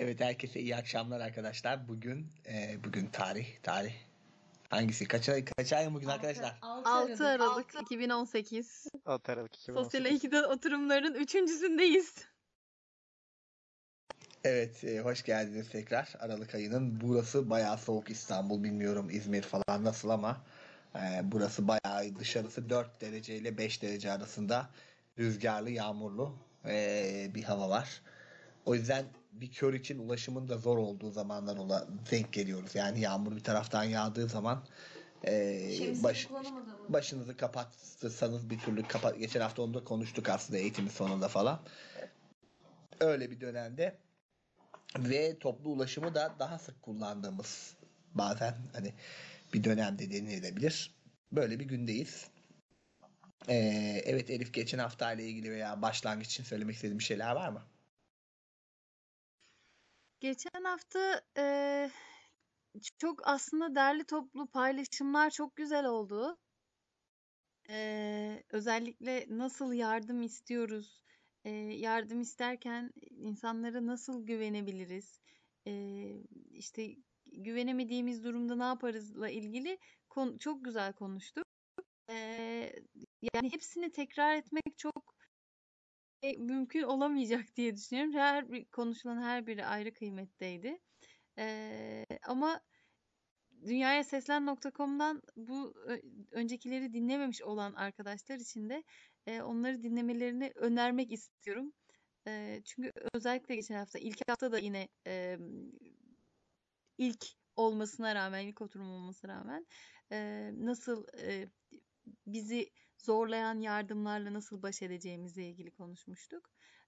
Evet, herkese iyi akşamlar arkadaşlar. Bugün tarih hangisi? Kaç ay bugün arkadaşlar? 6 Aralık 2018. 6 Aralık Sosyal 2018. İK'de oturumların 3.'sündeyiz. Evet, hoş geldiniz tekrar. Aralık ayının burası bayağı soğuk İstanbul. Bilmiyorum İzmir falan nasıl ama burası bayağı dışarısı 4 derece ile 5 derece arasında rüzgarlı, yağmurlu bir hava var. O yüzden bir kör için ulaşımın da zor olduğu zamanlar denk geliyoruz. Yani yağmur bir taraftan yağdığı zaman başınızı kapatırsanız bir türlü geçen hafta onu da konuştuk aslında eğitimin sonunda falan. Öyle bir dönemde ve toplu ulaşımı da daha sık kullandığımız bazen hani bir dönemde denilebilir. Böyle bir gündeyiz. Evet Elif, geçen hafta ile ilgili veya başlangıç için söylemek istediğim bir şeyler var mı? Geçen hafta çok aslında derli toplu paylaşımlar çok güzel oldu. Özellikle nasıl yardım istiyoruz, yardım isterken insanlara nasıl güvenebiliriz, işte güvenemediğimiz durumda ne yaparızla ilgili çok güzel konuştuk. Yani hepsini tekrar etmek çok mümkün olamayacak diye düşünüyorum. Konuşulan her biri ayrı kıymetteydi. Ama dünyayaseslen.com'dan bu öncekileri dinlememiş olan arkadaşlar için de onları dinlemelerini önermek istiyorum. Çünkü özellikle geçen hafta, ilk hafta da yine ilk olmasına rağmen, ilk oturum olmasına rağmen nasıl bizi zorlayan yardımlarla nasıl baş edeceğimizle ilgili konuşmuştuk.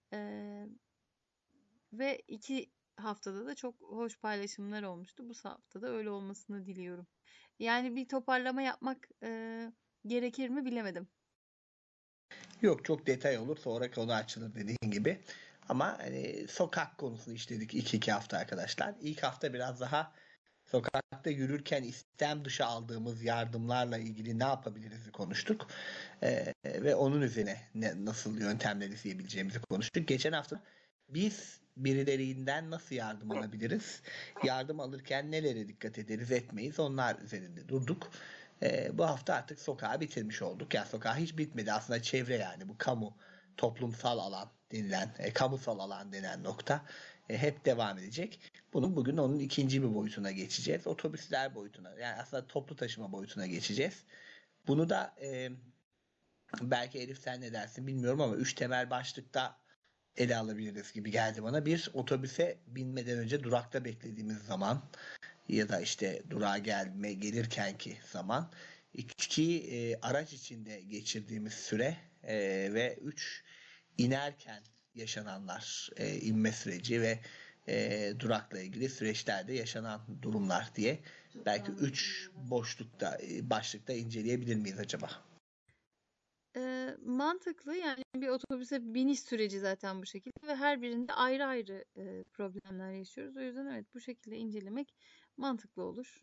Ve 2 haftada da çok hoş paylaşımlar olmuştu. Bu haftada öyle olmasını diliyorum. Yani bir toparlama yapmak gerekir mi bilemedim. Yok, çok detay olur, sonra konu açılır dediğin gibi. Ama hani sokak konusunu işledik iki hafta arkadaşlar. İlk hafta biraz daha sokakta yürürken istem dışı aldığımız yardımlarla ilgili ne yapabiliriz konuştuk. Ve onun üzerine nasıl yöntemler izleyebileceğimizi konuştuk. Geçen hafta biz birilerinden nasıl yardım alabiliriz? Yardım alırken nelere dikkat ederiz etmeyiz, onlar üzerinde durduk. Bu hafta artık sokağı bitirmiş olduk. Yani sokağı hiç bitmedi. Aslında çevre, yani bu kamu, toplumsal alan denilen, kamusal alan denen nokta hep devam edecek. Bugün onun ikinci bir boyutuna geçeceğiz. Otobüsler boyutuna, yani aslında toplu taşıma boyutuna geçeceğiz. Bunu da belki Elif sen ne dersin bilmiyorum ama 3 temel başlıkta ele alabiliriz gibi geldi bana. Bir, otobüse binmeden önce durakta beklediğimiz zaman ya da işte durağa gelirkenki zaman. İki, araç içinde geçirdiğimiz süre ve üç, inerken yaşananlar, inme süreci ve durakla ilgili süreçlerde yaşanan durumlar diye belki 3 başlıkta inceleyebilir miyiz acaba? Mantıklı, yani bir otobüse biniş süreci zaten bu şekilde ve her birinde ayrı ayrı problemler yaşıyoruz. O yüzden evet, bu şekilde incelemek mantıklı olur.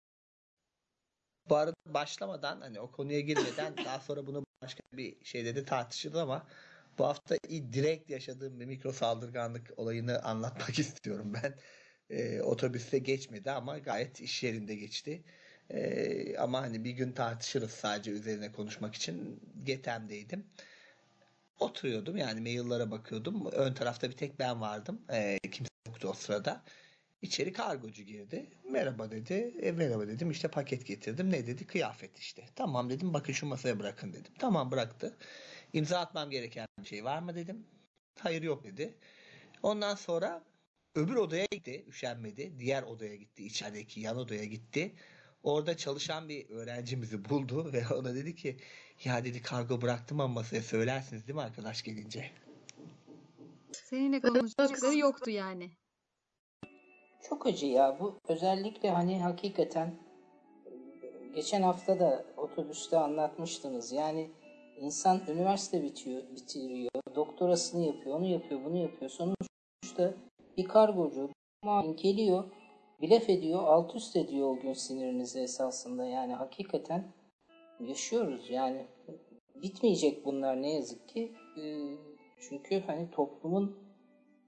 Bu arada başlamadan, hani o konuya girmeden daha sonra bunu başka bir şeyde de tartışırız ama bu hafta direkt yaşadığım bir mikro saldırganlık olayını anlatmak istiyorum ben. Otobüste geçmedi ama gayet iş yerinde geçti. Ama hani bir gün tartışırız, sadece üzerine konuşmak için. GETEM'deydim. Oturuyordum, yani maillere bakıyordum. Ön tarafta bir tek ben vardım. Kimse yoktu o sırada. İçeri kargocu girdi. Merhaba dedi. Merhaba dedim. İşte paket getirdim. Ne dedi? Kıyafet işte. Tamam dedim. Bakın şu masaya bırakın dedim. Tamam, bıraktı. İmza atmam gereken bir şey var mı dedim. Hayır, yok dedi. Ondan sonra öbür odaya gitti. Üşenmedi. Diğer odaya gitti. İçerideki yan odaya gitti. Orada çalışan bir öğrencimizi buldu ve ona dedi ki, ya dedi, kargo bıraktım ama masaya söylersiniz değil mi arkadaş gelince? Seninle konuşacakları yoktu yani. Çok acı ya bu, özellikle hani hakikaten geçen hafta da otobüste anlatmıştınız. Yani insan üniversite bitiriyor, doktorasını yapıyor, onu yapıyor, bunu yapıyor. Sonuçta bir kargocu geliyor, blef ediyor, alt üst ediyor o gün sinirinizi esasında. Yani hakikaten yaşıyoruz yani, bitmeyecek bunlar ne yazık ki. Çünkü hani toplumun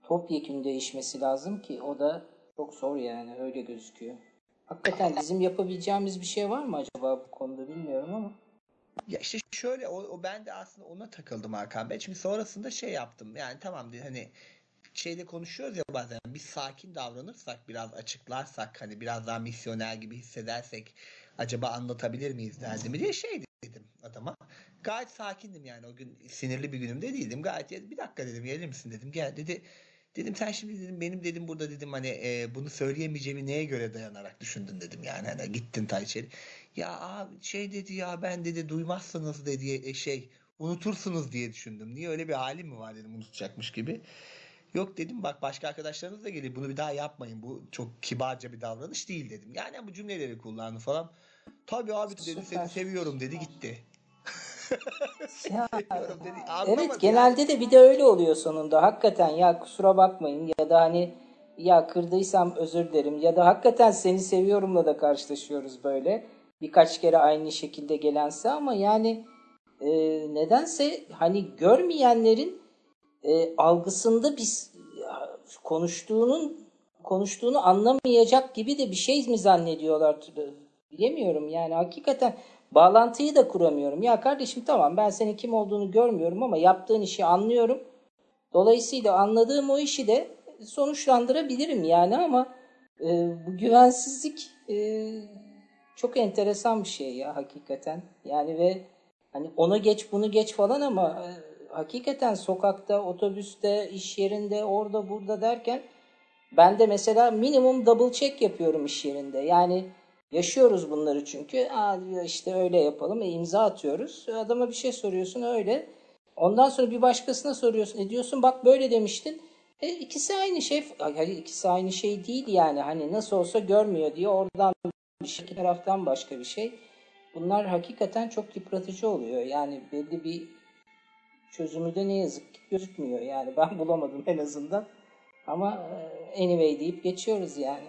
topyekün değişmesi lazım ki o da çok zor yani öyle gözüküyor. Hakikaten bizim yapabileceğimiz bir şey var mı acaba bu konuda bilmiyorum ama. Ya işte şöyle ben de aslında ona takıldım Hakan Bey. Çünkü sonrasında şey yaptım. Yani tamam diye hani şeyde konuşuyoruz ya bazen biz sakin davranırsak biraz açıklarsak hani biraz daha misyoner gibi hissedersek acaba anlatabilir miyiz derdimi diye şey dedim adama. Gayet sakindim yani o gün sinirli bir günümde değildim. Gayet bir dakika dedim gelir misin dedim gel dedi. Dedim sen şimdi dedim benim dedim burada dedim hani bunu söyleyemeyeceğimi neye göre dayanarak düşündün dedim yani hani gittin ta içeri. Ya abi şey dedi ya ben dedi duymazsınız dedi şey unutursunuz diye düşündüm. Niye öyle bir halim mi var dedim unutacakmış gibi. Yok dedim bak başka arkadaşlarınız da gelir bunu bir daha yapmayın. Bu çok kibarca bir davranış değil dedim. Yani bu cümleleri kullandı falan. Tabii abi dedi seni Süper. seviyorum dedi gitti. Seni Ya seviyorum dedi. evet, Anlamadı yani. genelde de bir de öyle oluyor sonunda. Hakikaten ya kusura bakmayın ya da hani ya kırdıysam özür dilerim ya da hakikaten seni seviyorumla da karşılaşıyoruz böyle. Birkaç kere aynı şekilde gelense ama yani e, nedense hani görmeyenlerin algısında biz konuştuğunu anlamayacak gibi de bir şey mi zannediyorlar? Bilemiyorum yani hakikaten bağlantıyı da kuramıyorum. Ya kardeşim tamam ben senin kim olduğunu görmüyorum ama yaptığın işi anlıyorum. Dolayısıyla anladığım o işi de sonuçlandırabilirim yani ama bu güvensizlik çok enteresan bir şey ya hakikaten. Yani ve hani ona geç bunu geç falan ama hakikaten sokakta, otobüste, iş yerinde, orada burada derken ben de mesela minimum double check yapıyorum iş yerinde. Yani yaşıyoruz bunları çünkü. Aa diyor işte öyle yapalım. İmza atıyoruz. Adama bir şey soruyorsun öyle. Ondan sonra bir başkasına soruyorsun. Diyorsun bak böyle demiştin. İkisi aynı şey. Hayır ikisi aynı şey değil yani. Hani nasıl olsa görmüyor diyor. Oradan bir şey, iki taraftan başka bir şey. Bunlar hakikaten çok yıpratıcı oluyor. Yani belli bir çözümü de ne yazık ki gözükmüyor. Yani ben bulamadım en azından. Ama anyway deyip geçiyoruz yani.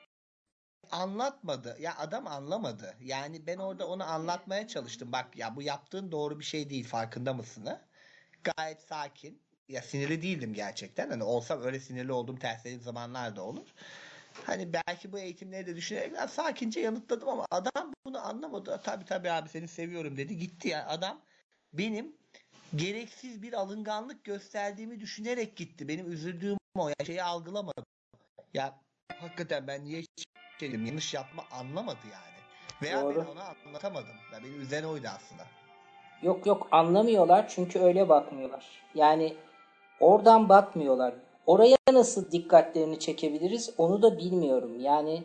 Anlatmadı. Ya adam anlamadı. Yani ben orada onu anlatmaya çalıştım. Bak ya bu yaptığın doğru bir şey değil. Farkında mısın? Ha? Gayet sakin. Ya sinirli değildim gerçekten. Hani olsam öyle sinirli olduğum terslediğim zamanlar da olur. Hani belki bu eğitimleri de düşünerek biraz sakince yanıtladım ama adam bunu anlamadı. Tabii tabii abi seni seviyorum dedi. Gitti ya. Adam benim gereksiz bir alınganlık gösterdiğimi düşünerek gitti. Benim üzüldüğüm o. Ya şeyi algılamadı. Ya hakikaten ben niye hiç şey dedim, yanlış yapma anlamadı yani. Veya ben Doğru. ona anlatamadım. Ya beni üzen oydu aslında. Yok yok anlamıyorlar çünkü öyle bakmıyorlar. Yani oradan bakmıyorlar. Oraya nasıl dikkatlerini çekebiliriz onu da bilmiyorum. Yani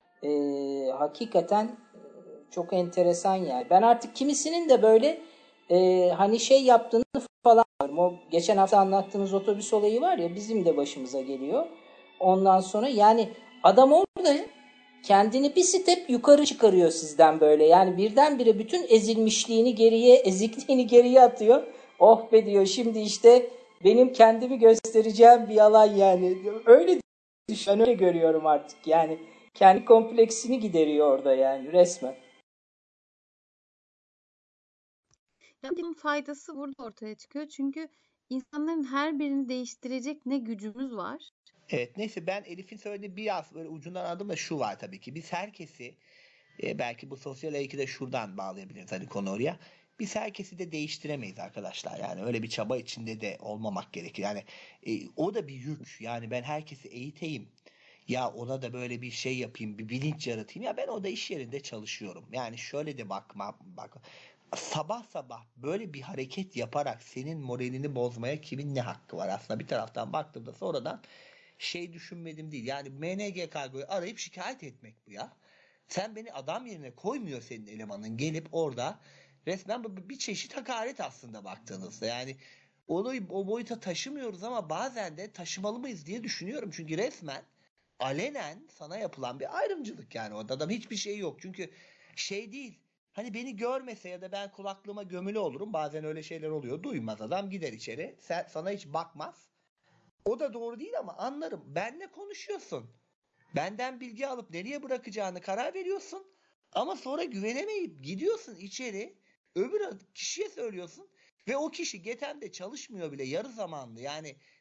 hakikaten çok enteresan yani. Ben artık kimisinin de böyle hani şey yaptığını falan görüyorum. O geçen hafta anlattığınız otobüs olayı var ya bizim de başımıza geliyor. Ondan sonra yani adam orada kendini bir step yukarı çıkarıyor sizden böyle. Yani birdenbire bütün ezilmişliğini geriye, ezikliğini geriye atıyor. Oh be diyor şimdi işte benim kendimi göstereceğim bir alan yani. Öyle düşün, ben öyle görüyorum artık yani. Kendi kompleksini gideriyor orada yani resmen. Yani bunun faydası burada ortaya çıkıyor. Çünkü insanların her birini değiştirecek ne gücümüz var. Evet neyse ben Elif'in söylediği biraz böyle ucundan aldım da şu var tabii ki. Biz herkesi belki bu sosyal eğiti de şuradan bağlayabiliriz hani konu oraya. Biz herkesi de değiştiremeyiz arkadaşlar. Yani öyle bir çaba içinde de olmamak gerekir. Yani o da bir yük. Yani ben herkesi eğiteyim. Ya ona da böyle bir şey yapayım, bir bilinç yaratayım. Ya ben o da iş yerinde çalışıyorum. Yani şöyle de bak. Sabah sabah böyle bir hareket yaparak senin moralini bozmaya kimin ne hakkı var? Aslında bir taraftan baktığımda sonradan şey düşünmedim değil. Yani MNG Kargo'yu arayıp şikayet etmek bu ya. Sen beni adam yerine koymuyor senin elemanın gelip orada resmen bu bir çeşit hakaret aslında baktığınızda. Yani olayı o boyuta taşımıyoruz ama bazen de taşımalı mıyız diye düşünüyorum. Çünkü resmen alenen sana yapılan bir ayrımcılık yani orada adam hiçbir şey yok. Çünkü şey değil. Hani beni görmese ya da ben kulaklığıma gömülü olurum. Bazen öyle şeyler oluyor. Duymaz adam gider içeri. Sana hiç bakmaz. O da doğru değil ama anlarım. Benle konuşuyorsun. Benden bilgi alıp nereye bırakacağını karar veriyorsun. Ama sonra güvenemeyip gidiyorsun içeri. Öbür kişiye söylüyorsun. Ve o kişi Getem'de çalışmıyor bile yarı zamanlı. Yani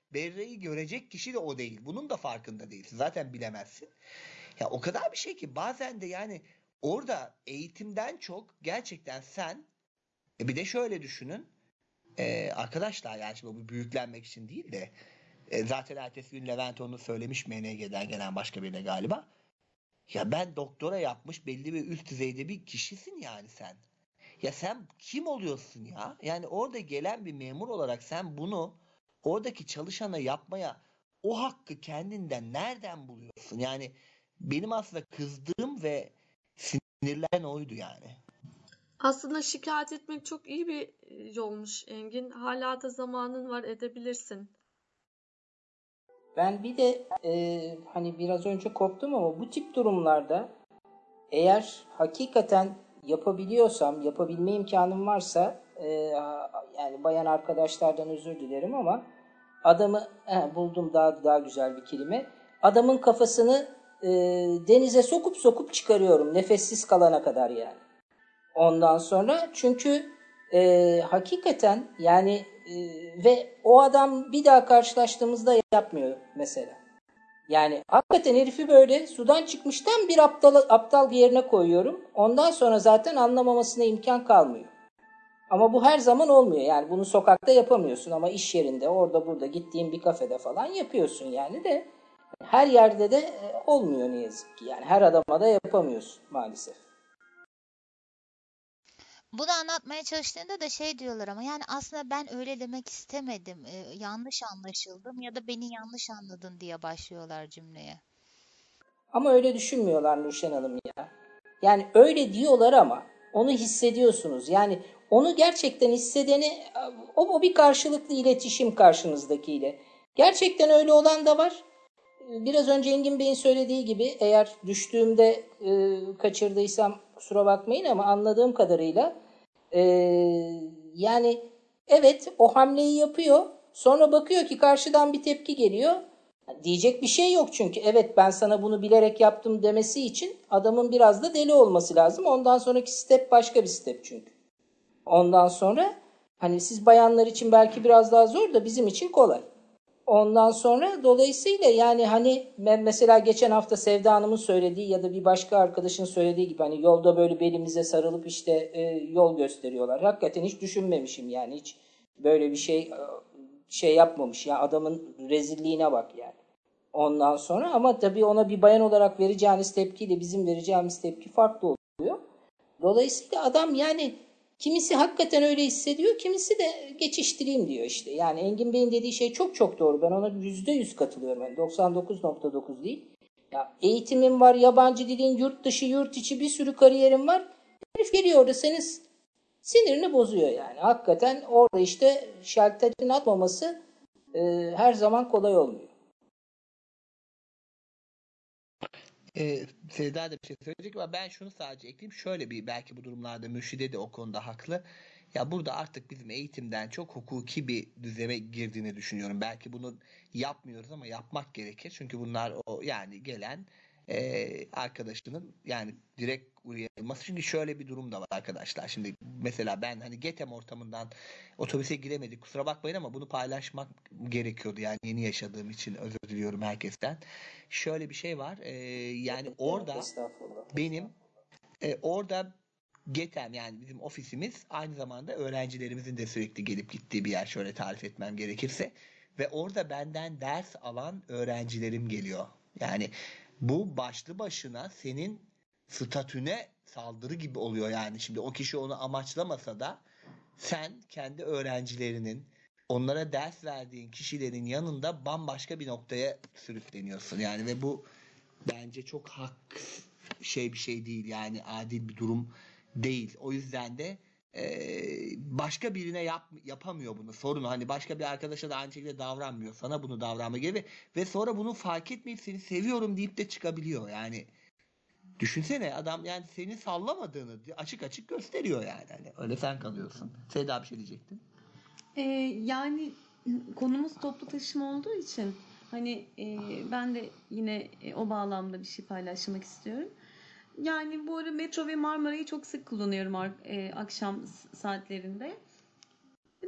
Berra'yı görecek kişi de o değil. Bunun da farkında değilsin. Zaten bilemezsin. Ya o kadar bir şey ki bazen de yani orada eğitimden çok gerçekten sen bir de şöyle düşünün. Arkadaşlar yani şimdi bu büyüklenmek için değil de zaten ertesi gün Levent onu söylemiş MNG'den gelen başka birine galiba. Ya ben doktora yapmış belli bir üst düzeyde bir kişisin yani sen. Ya sen kim oluyorsun ya? Yani orada gelen bir memur olarak sen bunu oradaki çalışana yapmaya o hakkı kendinden nereden buluyorsun? Yani benim aslında kızdığım ve sinirlen oydu yani. Aslında şikayet etmek çok iyi bir yolmuş Engin. Hala da zamanın var, edebilirsin. Ben bir de hani biraz önce koptum ama bu tip durumlarda eğer hakikaten yapabiliyorsam, yapabilme imkanım varsa yani bayan arkadaşlardan özür dilerim ama adamı buldum daha güzel bir kelime. Adamın kafasını denize sokup çıkarıyorum nefessiz kalana kadar yani. Ondan sonra çünkü hakikaten yani ve o adam bir daha karşılaştığımızda yapmıyor mesela. Yani hakikaten herifi böyle sudan çıkmıştan bir aptal yerine koyuyorum. Ondan sonra zaten anlamamasına imkan kalmıyor. Ama bu her zaman olmuyor. Yani bunu sokakta yapamıyorsun ama iş yerinde orada burada gittiğin bir kafede falan yapıyorsun yani de her yerde de olmuyor ne yazık ki. Yani her adama da yapamıyorsun maalesef. Bunu anlatmaya çalıştığında da şey diyorlar ama yani aslında ben öyle demek istemedim. Yanlış anlaşıldım ya da beni yanlış anladın diye başlıyorlar cümleye. Ama öyle düşünmüyorlar Nurşen Hanım ya. Yani öyle diyorlar ama onu hissediyorsunuz. Yani onu gerçekten hissedeni o bir karşılıklı iletişim karşınızdakiyle. Gerçekten öyle olan da var. Biraz önce Engin Bey'in söylediği gibi eğer düştüğümde kaçırdıysam kusura bakmayın ama anladığım kadarıyla e, yani evet o hamleyi yapıyor. Sonra bakıyor ki karşıdan bir tepki geliyor. Diyecek bir şey yok çünkü. Evet ben sana bunu bilerek yaptım demesi için adamın biraz da deli olması lazım. Ondan sonraki step başka bir step çünkü. Ondan sonra hani siz bayanlar için belki biraz daha zor da bizim için kolay. Ondan sonra dolayısıyla yani hani ben mesela geçen hafta Sevda Hanım'ın söylediği ya da bir başka arkadaşın söylediği gibi hani yolda böyle belimize sarılıp işte yol gösteriyorlar. Hakikaten hiç düşünmemişim yani hiç böyle bir şey yapmamış ya adamın rezilliğine bak yani. Ondan sonra ama tabii ona bir bayan olarak vereceğiniz tepkiyle bizim vereceğimiz tepki farklı oluyor. Dolayısıyla adam yani kimisi hakikaten öyle hissediyor, kimisi de geçiştireyim diyor işte. Yani Engin Bey'in dediği şey çok çok doğru. Ben ona %100 katılıyorum. Yani 99,9 değil. Ya eğitimim var, yabancı dilin, yurt dışı, yurt içi bir sürü kariyerim var. Herif geliyor orada senin sinirini bozuyor yani. Hakikaten orada işte şalterin atmaması her zaman kolay olmuyor. Sevda da bir şey söyleyecek ama ben şunu sadece ekleyeyim. Şöyle bir belki bu durumlarda Mürşide de o konuda haklı. Ya burada artık bizim eğitimden çok hukuki bir düzeme girdiğini düşünüyorum. Belki bunu yapmıyoruz ama yapmak gerekir. Çünkü bunlar o yani gelen arkadaşının yani direkt uyarılması. Çünkü şöyle bir durum da var arkadaşlar. Şimdi mesela ben hani GETEM ortamından otobüse giremedik. Kusura bakmayın ama bunu paylaşmak gerekiyordu. Yani yeni yaşadığım için özür diliyorum herkesten. Şöyle bir şey var. Yani orada Estağfurullah. benim orada GETEM yani bizim ofisimiz aynı zamanda öğrencilerimizin de sürekli gelip gittiği bir yer şöyle tarif etmem gerekirse ve orada benden ders alan öğrencilerim geliyor. Yani bu başlı başına senin statüne saldırı gibi oluyor yani. Şimdi o kişi onu amaçlamasa da sen kendi öğrencilerinin onlara ders verdiğin kişilerin yanında bambaşka bir noktaya sürükleniyorsun. Yani ve bu bence çok bir şey değil yani adil bir durum değil. O yüzden de başka birine yapamıyor bunu. Sorunu hani başka bir arkadaşa da aynı şekilde davranmıyor. Sana bunu davranma gibi ve sonra bunu fark etmeyip seni seviyorum deyip de çıkabiliyor. Yani düşünsene adam yani seni sallamadığını açık açık gösteriyor yani. Hani öyle sen kalıyorsun. Sevda bir şey diyecektin. Yani konumuz toplu taşıma olduğu için hani ben de yine o bağlamda bir şey paylaşmak istiyorum. Yani bu ara metro ve Marmara'yı çok sık kullanıyorum akşam saatlerinde. Ne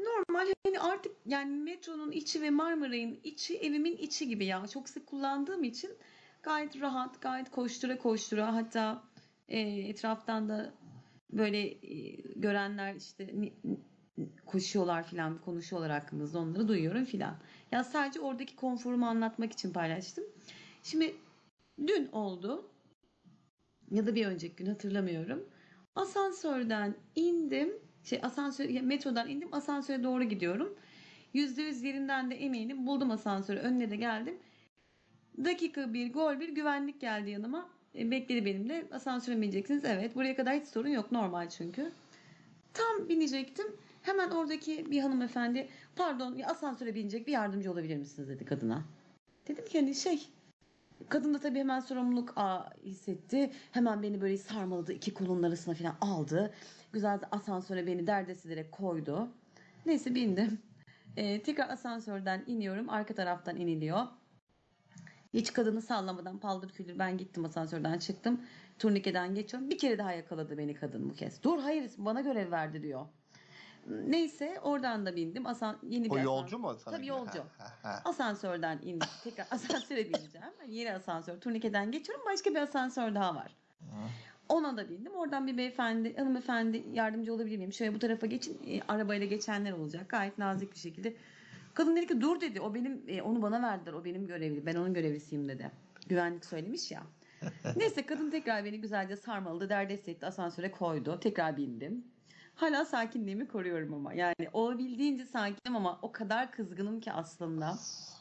normal hani artık yani metronun içi ve Marmaray'ın içi evimin içi gibi ya. Çok sık kullandığım için gayet rahat, gayet koştura koştura, hatta etraftan da böyle görenler işte koşuyorlar filan, konuşuyorlar hakkımızda, onları duyuyorum filan. Ya sadece oradaki konforumu anlatmak için paylaştım. Şimdi dün oldu ya da bir önceki gün, hatırlamıyorum. Asansörden indim. Metrodan indim. Asansöre doğru gidiyorum. %100 yerinden de eminim. Buldum asansörü. Önüne de geldim. Dakika bir, gol bir, güvenlik geldi yanıma. Bekledi benimle. Asansöre mi bineceksiniz? Evet. Buraya kadar hiç sorun yok. Normal çünkü. Tam binecektim. Hemen oradaki bir hanımefendi, pardon ya, asansöre binecek, bir yardımcı olabilir misiniz dedi kadına. Dedim ki hani kadın da tabii hemen sorumluluk hissetti. Hemen beni böyle sarmaladı, iki kolunun arasına falan aldı. Güzel asansöre beni derdest ederek koydu. Neyse bindim. Tekrar asansörden iniyorum. Arka taraftan iniliyor. Hiç kadını sallamadan paldır küldür ben gittim, asansörden çıktım. Turnikeden geçiyorum. Bir kere daha yakaladı beni kadın bu kez. Dur, hayır, bana görev verdi diyor. Neyse oradan da bindim. Yeni O bir yolcu mu sana Tabii göre? yolcu. Ha. Asansörden indim. Tekrar asansöre bineceğim. Yani yeni asansör. Turnikeden geçiyorum. Başka bir asansör daha var. Ona da bindim. Oradan bir hanımefendi, yardımcı olabilir miyim? Şöyle bu tarafa geçin. Arabayla geçenler olacak. Gayet nazik bir şekilde. Kadın dedi ki dur dedi. O benim, onu bana verdiler. O benim görevli. Ben onun görevlisiyim dedi. Güvenlik söylemiş ya. Neyse kadın tekrar beni güzelce sarmaladı. Derdest etti. Asansöre koydu. Tekrar bindim. Hala sakinliğimi koruyorum ama. Yani olabildiğince sakinim ama o kadar kızgınım ki aslında.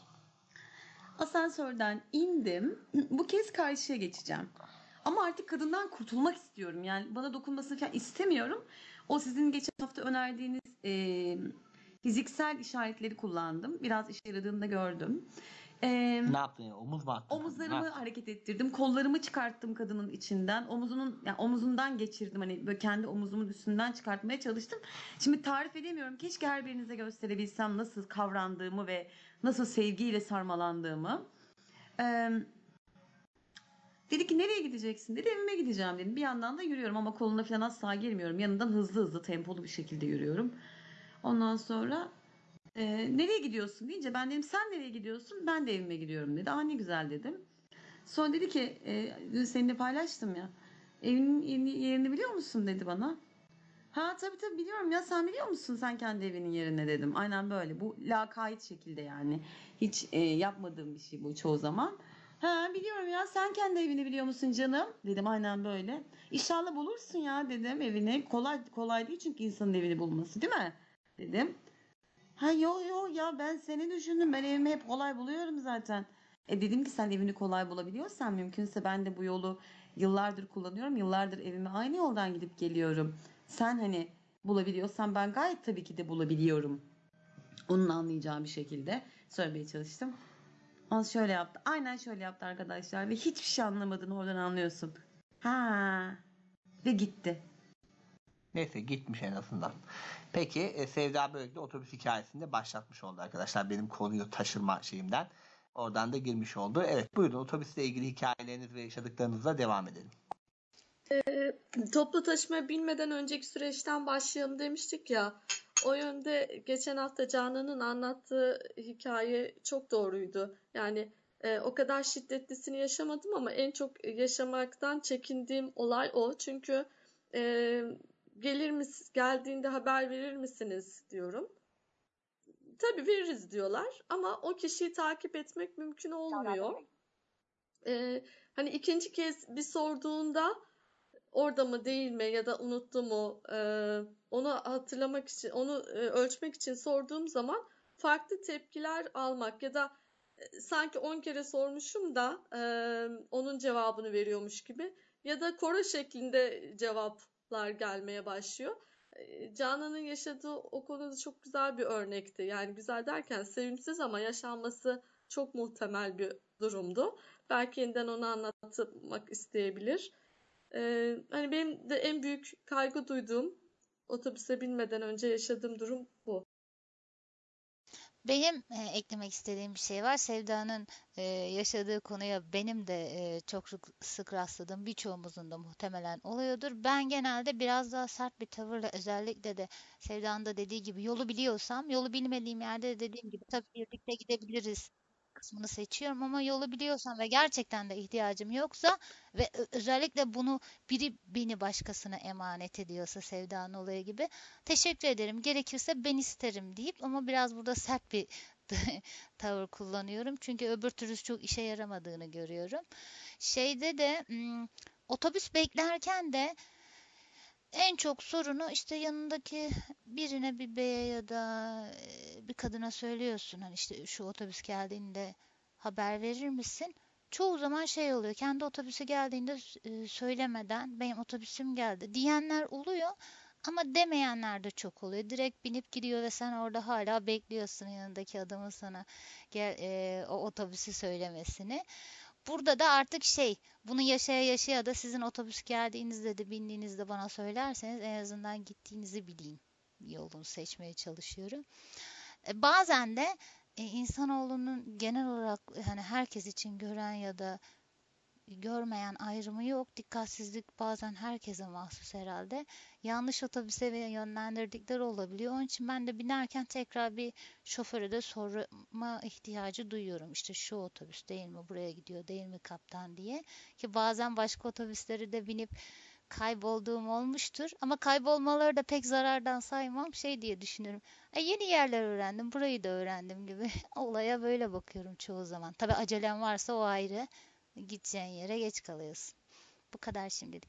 Asansörden indim. Bu kez karşıya geçeceğim. Ama artık kadından kurtulmak istiyorum. Yani bana dokunmasını falan istemiyorum. O sizin geçen hafta önerdiğiniz fiziksel işaretleri kullandım. Biraz işe yaradığını da gördüm. Ne yaptın ya? Omuz mu attın? Omuzlarımı hareket ettirdim. Kollarımı çıkarttım kadının içinden. Omuzundan geçirdim. Hani böyle kendi omuzumun üstünden çıkartmaya çalıştım. Şimdi tarif edemiyorum. Keşke her birinize gösterebilsem nasıl kavrandığımı ve nasıl sevgiyle sarmalandığımı. Dedi ki nereye gideceksin dedi. Evime gideceğim dedim. Bir yandan da yürüyorum ama koluna falan asla girmiyorum. Yanından hızlı hızlı tempolu bir şekilde yürüyorum. Ondan sonra nereye gidiyorsun deyince ben dedim sen nereye gidiyorsun? Ben de evime gidiyorum dedi. Aa ne güzel dedim. Sonra dedi ki dün seninle paylaştım ya. Evinin yerini biliyor musun dedi bana. Ha tabii biliyorum ya, sen biliyor musun sen kendi evinin yerini dedim. Aynen böyle, bu lakayt şekilde yani. Hiç yapmadığım bir şey bu çoğu zaman. Ha biliyorum ya, sen kendi evini biliyor musun canım dedim, aynen böyle. İnşallah bulursun ya dedim evini. Kolay değil çünkü insanın evini bulması, değil mi dedim. Ha yo ya, ben seni düşündüm, ben evimi hep kolay buluyorum zaten. Dedim ki sen evini kolay bulabiliyorsan mümkünse ben de bu yolu yıllardır kullanıyorum. Yıllardır evime aynı yoldan gidip geliyorum. Sen hani bulabiliyorsan ben gayet tabii ki de bulabiliyorum. Onun anlayacağı bir şekilde söylemeye çalıştım. Ama şöyle yaptı. Aynen şöyle yaptı arkadaşlar ve hiçbir şey anlamadığını oradan anlıyorsun. Ha ve gitti. Neyse gitmiş en azından. Peki Sevda böylelikle otobüs hikayesinde başlatmış oldu arkadaşlar. Benim konuyu taşırma şeyimden. Oradan da girmiş oldu. Evet buyurun, otobüsle ilgili hikayeleriniz ve yaşadıklarınızla devam edelim. Toplu taşıma binmeden önceki süreçten başlayalım demiştik ya. O yönde geçen hafta Canan'ın anlattığı hikaye çok doğruydu. Yani o kadar şiddetlisini yaşamadım ama en çok yaşamaktan çekindiğim olay o. Çünkü geldiğinde haber verir misiniz diyorum. Tabii veririz diyorlar ama o kişiyi takip etmek mümkün olmuyor. Hani ikinci kez bir sorduğunda orada mı değil mi ya da unuttu mu, onu hatırlamak için, onu ölçmek için sorduğum zaman farklı tepkiler almak ya da sanki 10 kere sormuşum da onun cevabını veriyormuş gibi ya da koro şeklinde cevaplar gelmeye başlıyor. Canan'ın yaşadığı o konuda çok güzel bir örnekti. Yani güzel derken sevimsiz ama yaşanması çok muhtemel bir durumdu. Belki yeniden onu anlatmak isteyebilir. Hani benim de en büyük kaygı duyduğum otobüse binmeden önce yaşadığım durum bu. Benim eklemek istediğim bir şey var. Sevda'nın yaşadığı konuya benim de çok sık rastladığım, birçoğumuzun da muhtemelen oluyordur. Ben genelde biraz daha sert bir tavırla, özellikle de Sevda'nın da dediği gibi, yolu biliyorsam, yolu bilmediğim yerde de dediğim gibi tabii birlikte gidebiliriz kısmını seçiyorum, ama yolu biliyorsam ve gerçekten de ihtiyacım yoksa ve özellikle bunu biri beni başkasına emanet ediyorsa, Sevda'nın olayı gibi, teşekkür ederim, gerekirse ben isterim deyip, ama biraz burada sert bir tavır kullanıyorum. Çünkü öbür türlü çok işe yaramadığını görüyorum. Şeyde de otobüs beklerken de en çok sorunu işte yanındaki birine, bir beye ya da bir kadına söylüyorsun. Hani işte şu otobüs geldiğinde haber verir misin? Çoğu zaman şey oluyor. Kendi otobüsü geldiğinde söylemeden benim otobüsüm geldi diyenler oluyor. Ama demeyenler de çok oluyor. Direkt binip gidiyor ve sen orada hala bekliyorsun yanındaki adamın sana gel, o otobüsü söylemesini. Burada da artık şey, bunu yaşaya yaşaya da sizin otobüs geldiğinizde de bindiğinizde bana söylerseniz en azından gittiğinizi bileyim yolunu seçmeye çalışıyorum. Bazen de insanoğlunun genel olarak hani herkes için gören ya da görmeyen ayrımı yok. Dikkatsizlik bazen herkese mahsus herhalde. Yanlış otobüse ve yönlendirdikleri olabiliyor. Onun için ben de binerken tekrar bir şoföre de sorma ihtiyacı duyuyorum. İşte şu otobüs değil mi, buraya gidiyor değil mi kaptan diye. Ki bazen başka otobüsleri de binip kaybolduğum olmuştur. Ama kaybolmaları da pek zarardan saymam. Şey diye düşünüyorum. Yeni yerler öğrendim, burayı da öğrendim gibi. Olaya böyle bakıyorum çoğu zaman. Tabii acelem varsa o ayrı. Gideceğin yere geç kalıyorsun. Bu kadar şimdilik.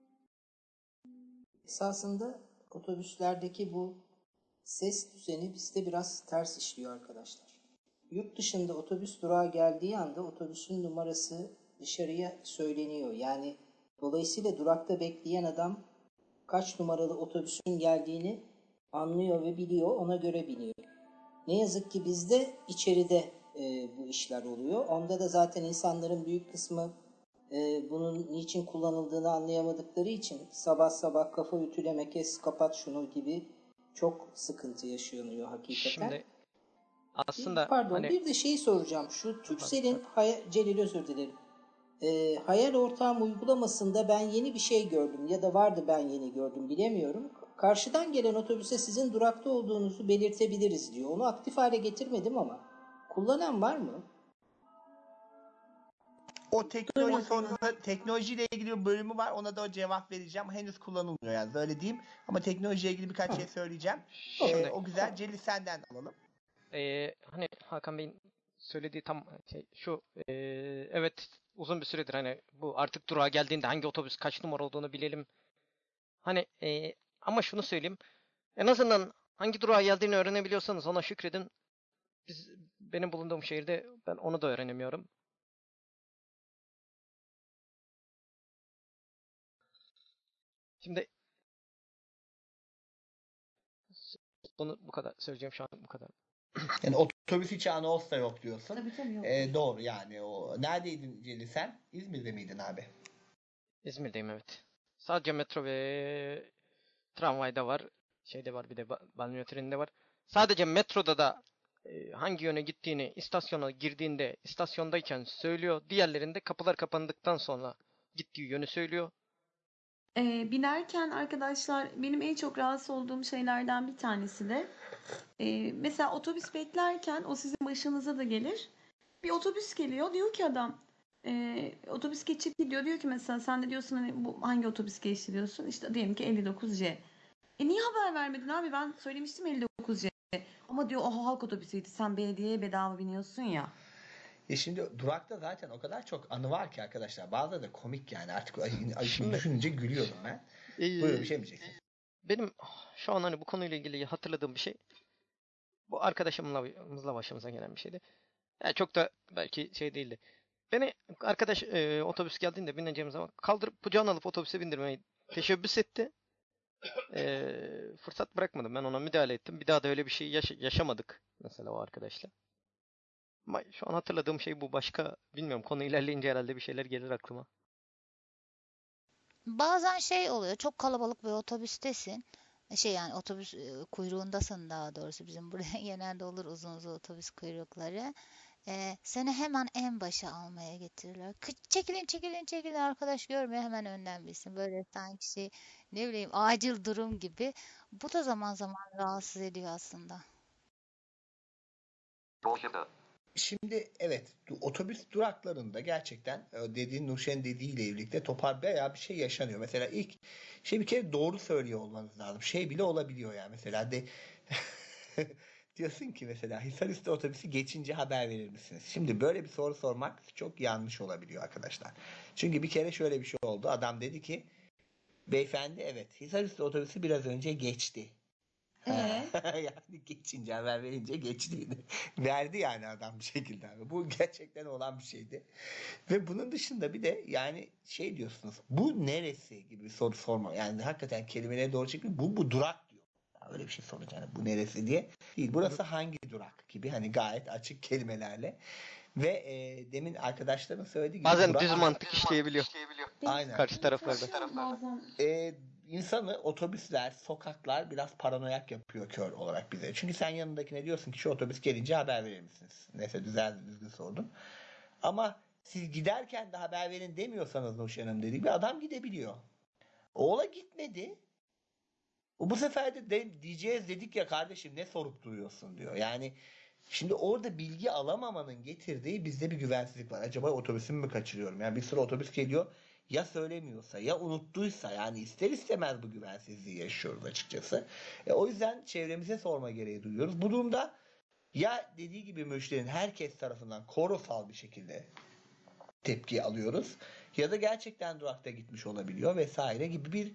Esasında otobüslerdeki bu ses düzeni bizde biraz ters işliyor arkadaşlar. Yurt dışında otobüs durağa geldiği anda otobüsün numarası dışarıya söyleniyor. Yani dolayısıyla durakta bekleyen adam kaç numaralı otobüsün geldiğini anlıyor ve biliyor, ona göre biniyor. Ne yazık ki bizde içeride bu işler oluyor. Onda da zaten insanların büyük kısmı bunun niçin kullanıldığını anlayamadıkları için sabah sabah kafa ütüleme, kes kapat şunu gibi çok sıkıntı yaşanıyor hakikaten. Şimdi aslında Pardon, hani bir de şeyi soracağım. Şu Turkcell'in, tabii. Celil özür dilerim. Hayal ortağım uygulamasında ben yeni bir şey gördüm ya da vardı, ben yeni gördüm bilemiyorum. Karşıdan gelen otobüse sizin durakta olduğunuzu belirtebiliriz diyor. Onu aktif hale getirmedim ama kullanan var mı? O teknolojiyle ilgili bir bölümü var. Ona da o cevap vereceğim. Henüz kullanılmıyor yani. Öyle diyeyim. Ama teknolojiyle ilgili birkaç şey söyleyeceğim. Şimdi O güzel. Celil senden alalım. hani Hakan Bey'in söylediği tam şu evet, uzun bir süredir hani bu artık durağa geldiğinde hangi otobüs kaç numara olduğunu bilelim. Hani ama şunu söyleyeyim. En azından hangi durağa geldiğini öğrenebiliyorsanız ona şükredin. Benim bulunduğum şehirde ben onu da öğrenemiyorum. Şimdi bunu bu kadar söyleyeceğim, şu an bu kadar. Yani otobüs içi anons da yok diyorsun. Tabii yok. Doğru yani. Neredeydin Celil sen? İzmir'de miydin abi? İzmir'deyim, evet. Sadece metro ve tramvayda var. Şeyde var, bir de banliyö treninde var. Sadece metroda da hangi yöne gittiğini istasyona girdiğinde, istasyondayken söylüyor. Diğerlerinde kapılar kapandıktan sonra gittiği yönü söylüyor. Binerken arkadaşlar benim en çok rahatsız olduğum şeylerden bir tanesi de mesela otobüs beklerken o sizin başınıza da gelir. Bir otobüs geliyor, diyor ki adam otobüs geçip gidiyor, diyor ki mesela sen de diyorsun hani bu hangi otobüs geçti diyorsun, işte diyelim ki 59C. Niye haber vermedin abi, ben söylemiştim 59C. Ama diyor o halk otobüsüydü, sen belediyeye bedava biniyorsun ya. Şimdi durakta zaten o kadar çok anı var ki arkadaşlar. Bazıları da komik yani. Artık şimdi Şimdi düşününce gülüyorum ben. Buyurun, bir şey mi diyeceksin? benim şu an hani bu konuyla ilgili hatırladığım bir şey. Bu arkadaşımızla başımıza gelen bir şeydi. Yani çok da belki şey değildi. Beni arkadaş otobüs geldiğinde bineceğim zaman kaldırıp kucağına alıp otobüse bindirmeyi teşebbüs etti. Fırsat bırakmadım. Ben ona müdahale ettim. Bir daha da öyle bir şey yaşamadık mesela o arkadaşla. Ama şu an hatırladığım şey bu. Başka bilmiyorum. Konu ilerleyince herhalde bir şeyler gelir aklıma. Bazen şey oluyor, çok kalabalık bir otobüstesin. Yani otobüs kuyruğundasın daha doğrusu. Bizim buraya genelde olur uzun uzun otobüs kuyrukları. Seni hemen en başa almaya getirirler. Çekilin çekilin çekilin, arkadaş görmüyor, hemen önden bilsin. Böyle sanki ne bileyim, acil durum gibi. Bu da zaman zaman rahatsız ediyor aslında. Şimdi evet, otobüs duraklarında gerçekten dediğin Nurşen'in dediğiyle birlikte bayağı bir şey yaşanıyor. Mesela ilk bir kere doğru söylüyor olmanız lazım. Bile olabiliyor yani, mesela diyorsun ki mesela Hisarüstü otobüsü geçince haber verir misiniz? Şimdi böyle bir soru sormak çok yanlış olabiliyor arkadaşlar. Çünkü bir kere şöyle bir şey oldu. Adam dedi ki, beyefendi evet Hisarüstü otobüsü biraz önce geçti. Yani geçince, haber verince geçtiydi. Verdi yani adam bir şekilde abi. Bu gerçekten olan bir şeydi. Ve bunun dışında bir de yani diyorsunuz. Bu neresi gibi bir soru sorma. Yani hakikaten kelimeleri doğru çekmiyor. Bu durak diyor. Ya öyle bir şey soracak yani, bu neresi diye. Değil. Burası hangi durak gibi, hani gayet açık kelimelerle. Ve demin arkadaşların söylediği gibi Bazen durak düz mantık işleyebiliyor aynen. karşı taraflarda. Bazen İnsanı otobüsler, sokaklar biraz paranoyak yapıyor kör olarak bize. Çünkü sen yanındakine diyorsun ki şu otobüs gelince haber verir misiniz? Neyse, düzgün sordum. Ama siz giderken de haber verin demiyorsanız Nurşen Hanım dediği bir adam gidebiliyor. Oğla gitmedi. Bu sefer de diyeceğiz dedik ya kardeşim, ne sorup duruyorsun diyor. Yani şimdi orada bilgi alamamanın getirdiği bizde bir güvensizlik var. Acaba otobüsümü mü kaçırıyorum? Yani bir sürü otobüs geliyor. Ya söylemiyorsa ya unuttuysa, yani ister istemez bu güvensizliği yaşıyoruz açıkçası. O yüzden çevremize sorma gereği duyuyoruz. Bu durumda ya dediği gibi müşterinin herkes tarafından korusal bir şekilde tepki alıyoruz, ya da gerçekten durakta gitmiş olabiliyor vesaire gibi bir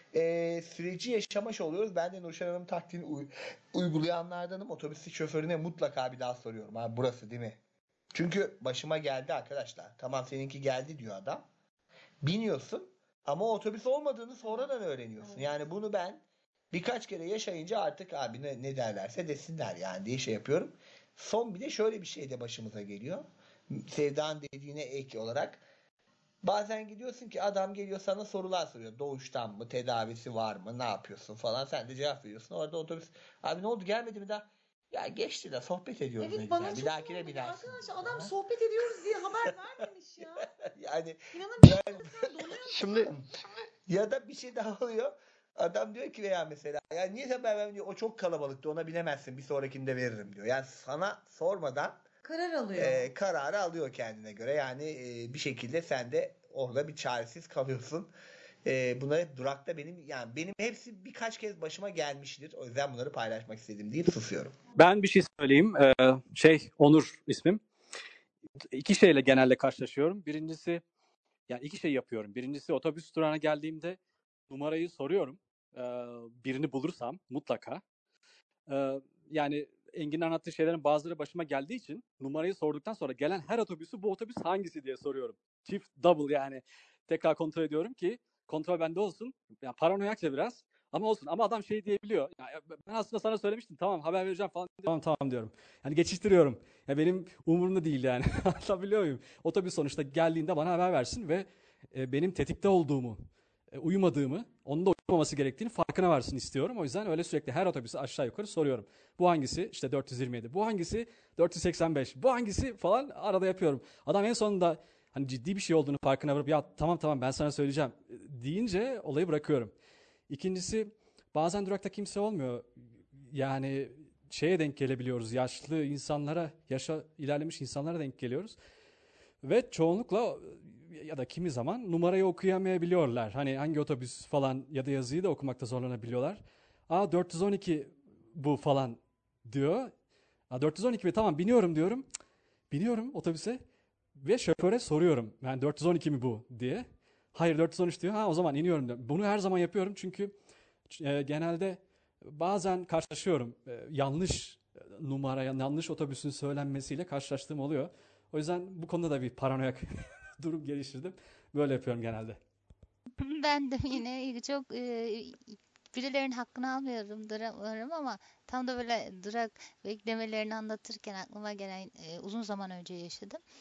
süreci yaşamış oluyoruz. Ben de Nurşen Hanım taktiğini uygulayanlardanım. Otobüs şoförüne mutlaka bir daha soruyorum. Abi burası değil mi? Çünkü başıma geldi arkadaşlar. Tamam, seninki geldi diyor adam. Biniyorsun ama otobüs olmadığını sonradan öğreniyorsun. Yani bunu ben birkaç kere yaşayınca artık abi ne derlerse desinler yani diye yapıyorum. Son bir de şöyle bir şey de başımıza geliyor. Sevda'nın dediğine ek olarak, bazen gidiyorsun ki adam geliyor sana sorular soruyor. Doğuştan mı? Tedavisi var mı? Ne yapıyorsun falan. Sen de cevap veriyorsun. Orada otobüs, abi ne oldu, gelmedi mi daha? Ya geçti de sohbet ediyoruz ne evet, bana güzel. Bir çok dahakine sinir oluyor. binersin. Arkadaşlar adam sohbet ediyoruz diye haber vermemiş ya. Yani İnanamıyorum. Donuyorum. Şimdi ya da bir şey daha oluyor. Adam diyor ki veya mesela, ya niye haber vermiyor? O çok kalabalıktı, ona binemezsin, bir sonrakinde veririm diyor. Yani sana sormadan Karar alıyor. kararı alıyor kendine göre. Yani bir şekilde sen de orada bir çaresiz kalıyorsun. Bunlar durakta benim hepsi birkaç kez başıma gelmiştir. O yüzden bunları paylaşmak istedim deyip susuyorum. Ben bir şey söyleyeyim. Onur ismim. İki şeyle genelde karşılaşıyorum. Birincisi, yani iki şey yapıyorum. Birincisi, otobüs durağına geldiğimde numarayı soruyorum. Birini bulursam mutlaka. Yani Engin'in anlattığı şeylerin bazıları başıma geldiği için numarayı sorduktan sonra gelen her otobüsü bu otobüs hangisi diye soruyorum. Çift double yani. Tekrar kontrol ediyorum ki kontrol bende olsun. Yani paranoyakça biraz ama olsun. Ama adam diyebiliyor. Yani ben aslında sana söylemiştim, tamam haber vereceğim falan. Tamam diyorum. Yani geçiştiriyorum. Ya benim umurumda değil yani. Anlatabiliyor muyum? Otobüs sonuçta geldiğinde bana haber versin ve benim tetikte olduğumu, uyumadığımı, onun da uyumaması gerektiğini farkına varsın istiyorum. O yüzden öyle sürekli her otobüse aşağı yukarı soruyorum. Bu hangisi? İşte 427. Bu hangisi? 485. Bu hangisi? Falan arada yapıyorum. Adam en sonunda hani ciddi bir şey olduğunu farkına varıp ya tamam ben sana söyleyeceğim deyince olayı bırakıyorum. İkincisi, bazen durakta kimse olmuyor. Yani denk gelebiliyoruz. Yaşlı insanlara, yaşa ilerlemiş insanlara denk geliyoruz. Ve çoğunlukla ya da kimi zaman numarayı okuyamayabiliyorlar. Hani hangi otobüs falan ya da yazıyı da okumakta zorlanabiliyorlar. 412 bu falan diyor. 412 mi? Tamam biniyorum diyorum. Biniyorum otobüse ve şoföre soruyorum. Yani 412 mi bu diye. Hayır 413 diyor. O zaman iniyorum diyor. Bunu her zaman yapıyorum çünkü genelde bazen karşılaşıyorum. Yanlış numaraya, yanlış otobüsün söylenmesiyle karşılaştığım oluyor. O yüzden bu konuda da bir paranoyak durum geliştirdim. Böyle yapıyorum genelde. Ben de yine çok birilerinin hakkını almıyorum duramıyorum ama tam da böyle durak beklemelerini anlatırken aklıma gelen uzun zaman önce yaşadım.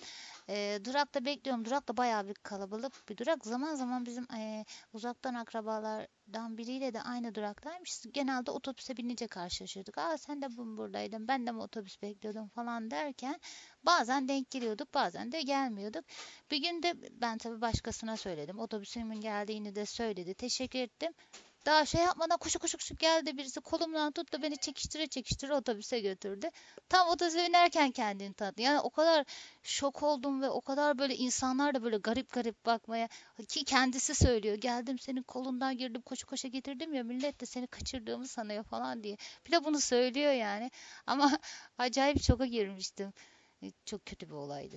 Durakta bekliyorum. Durak da bayağı bir kalabalık bir durak. Zaman zaman bizim uzaktan akrabalardan biriyle de aynı duraktaymış. Genelde otobüse binince karşılaşıyorduk. Aa sen de mi buradaydın? Ben de mi otobüs bekliyordum falan derken bazen denk geliyorduk, bazen de gelmiyorduk. Bir gün de ben tabii başkasına söyledim. Otobüsümün geldiğini de söyledi. Teşekkür ettim. Daha şey yapmadan koşu koşu koşu geldi birisi kolumdan tuttu beni çekiştire çekiştire otobüse götürdü. Tam otobüse binerken kendini tanıttı. Yani o kadar şok oldum ve o kadar böyle insanlar da böyle garip garip bakmaya ki kendisi söylüyor. Geldim senin kolundan girdim koşu koşu getirdim ya millet de seni kaçırdığımı sanıyor falan diye. Bir de bunu söylüyor yani. Ama acayip şoka girmiştim. Çok kötü bir olaydı.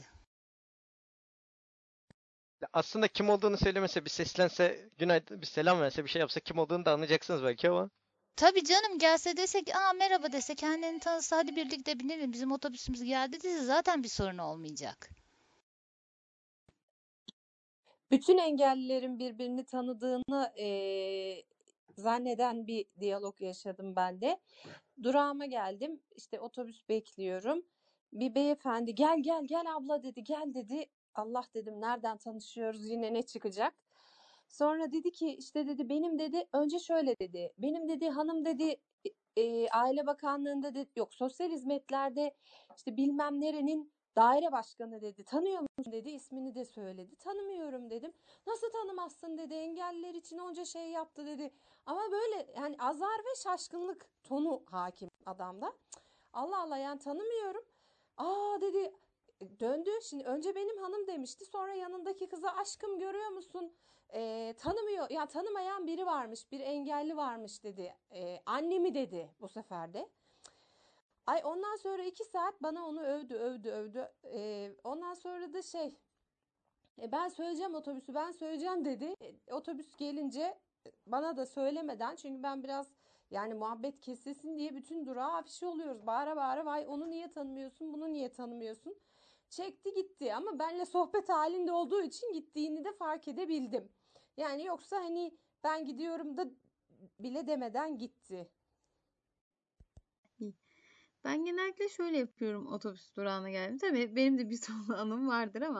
Aslında kim olduğunu söylemese, bir seslense, günaydın, bir selam verse, bir şey yapsa kim olduğunu da anlayacaksınız belki ama. Tabii canım gelse desek aa merhaba dese kendini tanısa hadi birlikte binelim bizim otobüsümüz geldi dese zaten bir sorun olmayacak. Bütün engellilerin birbirini tanıdığını zanneden bir diyalog yaşadım ben de. Durağıma geldim. İşte otobüs bekliyorum. Bir beyefendi gel gel gel abla dedi. Gel dedi. Allah dedim nereden tanışıyoruz yine ne çıkacak? Sonra dedi ki işte dedi benim dedi önce şöyle dedi. Benim dedi hanım dedi Aile Bakanlığı'nda dedi yok sosyal hizmetlerde işte bilmem nerenin daire başkanı dedi. Tanıyor musun dedi. İsmini de söyledi. Tanımıyorum dedim. Nasıl tanımazsın dedi. Engelliler için onca şey yaptı dedi. Ama böyle yani azar ve şaşkınlık tonu hakim adamda. Allah Allah yani tanımıyorum. Aa dedi döndü. Şimdi önce benim hanım demişti. Sonra yanındaki kıza aşkım görüyor musun? Tanımıyor ya tanımayan biri varmış. Bir engelli varmış dedi. Annemi dedi bu sefer de. Ay ondan sonra 2 saat bana onu övdü. Ondan sonra da ben söyleyeceğim otobüsü ben söyleyeceğim dedi. Otobüs gelince bana da söylemeden çünkü ben biraz yani muhabbet kesilsin diye bütün durağa afişe oluyoruz. Bağıra bağıra vay onu niye tanımıyorsun bunu niye tanımıyorsun. Çekti gitti ama benle sohbet halinde olduğu için gittiğini de fark edebildim. Yani yoksa hani ben gidiyorum da bile demeden gitti. Ben genellikle şöyle yapıyorum otobüs durağına geldim. Tabii benim de bir sürü anım vardır ama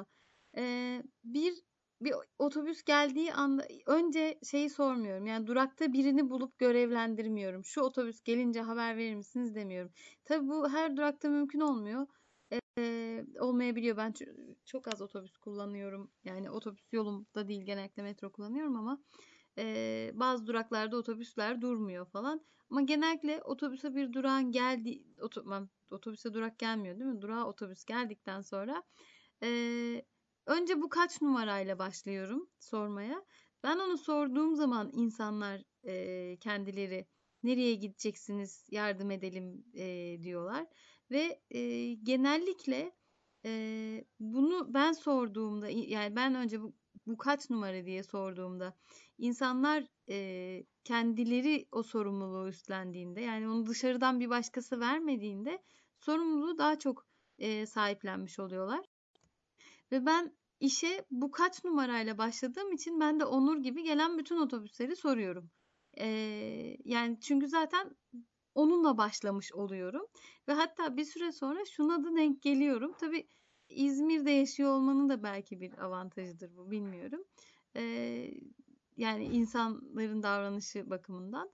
bir otobüs geldiği anda önce şeyi sormuyorum. Yani durakta birini bulup görevlendirmiyorum. Şu otobüs gelince haber verir misiniz demiyorum. Tabii bu her durakta mümkün olmuyor. Olmayabiliyor. Ben çok az otobüs kullanıyorum. Yani otobüs yolumda değil genellikle metro kullanıyorum ama bazı duraklarda otobüsler durmuyor falan. Ama genellikle otobüse bir durağın otobüse durak gelmiyor değil mi? Durağa otobüs geldikten sonra önce bu kaç numarayla başlıyorum sormaya. Ben onu sorduğum zaman insanlar kendileri nereye gideceksiniz yardım edelim diyorlar. Ve genellikle bunu ben sorduğumda yani ben önce bu kaç numara diye sorduğumda insanlar kendileri o sorumluluğu üstlendiğinde yani onu dışarıdan bir başkası vermediğinde sorumluluğu daha çok sahiplenmiş oluyorlar. Ve ben işe bu kaç numarayla başladığım için ben de Onur gibi gelen bütün otobüsleri soruyorum. Yani çünkü zaten onunla başlamış oluyorum. Ve hatta bir süre sonra şuna da denk geliyorum. Tabii İzmir'de yaşıyor olmanın da belki bir avantajıdır bu bilmiyorum. Yani insanların davranışı bakımından.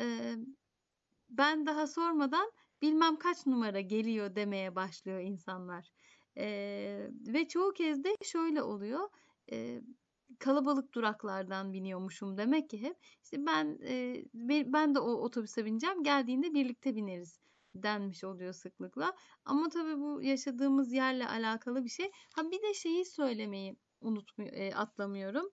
Ben daha sormadan bilmem kaç numara geliyor demeye başlıyor insanlar. Ve çoğu kez de şöyle oluyor. Kalabalık duraklardan biniyormuşum demek ki hep. İşte ben de o otobüse bineceğim. Geldiğinde birlikte bineriz denmiş oluyor sıklıkla. Ama tabii bu yaşadığımız yerle alakalı bir şey. Ha bir de şeyi söylemeyi atlamıyorum.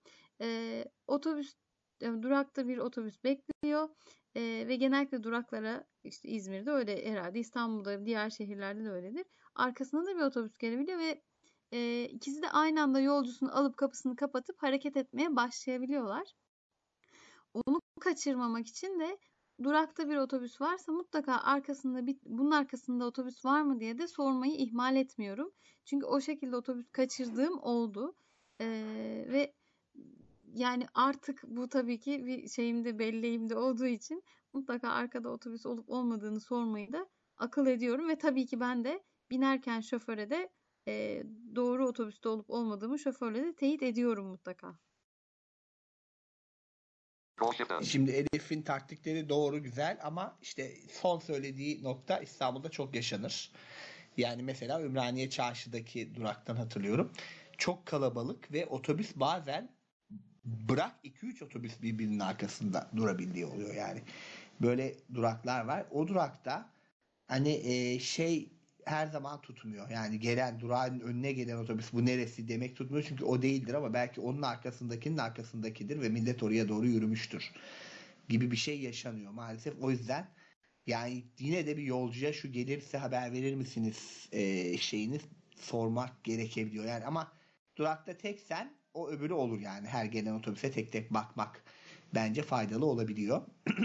Durakta bir otobüs bekliyor. Ve genellikle duraklara işte İzmir'de öyle herhalde İstanbul'da diğer şehirlerde de öyledir. Arkasına da bir otobüs gelebiliyor ve ikisi de aynı anda yolcusunu alıp kapısını kapatıp hareket etmeye başlayabiliyorlar. Onu kaçırmamak için de durakta bir otobüs varsa mutlaka bunun arkasında otobüs var mı diye de sormayı ihmal etmiyorum. Çünkü o şekilde otobüs kaçırdığım oldu. Ve yani artık bu tabii ki bir şeyimde belleğimde olduğu için mutlaka arkada otobüs olup olmadığını sormayı da akıl ediyorum ve tabii ki ben de binerken şoföre de doğru otobüste olup olmadığımı şoförle de teyit ediyorum mutlaka. Şimdi Elif'in taktikleri doğru, güzel ama işte son söylediği nokta İstanbul'da çok yaşanır. Yani mesela Ümraniye Çarşı'daki duraktan hatırlıyorum. Çok kalabalık ve otobüs bazen bırak 2-3 otobüs birbirinin arkasında durabildiği oluyor yani. Böyle duraklar var. O durakta hani her zaman tutmuyor. Yani gelen durağın önüne gelen otobüs bu neresi demek tutmuyor. Çünkü o değildir ama belki onun arkasındakinin arkasındakidir ve millet oraya doğru yürümüştür gibi bir şey yaşanıyor maalesef. O yüzden yani yine de bir yolcuya şu gelirse haber verir misiniz şeyini sormak gerekebiliyor. Yani ama durakta teksen o öbürü olur yani. Her gelen otobüse tek tek bakmak bence faydalı olabiliyor.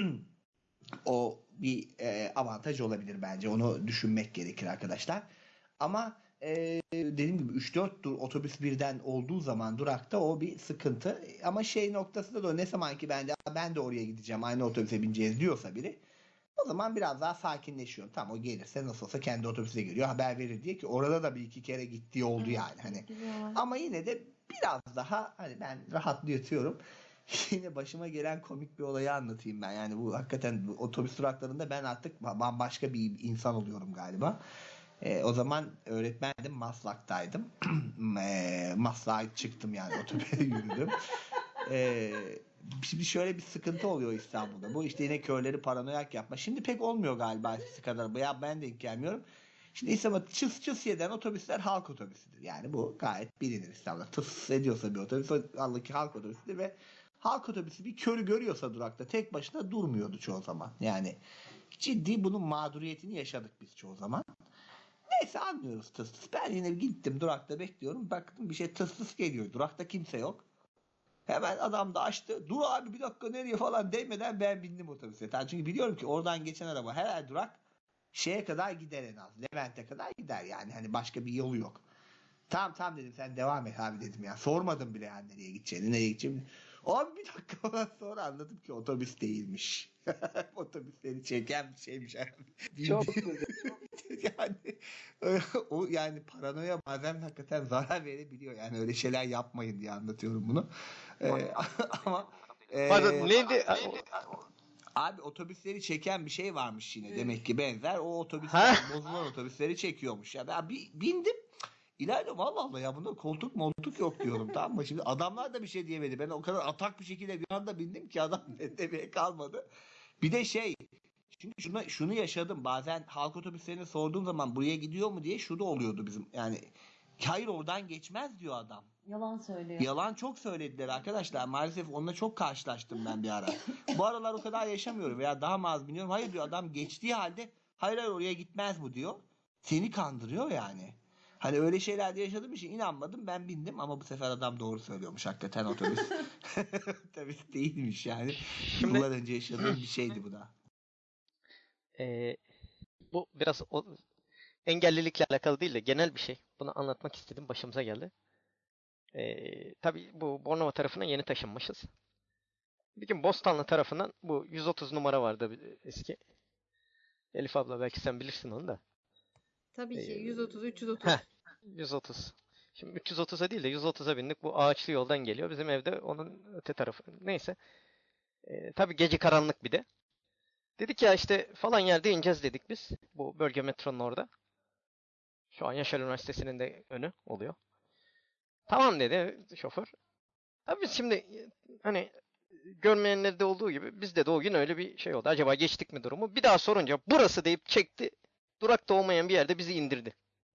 O bir avantaj olabilir bence. Onu düşünmek gerekir arkadaşlar. Ama dediğim gibi 3-4 otobüs birden olduğu zaman durakta o bir sıkıntı. Ama şey noktasında da ne zaman ki ben de oraya gideceğim, aynı otobüse bineceğiz diyorsa biri, o zaman biraz daha sakinleşiyorum. Tamam, o gelirse nasıl olsa kendi otobüse geliyor, haber verir diye, ki orada da bir iki kere gittiği oldu yani. Hani ama yine de biraz daha hani ben rahat yatıyorum. Yine başıma gelen komik bir olayı anlatayım ben. Yani bu hakikaten bu otobüs duraklarında ben artık bambaşka bir insan oluyorum galiba. O zaman öğretmendim, Maslak'taydım. Maslak'a çıktım yani otobüse yürüdüm. Şimdi şöyle bir sıkıntı oluyor İstanbul'da. Bu işte yine körleri paranoyak yapma. Şimdi pek olmuyor galiba eskisi kadar. Ya ben de gelmiyorum. Şimdi İstanbul'da çıs çıs eden otobüsler halk otobüsüdür. Yani bu gayet bilinir İstanbul'da. Tıs ediyorsa bir otobüs halk otobüsüdür ve halk otobüsü bir körü görüyorsa durakta tek başına durmuyordu çoğu zaman. Yani ciddi bunun mağduriyetini yaşadık biz çoğu zaman. Neyse, anlıyoruz tıs tıs. Ben yine gittim durakta bekliyorum. Baktım bir şey tıs tıs geliyor. Durakta kimse yok. Hemen adam da açtı. Dur abi bir dakika nereye falan demeden ben bindim otobüse. Çünkü biliyorum ki oradan geçen araba her durak şeye kadar gider en az. Levent'e kadar gider yani. Hani başka bir yolu yok. Tamam dedim, sen devam et abi dedim ya. Sormadım bile yani nereye gideceğini. Abi bir dakika falan sonra anladım ki otobüs değilmiş. Otobüsleri çeken bir şeymiş abi. Çok güzel. Yani o yani paranoya bazen hakikaten zarar verebiliyor. Yani öyle şeyler yapmayın diye anlatıyorum bunu. Ama Pardon, neydi? abi otobüsleri çeken bir şey varmış yine. Demek ki benzer. O Ha? otobüsler bozulan otobüsleri çekiyormuş. Ya ben bindim. İleride vallahi ya bunda koltuk moltuk yok diyorum, tamam mı? Şimdi adamlar da bir şey diyemedi. Ben o kadar atak bir şekilde bir anda bindim ki adam demeye kalmadı. Bir de çünkü şunu yaşadım. Bazen halk otobüslerine sorduğum zaman buraya gidiyor mu diye şu da oluyordu bizim. Yani hayır oradan geçmez diyor adam. Yalan söylüyor. Yalan çok söylediler arkadaşlar. Maalesef onunla çok karşılaştım ben bir ara. Bu aralar o kadar yaşamıyorum veya daha mı az biniyorum. Hayır diyor adam, geçtiği halde hayır oraya gitmez bu diyor. Seni kandırıyor yani. Hani öyle şeyler de yaşadığım için inanmadım, ben bindim ama bu sefer adam doğru söylüyormuş hakikaten, otobüs. Otobüs değilmiş yani. Şimdi Yıllar önce yaşadığım bir şeydi bu da. bu biraz engellilikle alakalı değil de genel bir şey. Bunu anlatmak istedim, başımıza geldi. Tabii bu Bornova tarafına yeni taşınmışız. Bir gün Bostanlı tarafından bu 130 numara vardı eski. Elif abla belki sen bilirsin onu da. Tabii ki Ee, 130, 330. heh, 130. Şimdi 330'a değil de 130'a bindik. Bu ağaçlı yoldan geliyor. Bizim evde onun öte tarafı. Neyse. Tabii gece karanlık bir de. Dedik ya işte falan yerde ineceğiz dedik biz. Bu bölge metronun orada. Şu an Yaşar Üniversitesi'nin de önü oluyor. Tamam dedi şoför. Tabii biz şimdi hani görmeyenlerde olduğu gibi bizde de o gün öyle bir şey oldu. Acaba geçtik mi durumu? Bir daha sorunca burası deyip çekti. Durakta olmayan bir yerde bizi indirdi.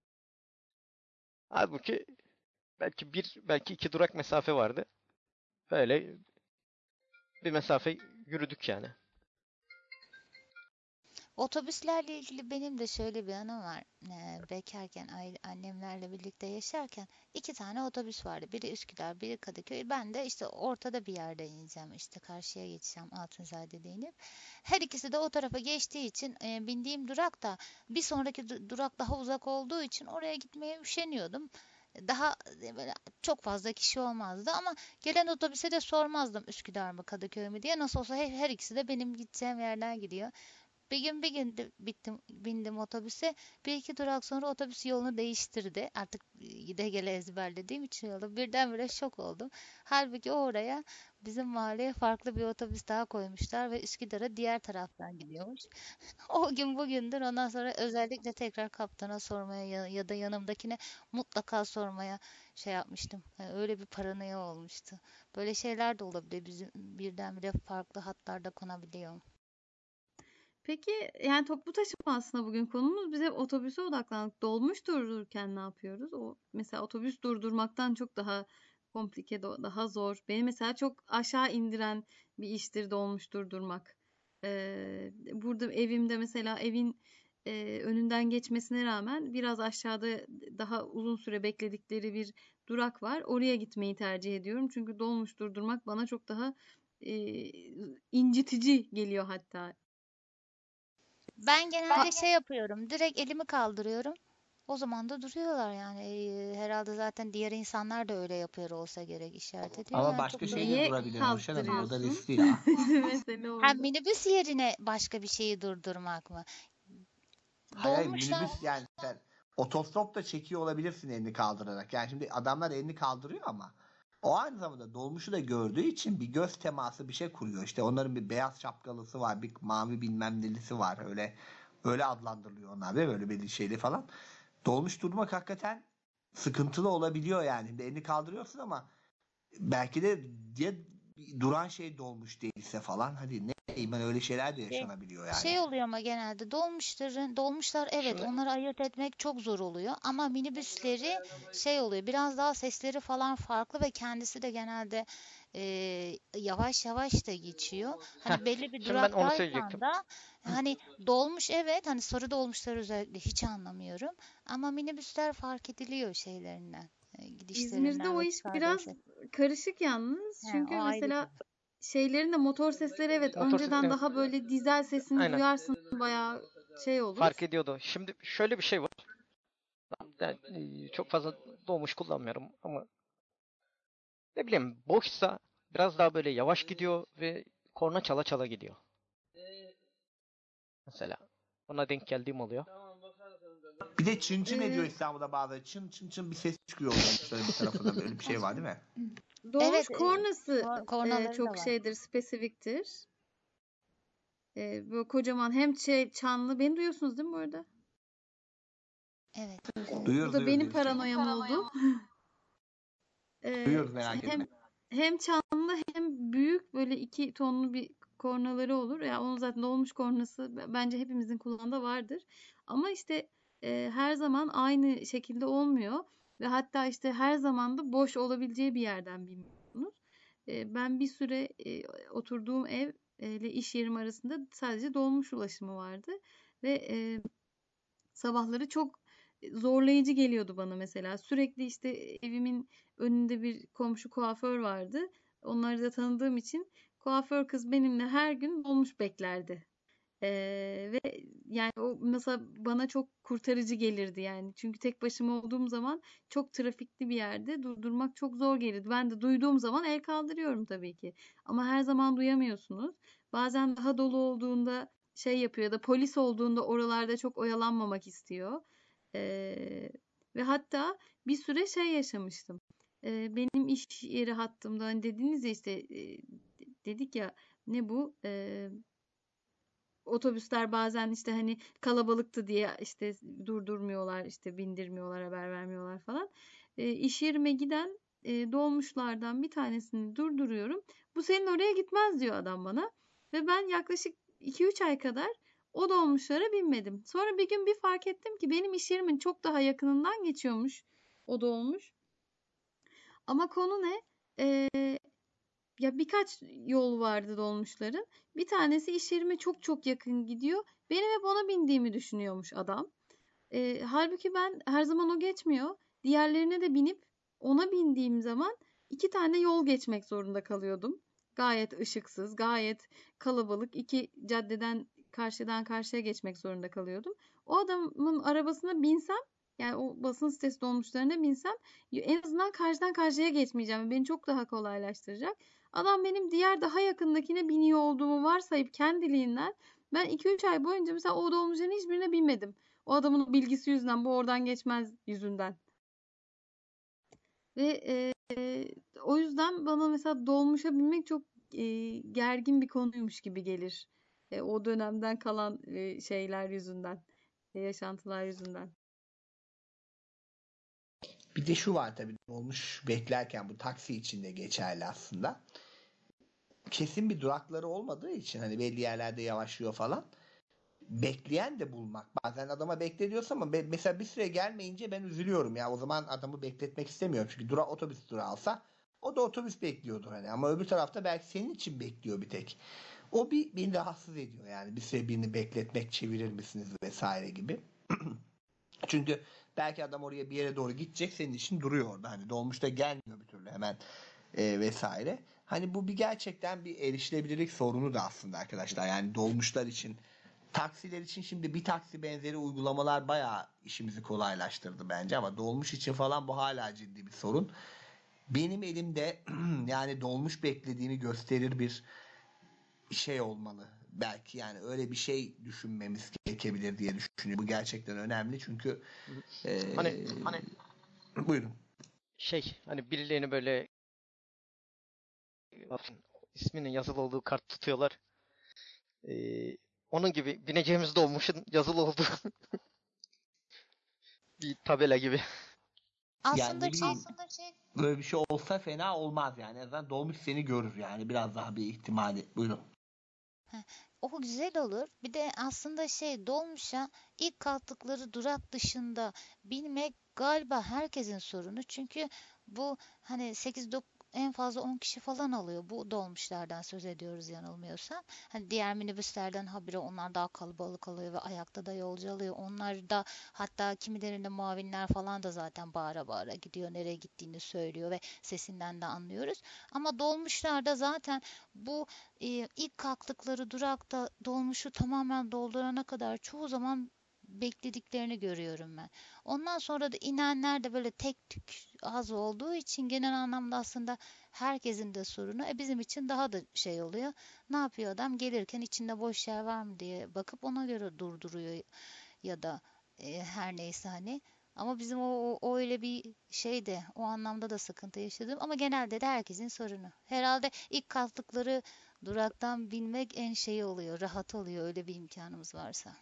Halbuki belki iki durak mesafe vardı. Böyle bir mesafe yürüdük yani. Otobüslerle ilgili benim de şöyle bir anım var. Bekarken annemlerle birlikte yaşarken iki tane otobüs vardı. Biri Üsküdar, biri Kadıköy. Ben de işte ortada bir yerde ineceğim. İşte karşıya geçeceğim Altunzade'de inip. Her ikisi de o tarafa geçtiği için bindiğim durak da bir sonraki durak daha uzak olduğu için oraya gitmeye üşeniyordum. Daha böyle çok fazla kişi olmazdı ama gelen otobüse de sormazdım Üsküdar mı Kadıköy mü diye. Nasıl olsa her ikisi de benim gideceğim yerden gidiyor. bindim otobüse. Bir iki durak sonra otobüs yolunu değiştirdi. Artık gide gele ezberlediğim için yolu birdenbire şok oldum. Halbuki oraya bizim mahalleye farklı bir otobüs daha koymuşlar ve Üsküdar'a diğer taraftan gidiyormuş. O gün bugündür ondan sonra özellikle tekrar kaptana sormaya ya da yanımdakine mutlaka sormaya şey yapmıştım. Yani öyle bir paranoya olmuştu. Böyle şeyler de olabiliyor. Bizim birdenbire farklı hatlarda konabiliyor. Peki yani toplu taşıma aslında bugün konumuz. Biz hep otobüse odaklandık. Dolmuş durdururken ne yapıyoruz? O mesela otobüs durdurmaktan çok daha komplike, daha zor. Beni mesela çok aşağı indiren bir iştir dolmuş durdurmak. Burada evimde mesela evin önünden geçmesine rağmen biraz aşağıda daha uzun süre bekledikleri bir durak var. Oraya gitmeyi tercih ediyorum. Çünkü dolmuş durdurmak bana çok daha incitici geliyor hatta. Ben genelde şey yapıyorum. Direkt elimi kaldırıyorum. O zaman da duruyorlar yani. Herhalde zaten diğer insanlar da öyle yapıyor olsa gerek işaret ediyor. Ama Yani başka çok da şeyle Neye durabilir Nurşen Hanım. O da kaldırıyorsun? riskli ya. Mesele hem orada. minibüs yerine başka bir şeyi durdurmak mı? Hayır Dolmuşlar minibüs yani sen otostop da çekiyor olabilirsin elini kaldırarak. Yani şimdi adamlar elini kaldırıyor ama o aynı zamanda dolmuşu da gördüğü için bir göz teması bir şey kuruyor. İşte onların bir beyaz şapkalısı var, bir mavi bilmem nelisi var. Öyle adlandırılıyor onlar değil mi? Öyle belli şeyli falan. Dolmuş durmak hakikaten sıkıntılı olabiliyor yani. Şimdi elini kaldırıyorsun ama belki de diye duran şey dolmuş değilse falan. Hadi ne bileyim ben öyle şeyler de şey, yaşanabiliyor yani. şey oluyor ama genelde dolmuşlar evet Şimdi onları ayırt etmek çok zor oluyor ama minibüsleri şey oluyor biraz daha sesleri falan farklı ve kendisi de genelde yavaş yavaş da geçiyor. heh, Hani belli bir şimdi ben onu duraktaysan söyleyecektim. da hani dolmuş evet hani sarı dolmuşlar özellikle hiç anlamıyorum ama minibüsler fark ediliyor şeylerinden İzmir'de gidişlerinden o ve iş biraz çıkardığı ses. karışık yalnız. He, o Çünkü ayrı mesela konu. şeylerin de motor sesleri evet Motor önceden evet, daha böyle dizel sesini aynen duyarsın bayağı şey olur. fark ediyordu. Şimdi şöyle bir şey var. Yani, çok fazla dolmuş kullanmıyorum ama ne bileyim boşsa biraz daha böyle yavaş gidiyor ve korna çala çala gidiyor. Mesela ona denk geldiğim oluyor. Bir de çın çın ediyor Ee, İstanbul'da bazı. Çın çın çın bir ses çıkıyor dolmuşların bir tarafından. Böyle bir şey var değil mi? Dolmuş Evet kornası kornaları da çok var. şeydir, spesifiktir. Böyle kocaman hem çanlı. Beni duyuyorsunuz değil mi bu arada? Evet. Bu Duyuyoruz da benim Elif'ciğim. paranoyam oldu. Duyuyoruz merak Hem etme. hem çanlı hem büyük böyle 2 tonlu bir kornaları olur. Ya onun zaten dolmuş kornası bence hepimizin kulağında vardır. Ama işte her zaman aynı şekilde olmuyor ve hatta işte her zaman da boş olabileceği bir yerden bilmiyorsunuz. Ben bir süre oturduğum ev ile iş yerim arasında sadece dolmuş ulaşımı vardı ve sabahları çok zorlayıcı geliyordu bana mesela. Sürekli işte evimin önünde bir komşu kuaför vardı. Onları da tanıdığım için kuaför kız benimle her gün dolmuş beklerdi. Ve yani o mesela bana çok kurtarıcı gelirdi yani. Çünkü tek başıma olduğum zaman çok trafikli bir yerde durdurmak çok zor gelirdi. Ben de duyduğum zaman el kaldırıyorum tabii ki. Ama her zaman duyamıyorsunuz. Bazen daha dolu olduğunda şey yapıyor ya da polis olduğunda oralarda çok oyalanmamak istiyor. Ve hatta bir süre şey yaşamıştım. Benim iş yeri hattımda hani dediniz ya işte dedik ya ne bu? Otobüsler bazen işte hani kalabalıktı diye işte durdurmuyorlar, işte bindirmiyorlar, haber vermiyorlar falan. İş yerime giden dolmuşlardan bir tanesini durduruyorum. Bu senin oraya gitmez diyor adam bana. Ve ben yaklaşık 2-3 ay kadar o dolmuşlara binmedim. Sonra bir gün bir fark ettim ki benim iş yerimin çok daha yakınından geçiyormuş o dolmuş. Ama konu ne? Ya birkaç yol vardı dolmuşların. Bir tanesi iş yerime çok çok yakın gidiyor. Benim hep ona bindiğimi düşünüyormuş adam. Halbuki ben her zaman o geçmiyor. Diğerlerine de binip ona bindiğim zaman 2 tane yol geçmek zorunda kalıyordum. Gayet ışıksız, gayet kalabalık 2 caddeden karşıdan karşıya geçmek zorunda kalıyordum. O adamın arabasına binsem yani o basın sitesi dolmuşlarına binsem en azından karşıdan karşıya geçmeyeceğim. Beni çok daha kolaylaştıracak. Adam benim diğer daha yakındakine biniyor olduğumu varsayıp kendiliğinden Ben 2-3 ay boyunca mesela o dolmuşların hiçbirine binmedim. O adamın bilgisi yüzünden, bu oradan geçmez yüzünden. Ve o yüzden bana mesela dolmuşa binmek çok gergin bir konuymuş gibi gelir. O dönemden kalan şeyler yüzünden, yaşantılar yüzünden. Bir de şu var tabii, dolmuş beklerken bu taksi için de geçerli aslında. Kesin bir durakları olmadığı için hani belli yerlerde yavaşlıyor falan. Bekleyen de bulmak. Bazen adama bekle diyorsun ama mesela bir süre gelmeyince ben üzülüyorum ya. O zaman adamı bekletmek istemiyorum. Çünkü otobüs durağı alsa o da otobüs bekliyordur hani. Ama öbür tarafta belki senin için bekliyor bir tek. O beni rahatsız ediyor yani. Bir süre birini bekletmek, çevirir misiniz vesaire gibi. Çünkü belki adam oraya bir yere doğru gidecek, senin için duruyor orada. Hani dolmuşta gelmiyor bir türlü hemen vesaire. Hani bu gerçekten bir erişilebilirlik sorunu da aslında arkadaşlar. Yani dolmuşlar için, taksiler için şimdi bir taksi benzeri uygulamalar bayağı işimizi kolaylaştırdı bence ama dolmuş için falan bu hala ciddi bir sorun. Benim elimde yani dolmuş beklediğini gösterir bir şey olmalı. Belki yani öyle bir şey düşünmemiz gerekebilir diye düşünüyorum. Bu gerçekten önemli çünkü Hani buyurun. Hani birilerini böyle isminin yazılı olduğu kart tutuyorlar. Onun gibi bineceğimiz dolmuşun yazılı olduğu bir tabela gibi. Yani ne bileyim, böyle bir şey olsa fena olmaz yani. En azından dolmuş seni görür yani. Biraz daha bir ihtimali. Buyurun. O güzel olur. Bir de aslında dolmuşa ilk kalktıkları durak dışında binmek galiba herkesin sorunu. Çünkü bu hani 8-9 en fazla 10 kişi falan alıyor. Bu dolmuşlardan söz ediyoruz yanılmıyorsam. Hani diğer minibüslerden habire onlar daha kalabalık alıyor ve ayakta da yolcu alıyor. Onlar da hatta kimilerinde muavinler falan da zaten bağıra bağıra gidiyor. Nereye gittiğini söylüyor ve sesinden de anlıyoruz. Ama dolmuşlarda zaten bu ilk kalktıkları durakta dolmuşu tamamen doldurana kadar çoğu zaman beklediklerini görüyorum ben. Ondan sonra da inenler de böyle tek tük az olduğu için genel anlamda aslında herkesin de sorunu. Bizim için daha da oluyor. Ne yapıyor adam? Gelirken içinde boş yer var mı diye bakıp ona göre durduruyor ya da her neyse hani. Ama bizim o öyle bir de o anlamda da sıkıntı yaşadım. Ama genelde de herkesin sorunu. Herhalde ilk kalktıkları duraktan binmek en oluyor, rahat oluyor öyle bir imkanımız varsa.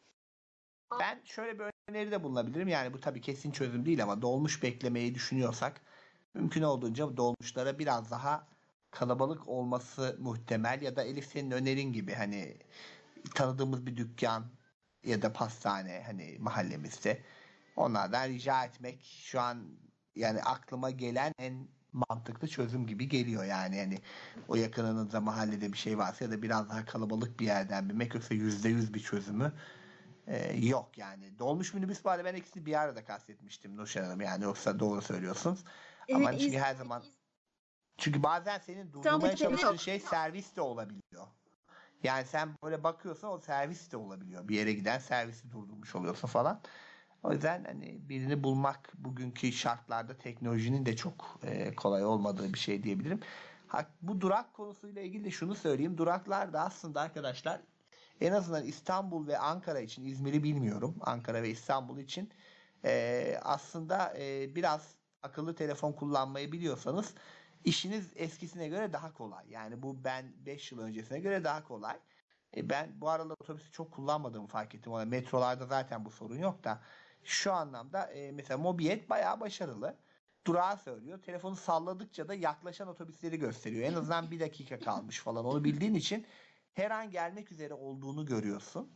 Ben şöyle bir öneride bulunabilirim. Yani bu tabii kesin çözüm değil ama dolmuş beklemeyi düşünüyorsak mümkün olduğunca dolmuşlara biraz daha kalabalık olması muhtemel ya da Elif senin önerin gibi hani tanıdığımız bir dükkan ya da pastane hani mahallemizde onlardan rica etmek şu an yani aklıma gelen en mantıklı çözüm gibi geliyor yani hani o yakınınızda mahallede bir şey varsa ya da biraz daha kalabalık bir yerden binmek yoksa %100 bir çözümü yok yani. Dolmuş minibüs var, ben ikisini bir arada kastetmiştim Nurşen Hanım yani yoksa doğru söylüyorsunuz. Ama çünkü her zaman bazen senin durdurmaya çalıştığın şey servis de olabiliyor. Yani sen böyle bakıyorsun o servis de olabiliyor. Bir yere giden servisi durdurmuş oluyorsun falan. O yüzden hani birini bulmak bugünkü şartlarda teknolojinin de çok kolay olmadığı bir şey diyebilirim. Bu durak konusuyla ilgili de şunu söyleyeyim. Duraklar da aslında arkadaşlar en azından İstanbul ve Ankara için, İzmir'i bilmiyorum. Ankara ve İstanbul için aslında biraz akıllı telefon kullanmayı biliyorsanız işiniz eskisine göre daha kolay. Yani bu ben 5 yıl öncesine göre daha kolay. Ben bu aralar otobüsü çok kullanmadığımı fark ettim. Metrolarda zaten bu sorun yok da şu anlamda mesela Mobiyet bayağı başarılı. Durağı söylüyor. Telefonu salladıkça da yaklaşan otobüsleri gösteriyor. En azından bir dakika kalmış falan. Onu bildiğin için her an gelmek üzere olduğunu görüyorsun.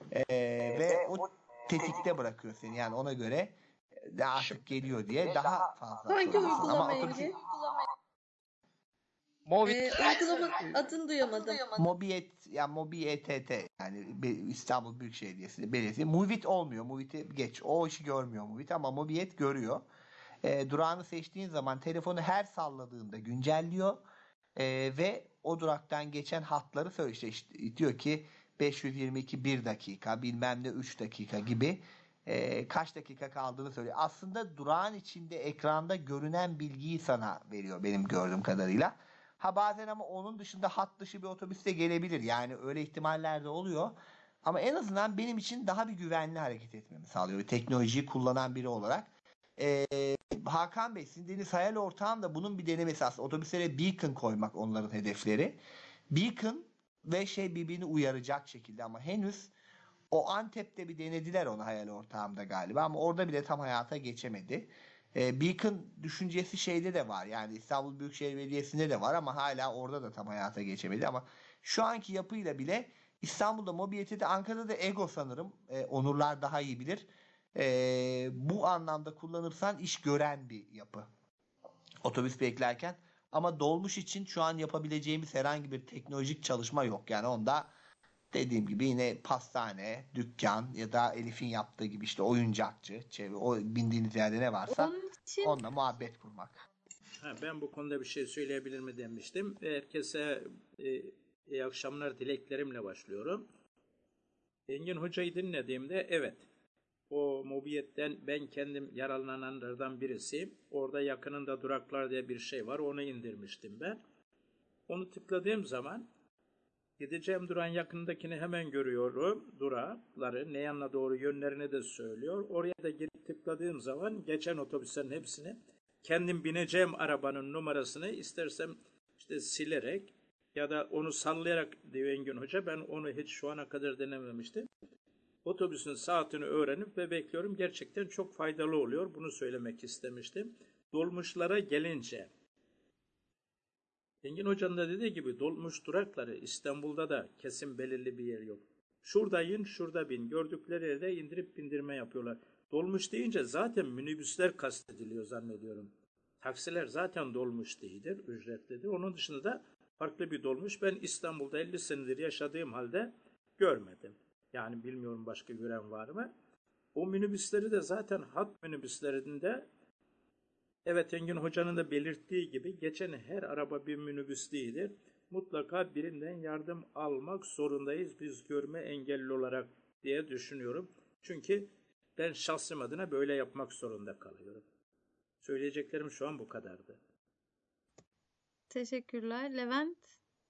Ve o tetikte bırakıyor seni. Yani ona göre de artık geliyor diye daha fazla Hangi atıyorsun. Ama uygulamaydı? Movit Uygulamanın adını duyamadım. Mobiyet ya Mobiyet yani İstanbul Büyükşehir Belediyesi. Movit olmuyor. Movit'i geç. O işi görmüyor Movit ama Mobiyet görüyor. Durağını seçtiğin zaman telefonu her salladığında güncelliyor. Ve o duraktan geçen hatları söylüyor. İşte diyor ki 522 1 dakika bilmem ne 3 dakika gibi kaç dakika kaldığını söylüyor. Aslında durağın içinde ekranda görünen bilgiyi sana veriyor benim gördüğüm kadarıyla. Ha bazen ama onun dışında hat dışı bir otobüs de gelebilir. Yani öyle ihtimaller de oluyor. Ama en azından benim için daha bir güvenli hareket etmemi sağlıyor. Teknolojiyi kullanan biri olarak. Hakan Bey, sizin dediğiniz hayal ortağım da bunun bir denemesi aslında. Otobüslere beacon koymak onların hedefleri. Beacon ve birbirini uyaracak şekilde ama henüz o Antep'te bir denediler onu hayal ortağımda galiba ama orada bile tam hayata geçemedi. Beacon düşüncesi şeyde de var. Yani İstanbul Büyükşehir Belediyesi'nde de var ama hala orada da tam hayata geçemedi ama şu anki yapıyla bile İstanbul'da mobilitede, Ankara'da da Ego sanırım. Onurlar daha iyi bilir. Bu anlamda kullanırsan iş gören bir yapı. Otobüs beklerken. Ama dolmuş için şu an yapabileceğimiz herhangi bir teknolojik çalışma yok. Yani onda dediğim gibi yine pastane, dükkan ya da Elif'in yaptığı gibi işte oyuncakçı, o bindiğiniz yerde ne varsa Onun için onunla muhabbet kurmak. Ben bu konuda bir şey söyleyebilir mi demiştim. Herkese iyi akşamlar dileklerimle başlıyorum. Engin Hoca'yı dinlediğimde evet, o mobiyetten ben kendim yararlananlardan birisiyim. Orada yakınında duraklar diye bir şey var. Onu indirmiştim ben. Onu tıkladığım zaman gideceğim durağın yakındakini hemen görüyorum. Durakları ne yanına doğru yönlerini de söylüyor. Oraya da girip tıkladığım zaman geçen otobüslerin hepsini, kendim bineceğim arabanın numarasını istersem işte silerek ya da onu sallayarak diyor Engin Hoca. Ben onu hiç şu ana kadar denememiştim. Otobüsün saatini öğrenip ve bekliyorum. Gerçekten çok faydalı oluyor. Bunu söylemek istemiştim. Dolmuşlara gelince, Engin Hoca'nın da dediği gibi dolmuş durakları İstanbul'da da kesin belirli bir yer yok. Şurada in, şurada bin. Gördükleri yerde indirip bindirme yapıyorlar. Dolmuş deyince zaten minibüsler kastediliyor zannediyorum. Taksiler zaten dolmuş değildir, ücretlidir. Onun dışında da farklı bir dolmuş. Ben İstanbul'da 50 senedir yaşadığım halde görmedim. Yani bilmiyorum başka gören var mı? O minibüsleri de zaten hat minibüslerinde, evet Engin Hoca'nın da belirttiği gibi geçen her araba bir minibüs değildir. Mutlaka birinden yardım almak zorundayız biz görme engelli olarak diye düşünüyorum. Çünkü ben şahsım adına böyle yapmak zorunda kalıyorum. Söyleyeceklerim şu an bu kadardı. teşekkürler. Levent,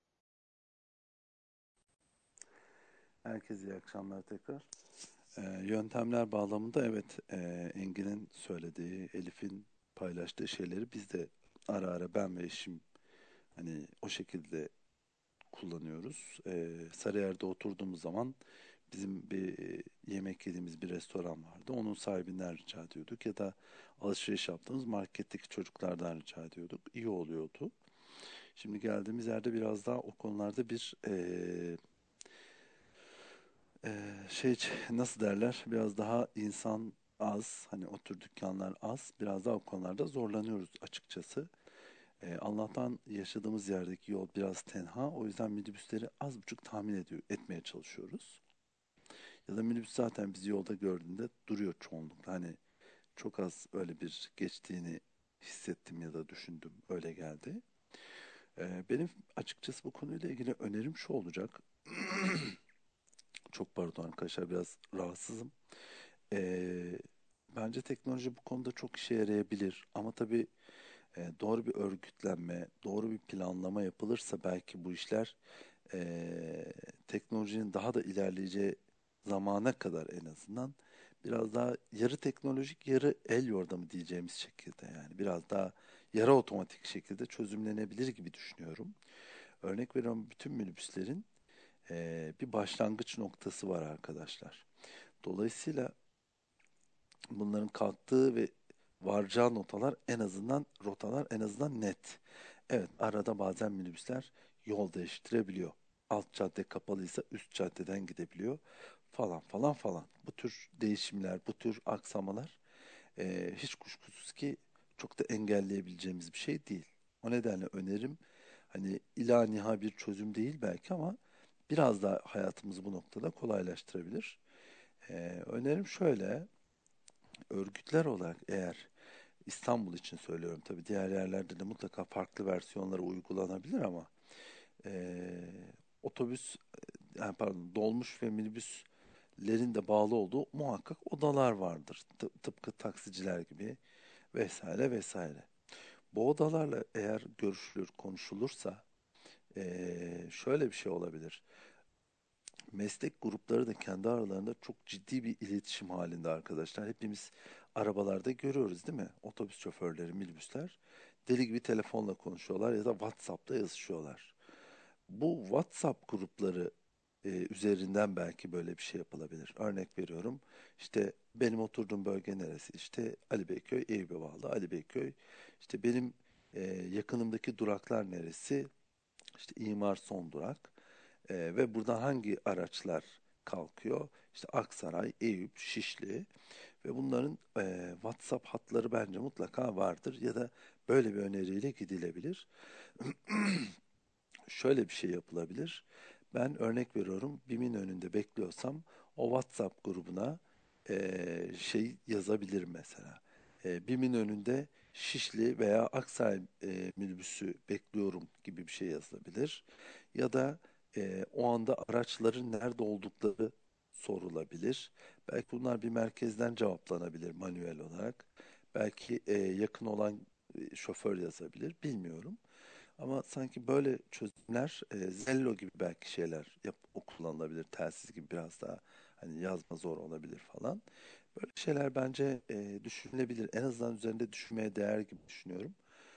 Herkese iyi akşamlar tekrar. Yöntemler bağlamında evet, Engin'in söylediği, Elif'in paylaştığı şeyleri biz de ara ara ben ve eşim hani o şekilde kullanıyoruz. Sarıyer'de oturduğumuz zaman bizim bir yemek yediğimiz bir restoran vardı. Onun sahibinden rica ediyorduk ya da alışveriş yaptığımız marketteki çocuklardan rica ediyorduk. İyi oluyordu. Şimdi geldiğimiz yerde biraz daha o konularda bir nasıl derler, biraz daha insan az, hani o tür dükkanlar az, biraz daha o konularda zorlanıyoruz açıkçası. Allah'tan yaşadığımız yerdeki yol biraz tenha, o yüzden minibüsleri az buçuk etmeye çalışıyoruz. Ya da minibüs zaten bizi yolda gördüğünde duruyor çoğunlukla, hani çok az öyle bir geçtiğini hissettim ya da düşündüm, öyle geldi. Benim açıkçası bu konuyla ilgili önerim şu olacak. Çok pardon arkadaşlar, biraz rahatsızım. Ee, Bence teknoloji bu konuda çok işe yarayabilir. Ama tabii doğru bir örgütlenme, doğru bir planlama yapılırsa belki bu işler teknolojinin daha da ilerleyeceği zamana kadar en azından biraz daha yarı teknolojik, yarı el yordamı diyeceğimiz şekilde, yani biraz daha yarı otomatik şekilde çözümlenebilir gibi düşünüyorum. Örnek veriyorum, bütün minibüslerin bir başlangıç noktası var arkadaşlar. Dolayısıyla bunların kalktığı ve varacağı rotalar en azından net. Evet, arada bazen minibüsler yol değiştirebiliyor. Alt cadde kapalıysa üst caddeden gidebiliyor falan falan falan. Bu tür değişimler, bu tür aksamalar hiç kuşkusuz ki çok da engelleyebileceğimiz bir şey değil. O nedenle önerim, hani niha bir çözüm değil belki ama biraz da hayatımızı bu noktada kolaylaştırabilir. Önerim şöyle, örgütler olarak, eğer İstanbul için söylüyorum, tabii diğer yerlerde de mutlaka farklı versiyonları uygulanabilir ama otobüs, yani pardon, dolmuş ve minibüslerin de bağlı olduğu muhakkak odalar vardır. Tıpkı taksiciler gibi vesaire vesaire. Bu odalarla eğer görüşülür, konuşulursa şöyle bir şey olabilir. Meslek grupları da kendi aralarında çok ciddi bir iletişim halinde arkadaşlar. Hepimiz arabalarda görüyoruz değil mi? Otobüs şoförleri, minibüsler deli gibi telefonla konuşuyorlar ya da WhatsApp'ta yazışıyorlar. Bu WhatsApp grupları üzerinden belki böyle bir şey yapılabilir. Örnek veriyorum. İşte benim oturduğum bölge neresi? İşte Ali Beyköy, Eyüp'e bağlı Ali Beyköy. İşte benim yakınımdaki duraklar neresi? İşte İmar son durak. Ve buradan hangi araçlar kalkıyor? İşte Aksaray, Eyüp, Şişli ve bunların WhatsApp hatları bence mutlaka vardır ya da böyle bir öneriyle gidilebilir. Şöyle bir şey yapılabilir. Ben örnek veriyorum, BİM'in önünde bekliyorsam o WhatsApp grubuna şey yazabilirim mesela. BİM'in önünde Şişli veya Aksaray minibüsü bekliyorum gibi bir şey yazılabilir. Ya da o anda araçların nerede oldukları sorulabilir. Belki bunlar bir merkezden cevaplanabilir manuel olarak. Belki yakın olan şoför yazabilir, bilmiyorum. Ama sanki böyle çözümler Zello gibi belki şeyler o kullanılabilir. Telsiz gibi biraz daha hani yazma zor olabilir falan. Böyle şeyler bence düşünülebilir. En azından üzerinde düşünmeye değer gibi düşünüyorum.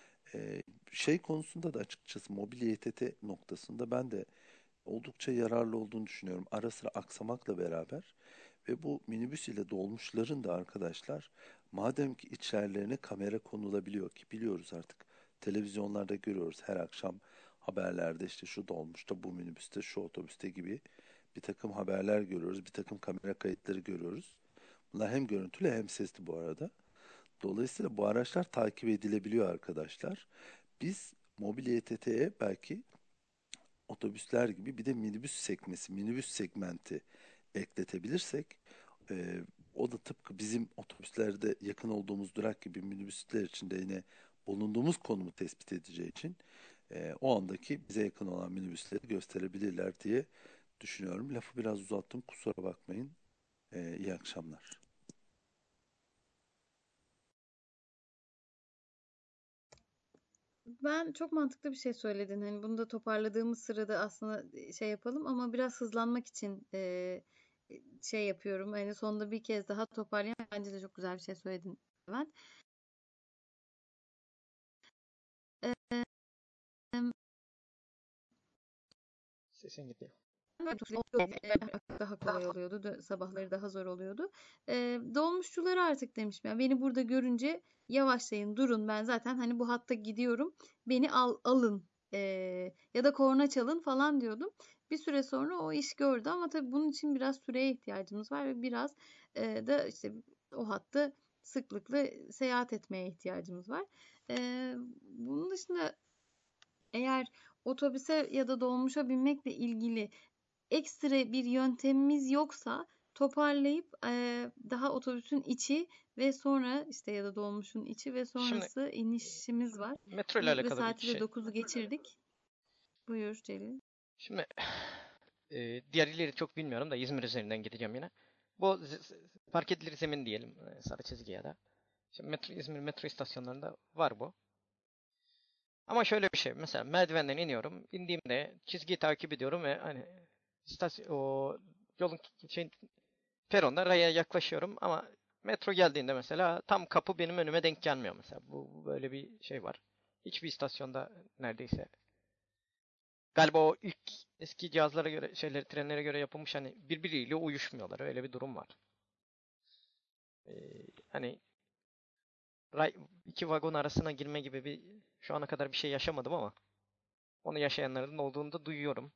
Şey konusunda da açıkçası mobil İETT noktasında ben de oldukça yararlı olduğunu düşünüyorum. Ara sıra aksamakla beraber ve bu minibüs ile dolmuşların da arkadaşlar madem ki içerilerine kamera konulabiliyor ki biliyoruz artık televizyonlarda görüyoruz her akşam haberlerde işte şu dolmuşta bu minibüste şu otobüste gibi bir takım haberler görüyoruz. Bir takım kamera kayıtları görüyoruz. Bunlar hem görüntülü hem sesli bu arada. Dolayısıyla bu araçlar takip edilebiliyor arkadaşlar. Biz mobil İETT'ye belki otobüsler gibi bir de minibüs sekmesi, minibüs segmenti ekletebilirsek o da tıpkı bizim otobüslerde yakın olduğumuz durak gibi minibüsler için de yine bulunduğumuz konumu tespit edeceği için o andaki bize yakın olan minibüsleri gösterebilirler diye düşünüyorum. Lafı biraz uzattım, kusura bakmayın. İyi akşamlar. Ben çok mantıklı bir şey söyledin. Hani bunu da toparladığımız sırada aslında şey yapalım ama biraz hızlanmak için şey yapıyorum. Hani sonunda bir kez daha toparlayayım. Bence de çok güzel bir şey söyledin Levent. Em, Sesin gidiyor. daha kolay oluyordu. Sabahları daha zor oluyordu. Dolmuşçulara artık demişim. Yani beni burada görünce yavaşlayın, durun. Ben zaten hani bu hatta gidiyorum. Beni alın. Ya da korna çalın falan diyordum. Bir süre sonra o iş gördü ama tabii bunun için biraz süreye ihtiyacımız var ve biraz da işte o hatta sıklıkla seyahat etmeye ihtiyacımız var. Bunun dışında eğer otobüse ya da dolmuşa binmekle ilgili ekstra bir yöntemimiz yoksa toparlayıp daha otobüsün içi ve sonra işte ya da dolmuşun içi ve Şimdi sonrası inişimiz var. metro ile Ve alakalı bir saati de şey. 9'u geçirdik. Buyur Celil. Şimdi diğer illeri çok bilmiyorum da İzmir üzerinden gideceğim yine. Bu park edilir zemin diyelim sarı çizgi ya da. Şimdi İzmir metro istasyonlarında var bu. Ama şöyle bir şey. Mesela merdivenden iniyorum. İndiğimde çizgiyi takip ediyorum ve hani o yolun peronda raya yaklaşıyorum ama metro geldiğinde mesela tam kapı benim önüme denk gelmiyor mesela. Bu böyle bir şey var. Hiçbir istasyonda neredeyse. Galiba o ilk eski cihazlara göre trenlere göre yapılmış hani birbiriyle uyuşmuyorlar. Öyle bir durum var. Hani iki vagon arasına girme gibi bir şu ana kadar bir şey yaşamadım ama onu yaşayanların olduğunu da duyuyorum.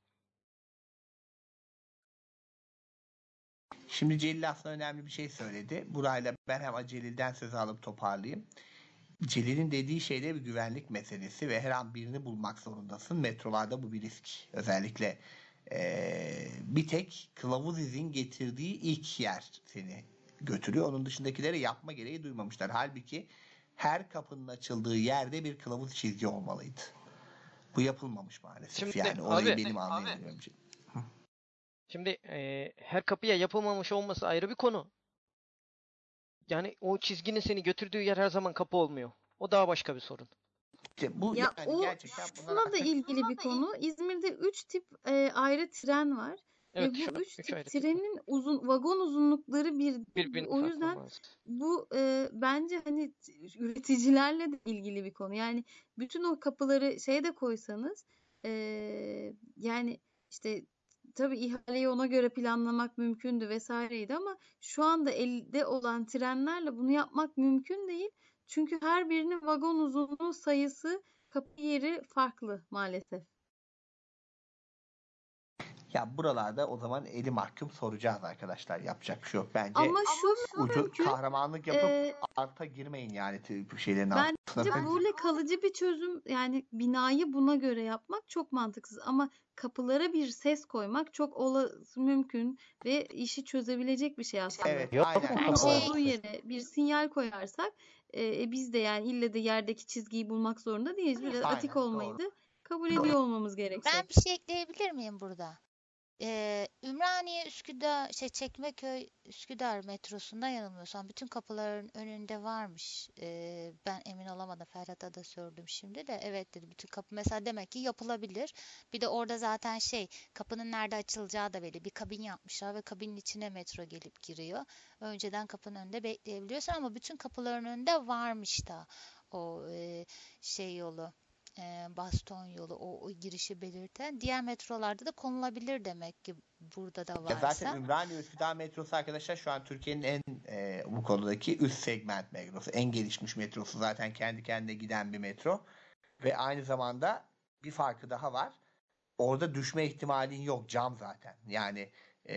Şimdi Celil aslında önemli bir şey söyledi. Burayla ben hem Celil'den söz alıp toparlayayım. Celil'in dediği şeyde bir güvenlik meselesi ve her an birini bulmak zorundasın. Metrolarda bu bir risk. Özellikle bir tek kılavuz izin getirdiği ilk yer seni götürüyor. Onun dışındakileri yapma gereği duymamışlar. Halbuki her kapının açıldığı yerde bir kılavuz çizgi olmalıydı. Bu yapılmamış maalesef. Şimdi Yani olayı benim anlayamıyorum. Şimdi her kapıya yapılmamış olması ayrı bir konu. Yani o çizginin seni götürdüğü yer her zaman kapı olmuyor. O daha başka bir sorun. İşte bu Ya yani o gerçekten bunlar şuna da artık ilgili bir konu. İzmir'de 3 tip ayrı tren var Evet, ve şu bu an 3 3 tip ayrı tip var. trenin vagon uzunlukları bir değil. Birbirinin O farklı yüzden olmaz. bu bence hani üreticilerle de ilgili bir konu. Yani bütün o kapıları de koysanız e, yani işte tabii ihaleyi ona göre planlamak mümkündü vesaireydi ama şu anda elde olan trenlerle bunu yapmak mümkün değil. Çünkü her birinin vagon uzunluğu, sayısı, kapı yeri farklı maalesef. ya buralarda o zaman eli mahkum soracağız arkadaşlar. Yapacak bir şey yok. Bence Ama şu mümkün, kahramanlık yapıp e, arta girmeyin yani bu şeylerin bence altına. böyle kalıcı bir çözüm, yani binayı buna göre yapmak çok mantıksız. Ama kapılara bir ses koymak çok mümkün ve işi çözebilecek bir şey aslında. Evet, Yok aynen. mu Kapının kapılar olduğu ses? yere bir sinyal koyarsak biz de yani ille de yerdeki çizgiyi bulmak zorunda değiliz. Biraz atik Aynen, olmayı doğru. da kabul ediyor olmamız Ben gerekecek. bir şey ekleyebilir miyim burada? Ümraniye, Üsküdar, Çekmeköy, Üsküdar metrosunda yanılmıyorsam bütün kapıların önünde varmış. Ben emin olamadım. Ferhat'a da sordum şimdi de. Evet dedi. Bütün kapı mesela demek ki yapılabilir. Bir de orada zaten kapının nerede açılacağı da belli. Bir kabin yapmışlar ve kabinin içine metro gelip giriyor. Önceden kapının önünde bekleyebiliyorsun ama bütün kapıların önünde varmış da o yolu, baston yolu, o girişi belirten. Diğer metrolarda da konulabilir demek ki burada da Ya zaten varsa. Ümraniye Üsküdar metrosu arkadaşlar şu an Türkiye'nin en bu konudaki üst segment metrosu. En gelişmiş metrosu, zaten kendi kendine giden bir metro. Ve aynı zamanda bir farkı daha var. Orada düşme ihtimalin yok. Cam zaten. Yani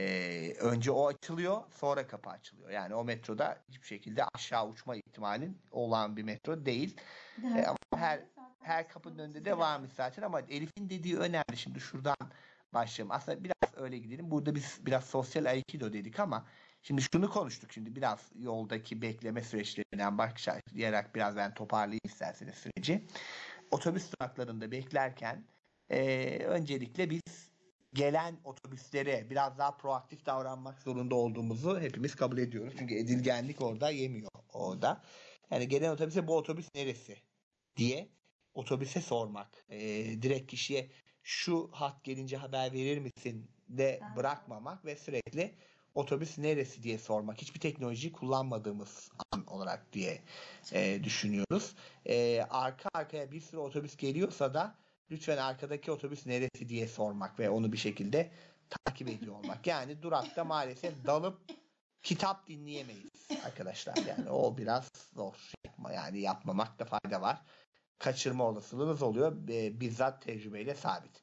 önce o açılıyor, sonra kapı açılıyor. Yani o metroda hiçbir şekilde aşağı uçma ihtimalin olan bir metro değil. Ama her kapının önünde de varmış zaten, ama Elif'in dediği önemli. Şimdi şuradan başlayalım. Aslında biraz öyle gidelim. Burada biz biraz sosyal aikido dedik ama şimdi şunu konuştuk. Şimdi biraz yoldaki bekleme süreçlerinden başlayarak biraz ben toparlayayım isterseniz süreci. Otobüs duraklarında beklerken öncelikle biz gelen otobüslere biraz daha proaktif davranmak zorunda olduğumuzu hepimiz kabul ediyoruz. Çünkü edilgenlik orada yemiyor orada. Yani gelen otobüse bu otobüs neresi diye otobüse sormak. Direkt kişiye şu hat gelince haber verir misin de bırakmamak ve sürekli otobüs neresi diye sormak. Hiçbir teknolojiyi kullanmadığımız an olarak diye düşünüyoruz. Arka arkaya bir sürü otobüs geliyorsa da lütfen arkadaki otobüs neresi diye sormak ve onu bir şekilde takip ediyor olmak. Yani durakta maalesef dalıp kitap dinleyemeyiz arkadaşlar. Yani o biraz zor. Yani yapmamakta fayda var. Kaçırma olasılığınız oluyor. Bizzat tecrübeyle sabit.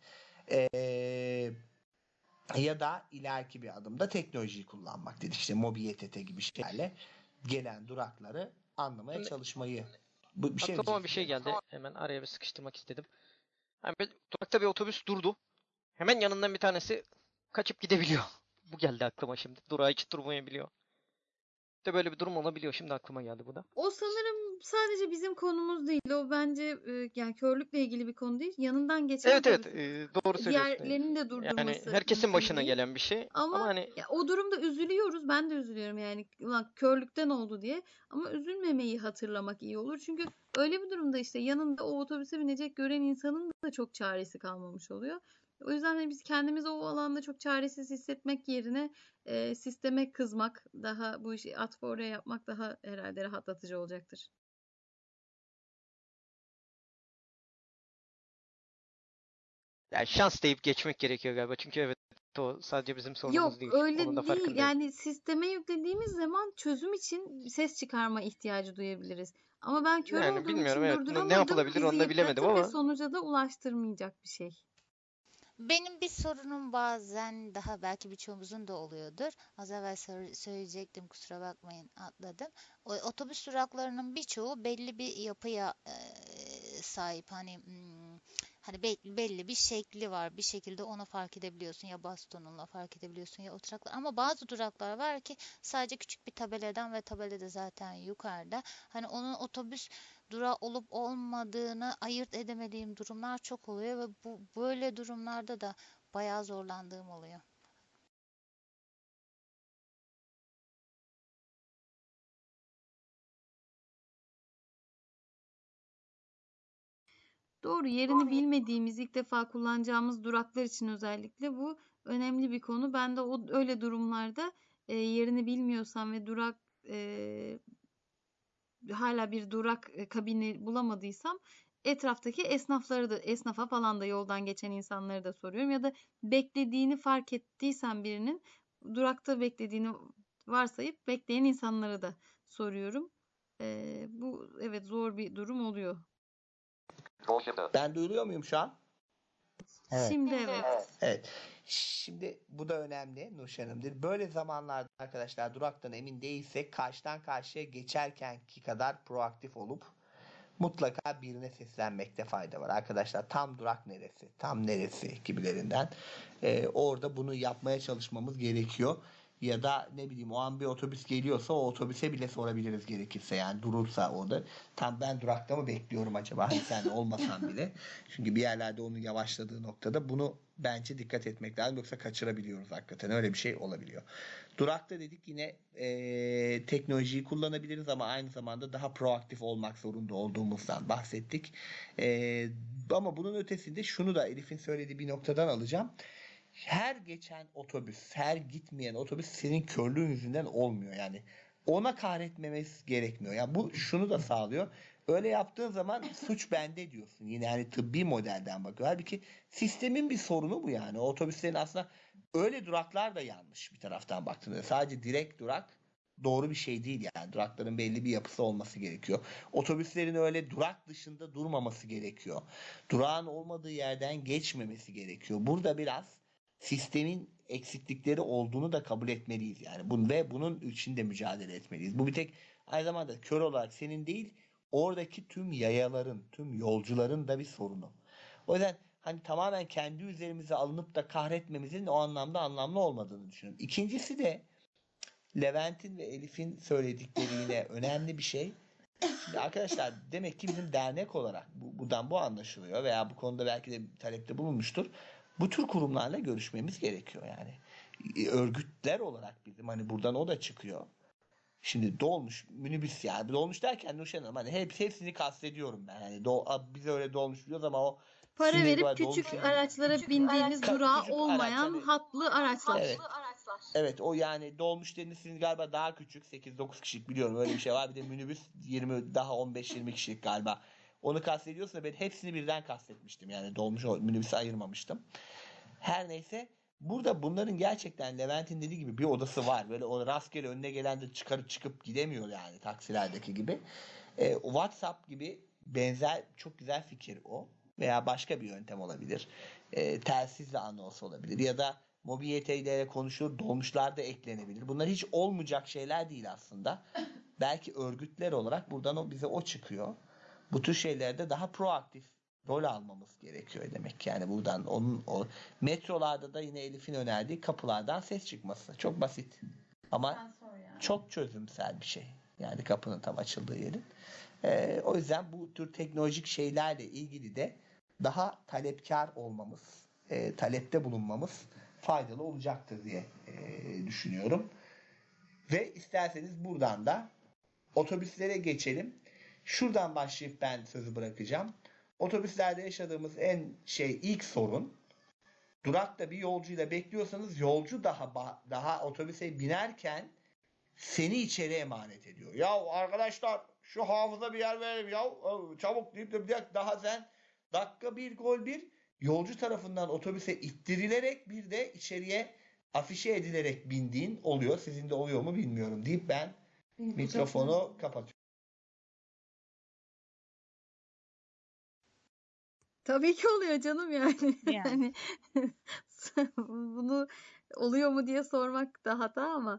Ya da ileriki bir adımda teknolojiyi kullanmak dedik. İşte Mobi YTT gibi şeylerle gelen durakları anlamaya Şimdi çalışmayı. Bir şey mi aklıma bir diyeceksin şey Cem? geldi. Hemen araya bir sıkıştırmak istedim. Yani durakta bir otobüs durdu. Hemen yanından bir tanesi kaçıp gidebiliyor. Bu geldi aklıma şimdi. Durağı hiç durmayabiliyor. De böyle bir durum olabiliyor. Şimdi aklıma geldi bu da. O sanırım sadece bizim konumuz değil. O bence yani körlükle ilgili bir konu değil. Yanından geçen Evet, otobüsün doğru söylüyorsun. diğerlerinin de Yani durdurması herkesin mümkün başına değil. gelen bir şey. Ama Ama hani ya, o durumda üzülüyoruz. Ben de üzülüyorum yani. Ulan körlükten oldu diye. Ama üzülmemeyi hatırlamak iyi olur. Çünkü öyle bir durumda işte yanında o otobüse binecek gören insanın da çok çaresi kalmamış oluyor. O yüzden hani biz kendimizi o alanda çok çaresiz hissetmek yerine sisteme kızmak, daha bu işi at for oraya yapmak daha herhalde rahatlatıcı olacaktır. yani şans deyip geçmek gerekiyor galiba. Çünkü evet, o sadece bizim sorunumuz Yok değil. Onun da öyle değil. farkındayım. Yani sisteme yüklediğimiz zaman çözüm için ses çıkarma ihtiyacı duyabiliriz. Ama ben kör Yani olduğum bilmiyorum, için evet. Ne durduramadım. yapılabilir Bizi onu da bilemedim yıpratır ve ama sonuca da ulaştırmayacak bir şey. Benim bir sorunum bazen daha belki birçoğumuzun da oluyordur. Az evvel söyleyecektim, kusura bakmayın atladım. Otobüs duraklarının birçoğu belli bir yapıya sahip. Hani belli bir şekli var. Bir şekilde onu fark edebiliyorsun. Ya bastonunla fark edebiliyorsun ya oturaklar. Ama bazı duraklar var ki sadece küçük bir tabeladan ve tabelada zaten yukarıda. Hani onun otobüs durağı olup olmadığını ayırt edemediğim durumlar çok oluyor ve böyle durumlarda da bayağı zorlandığım oluyor. Doğru, yerini bilmediğimiz, ilk defa kullanacağımız duraklar için özellikle bu önemli bir konu. Ben de öyle durumlarda yerini bilmiyorsam ve hala bir durak kabini bulamadıysam etraftaki esnafa falan da yoldan geçen insanları da soruyorum. Ya da beklediğini fark ettiysem birinin durakta beklediğini varsayıp bekleyen insanlara da soruyorum. Bu evet zor bir durum oluyor. Ben duyuluyor muyum şu an? Evet. Şimdi evet. Evet. Şimdi bu da önemli Nurşen Hanım'dır. Böyle zamanlarda arkadaşlar duraktan emin değilsek karşıdan karşıya geçerkenki kadar proaktif olup mutlaka birine seslenmekte fayda var. Arkadaşlar tam durak neresi, tam neresi gibilerinden orada bunu yapmaya çalışmamız gerekiyor. Ya da ne bileyim o an bir otobüs geliyorsa o otobüse bile sorabiliriz gerekirse. Yani durursa orada tam ben durakta mı bekliyorum acaba hani sen olmasan bile. Çünkü bir yerlerde onun yavaşladığı noktada bunu bence dikkat etmek lazım. Yoksa kaçırabiliyoruz hakikaten öyle bir şey olabiliyor. Durakta dedik yine teknolojiyi kullanabiliriz ama aynı zamanda daha proaktif olmak zorunda olduğumuzdan bahsettik. Ama bunun ötesinde şunu da Elif'in söylediği bir noktadan alacağım. Her geçen otobüs, her gitmeyen otobüs senin körlüğün yüzünden olmuyor. Yani ona kahretmemiz gerekmiyor. Yani bu şunu da sağlıyor. Öyle yaptığın zaman suç bende diyorsun. Yine hani tıbbi modelden bakıyor. Halbuki sistemin bir sorunu bu yani. O otobüslerin aslında öyle duraklar da yanlış bir taraftan baktığında. Sadece direkt durak doğru bir şey değil yani. Durakların belli bir yapısı olması gerekiyor. Otobüslerin öyle durak dışında durmaması gerekiyor. Durağın olmadığı yerden geçmemesi gerekiyor. Burada biraz sistemin eksiklikleri olduğunu da kabul etmeliyiz yani. Ve bunun için de mücadele etmeliyiz. Bu bir tek aynı zamanda kör olarak senin değil, oradaki tüm yayaların, tüm yolcuların da bir sorunu. O yüzden hani tamamen kendi üzerimize alınıp da kahretmemizin o anlamda anlamlı olmadığını düşünüyorum. İkincisi de Levent'in ve Elif'in söyledikleri yine önemli bir şey. Şimdi arkadaşlar demek ki bizim dernek olarak buradan bu anlaşılıyor veya bu konuda belki de talepte bulunmuştur. Bu tür kurumlarla görüşmemiz gerekiyor yani. Örgütler olarak bizim hani buradan o da çıkıyor. Şimdi dolmuş minibüs yani dolmuş derken Nurşen Hanım hani hepsini kastediyorum ben. Yani biz öyle dolmuş biliyoruz ama o Para sinir verip var küçük dolmuş araçlara bindiğimiz durağı küçük araç olmayan hani hatlı araçlar. evet. Evet o yani dolmuş dediğiniz sizin galiba daha küçük 8-9 kişilik biliyorum öyle bir şey var. Bir de minibüs 20 daha 15-20 kişilik galiba. Onu kastediyorsa ben hepsini birden kastetmiştim. Yani dolmuş o minibüsü ayırmamıştım. Her neyse burada bunların gerçekten Levent'in dediği gibi bir odası var. Böyle o rastgele önüne gelen de çıkıp gidemiyor yani taksilerdeki gibi. WhatsApp gibi benzer çok güzel fikir o. Veya başka bir yöntem olabilir. Telsizle anons olabilir. Ya da mobiliteyle konuşulur. Dolmuşlar da eklenebilir. Bunlar hiç olmayacak şeyler değil aslında. Belki örgütler olarak buradan bize o çıkıyor. Bu tür şeylerde daha proaktif rol almamız gerekiyor demek. Yani buradan o metrolarda da yine Elif'in önerdiği kapılardan ses çıkması. Çok basit. Ama çok çözümsel bir şey. Yani kapının tam açıldığı yerin. O yüzden bu tür teknolojik şeylerle ilgili de daha talepkar olmamız, talepte bulunmamız faydalı olacaktır diye düşünüyorum. Ve isterseniz buradan da otobüslere geçelim. Şuradan başlayıp ben sözü bırakacağım. Otobüslerde yaşadığımız ilk sorun durakta bir yolcuyla bekliyorsanız yolcu daha otobüse binerken seni içeri emanet ediyor. Ya arkadaşlar şu hafıza bir yer verelim ya çabuk deyip de daha sen dakika bir gol bir yolcu tarafından otobüse ittirilerek bir de içeriye afişe edilerek bindiğin oluyor. Sizin de oluyor mu bilmiyorum deyip ben mikrofonu kapatıyorum. Tabii ki oluyor canım yani. Yani. Hani bunu oluyor mu diye sormak da hata ama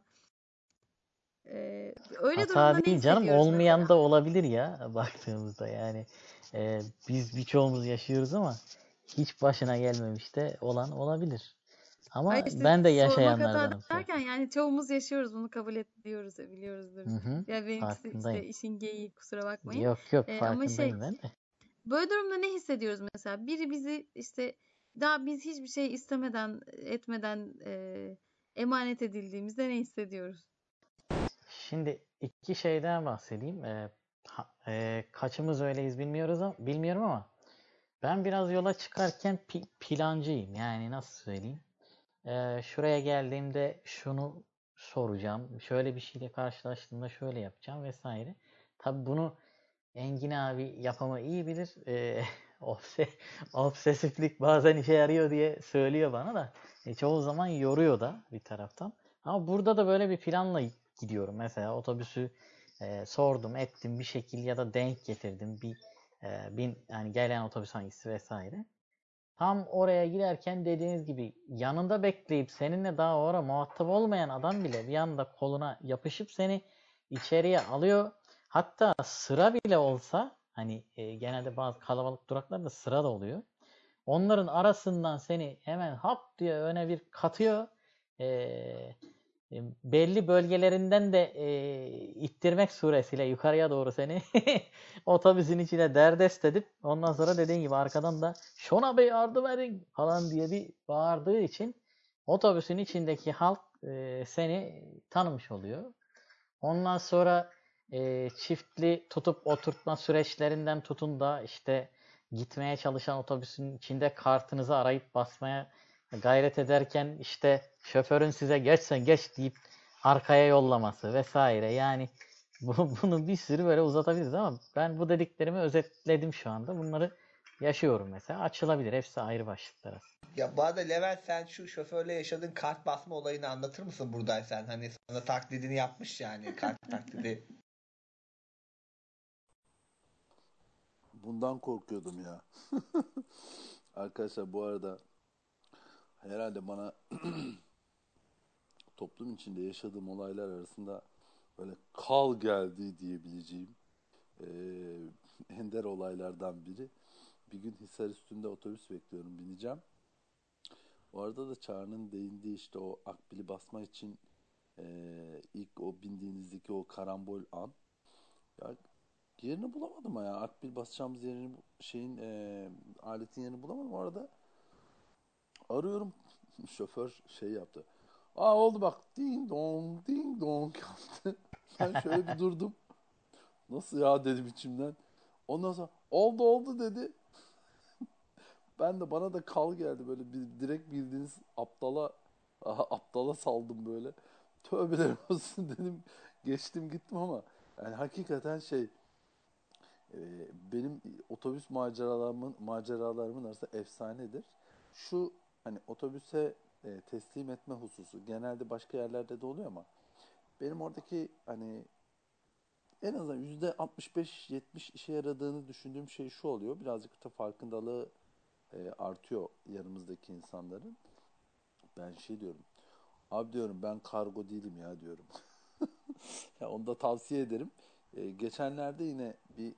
öyle Hata durumda ne değil canım, hissediyoruz olmayan mesela? da olabilir ya baktığımızda yani. Biz birçoğumuz yaşıyoruz ama hiç başına gelmemiş de olan olabilir. Ama Hayır işte ben de sormak hata yaşayanlardanım derken zaten. yani çoğumuz yaşıyoruz bunu kabul ediyoruz biliyoruzdur. Hı, Ya benimkisi işte farkındayım. işin geyiği kusura bakmayın. Yok Ama farkındayım ben de. böyle durumda ne hissediyoruz mesela? Biri bizi işte daha biz hiçbir şey istemeden etmeden emanet edildiğimizde ne hissediyoruz? Şimdi iki şeyden bahsedeyim. Kaçımız öyleyiz bilmiyorum ama Ben biraz yola çıkarken plancıyım. Yani nasıl söyleyeyim? Şuraya geldiğimde şunu soracağım. Şöyle bir şeyle karşılaştığımda şöyle yapacağım vesaire. Tabii bunu Engin abi yapımı iyi bilir. Obse obsesiflik bazen işe yarıyor diye söylüyor bana da. Çoğu zaman yoruyor da bir taraftan. Ama burada da böyle bir planla gidiyorum. Mesela otobüsü sordum, ettim bir şekil ya da denk getirdim. Yani gelen otobüs hangisi vesaire. Tam oraya giderken dediğiniz gibi yanında bekleyip seninle daha o ara muhatap olmayan adam bile bir anda koluna yapışıp seni içeriye alıyor. Hatta sıra bile olsa hani genelde bazı kalabalık duraklarda sıra da oluyor. Onların arasından seni hemen hap diye öne bir katıyor. E, Belli bölgelerinden de ittirmek suretiyle yukarıya doğru seni otobüsün içine derdest edip ondan sonra dediğin gibi arkadan da "Şona Bey yardım edin" falan diye bir bağırdığı için otobüsün içindeki halk seni tanımış oluyor. Ondan sonra çiftli tutup oturtma süreçlerinden tutun da işte gitmeye çalışan otobüsün içinde kartınızı arayıp basmaya gayret ederken işte şoförün size "Geçsen geç" deyip arkaya yollaması vesaire. Yani bunu bir sürü böyle uzatabiliriz ama ben bu dediklerimi özetledim şu anda. Bunları yaşıyorum mesela. Açılabilir. Hepsi ayrı başlıklar aslında. Ya bu arada Levent, sen şu şoförle yaşadığın kart basma olayını anlatır mısın buradaysan? Hani sana taklidini yapmış yani, kart taklidi. Bundan korkuyordum ya. Arkadaşlar bu arada herhalde bana toplum içinde yaşadığım olaylar arasında böyle kal geldi diyebileceğim ender olaylardan biri. Bir gün Hisar üstünde otobüs bekliyorum, bineceğim. O arada da Çağrı'nın değindiği işte o akbili basma için ilk o bindiğinizdeki o karambol an. Ya yerini bulamadım ya. Akbil basacağımız yerini aletin yerini bulamadım. O arada arıyorum. Şoför şey yaptı. Aa oldu bak. Ding dong ding dong yaptı. Ben şöyle bir durdum. Nasıl ya dedim içimden. Ondan sonra oldu dedi. Ben de bana da kal geldi böyle direkt bildiğiniz aptala saldım böyle. Tövbeler olsun dedim. Geçtim gittim ama yani hakikaten benim otobüs maceralarımın arasında efsanedir. Şu hani otobüse teslim etme hususu genelde başka yerlerde de oluyor ama benim oradaki hani en azından %65-70 işe yaradığını düşündüğüm şey şu oluyor. Birazcık da farkındalığı artıyor yanımızdaki insanların. Ben şey diyorum. Abi diyorum ben kargo değilim ya diyorum. Ya onu da tavsiye ederim. Geçenlerde yine bir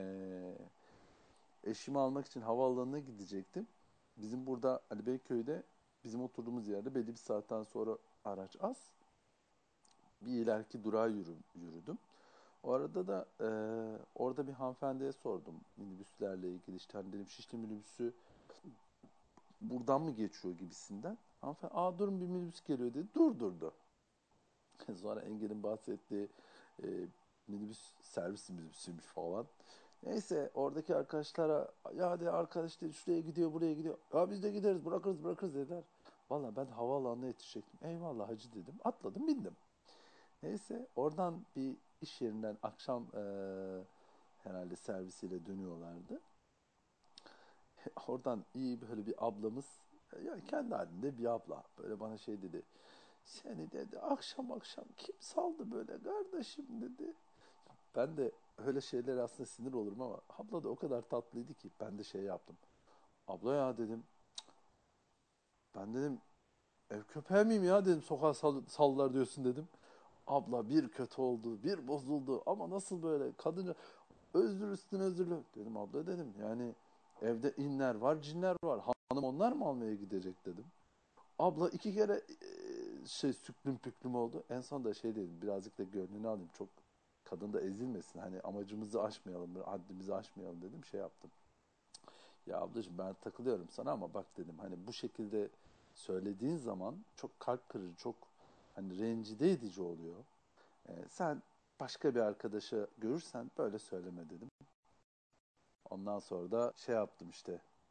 eşimi almak için havaalanına gidecektim. Bizim burada Ali Beyköy'de bizim oturduğumuz yerde belli bir saatten sonra araç az. Bir ileriki durağa yürüdüm. O arada da orada bir hanımefendiye sordum minibüslerle ilgili işte hani dedim Şişli minibüsü buradan mı geçiyor gibisinden. Hanımefendi durun bir minibüs geliyor dedi. Durdurdu. Sonra Engel'in bahsettiği e, minibüs servis minibüsüymüş falan. Neyse oradaki arkadaşlara ya hadi arkadaş dedi şuraya gidiyor buraya gidiyor. Ya biz de gideriz bırakırız dediler. Valla ben havaalanına yetişecektim. Eyvallah hacı dedim. Atladım bindim. Neyse oradan bir iş yerinden akşam herhalde servisiyle dönüyorlardı. Oradan iyi böyle bir ablamız ya kendi halinde bir abla böyle bana şey dedi. Seni dedi akşam akşam kim saldı böyle kardeşim dedi. Ben de öyle şeylere aslında sinir olurum ama abla da o kadar tatlıydı ki ben de şey yaptım. Abla ya dedim ben dedim ev köpeği miyim ya dedim sokağa sallar diyorsun dedim. Abla bir kötü oldu bir bozuldu ama nasıl böyle kadınca özür üstüne özürlü dedim abla dedim yani evde inler var cinler var hanım onlar mı almaya gidecek dedim. Abla iki kere süklüm püklüm oldu. En son da şey dedim birazcık da gönlünü alayım çok kadın da ezilmesin hani amacımızı aşmayalım haddimizi aşmayalım dedim şey yaptım. Ya ablacığım ben takılıyorum sana ama bak dedim hani bu şekilde söylediğin zaman çok kalp kırıcı çok hani rencide edici oluyor. Sen başka bir arkadaşı görürsen böyle söyleme dedim. Ondan sonra da şey yaptım işte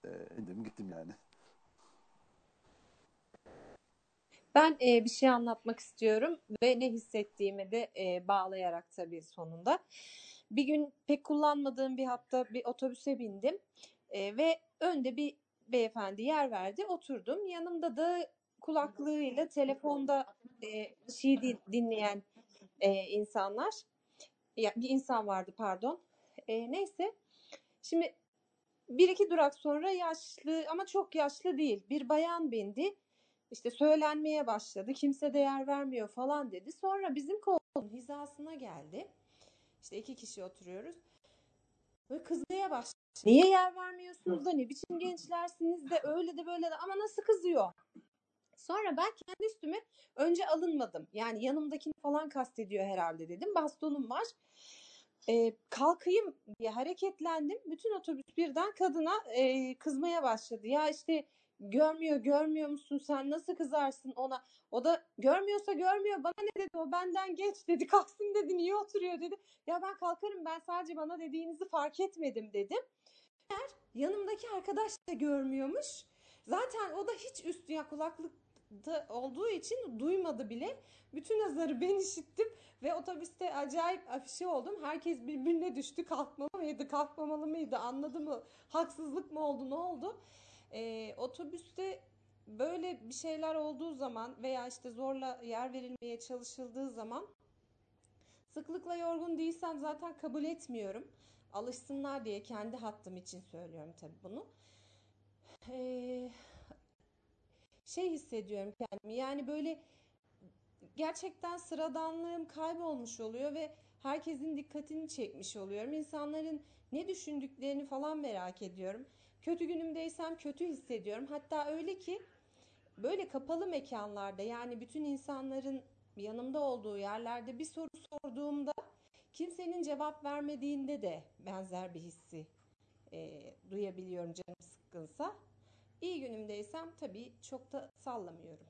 indim gittim yani. Ben bir şey anlatmak istiyorum ve ne hissettiğimi de bağlayarak tabii sonunda. Bir gün pek kullanmadığım bir hatta bir otobüse bindim ve önde bir beyefendi yer verdi, oturdum. Yanımda da kulaklığıyla telefonda bir şey dinleyen insanlar, ya bir insan vardı pardon. Neyse, şimdi bir iki durak sonra yaşlı ama çok yaşlı değil bir bayan bindi. İşte söylenmeye başladı. Kimse de yer vermiyor falan dedi. Sonra bizim koltuğun hizasına geldi. İşte iki kişi oturuyoruz. Böyle kızmaya başladı. Niye yer vermiyorsunuz da ne biçim gençlersiniz de öyle de böyle de ama nasıl kızıyor? Sonra ben kendi üstüme önce alınmadım. Yani yanımdakini falan kastediyor herhalde dedim. Bastonum var. Kalkayım diye hareketlendim. Bütün otobüs birden kadına kızmaya başladı. Ya işte görmüyor musun sen nasıl kızarsın ona? O da görmüyorsa görmüyor. Bana ne dedi o benden geç dedi. Kalksın dedi niye oturuyor dedi. Ya ben kalkarım ben sadece bana dediğinizi fark etmedim dedim. Yanımdaki arkadaş da görmüyormuş. Zaten o da hiç üstü ya kulaklıkta olduğu için duymadı bile. Bütün azarı ben işittim ve otobüste acayip afişe oldum. Herkes birbirine düştü. Kalkmalı mıydı, kalkmamalı mıydı, anladı mı? Haksızlık mı oldu, ne oldu? Otobüste böyle bir şeyler olduğu zaman veya işte zorla yer verilmeye çalışıldığı zaman sıklıkla yorgun değilsem zaten kabul etmiyorum. Alışsınlar diye kendi hattım için söylüyorum tabii bunu. Şey hissediyorum kendimi yani böyle gerçekten sıradanlığım kaybolmuş oluyor ve herkesin dikkatini çekmiş oluyorum. İnsanların ne düşündüklerini falan merak ediyorum. Kötü günümdeysem kötü hissediyorum. Hatta öyle ki böyle kapalı mekanlarda yani bütün insanların yanımda olduğu yerlerde bir soru sorduğumda kimsenin cevap vermediğinde de benzer bir hissi duyabiliyorum canım sıkkınsa. İyi günümdeysem tabii çok da sallamıyorum.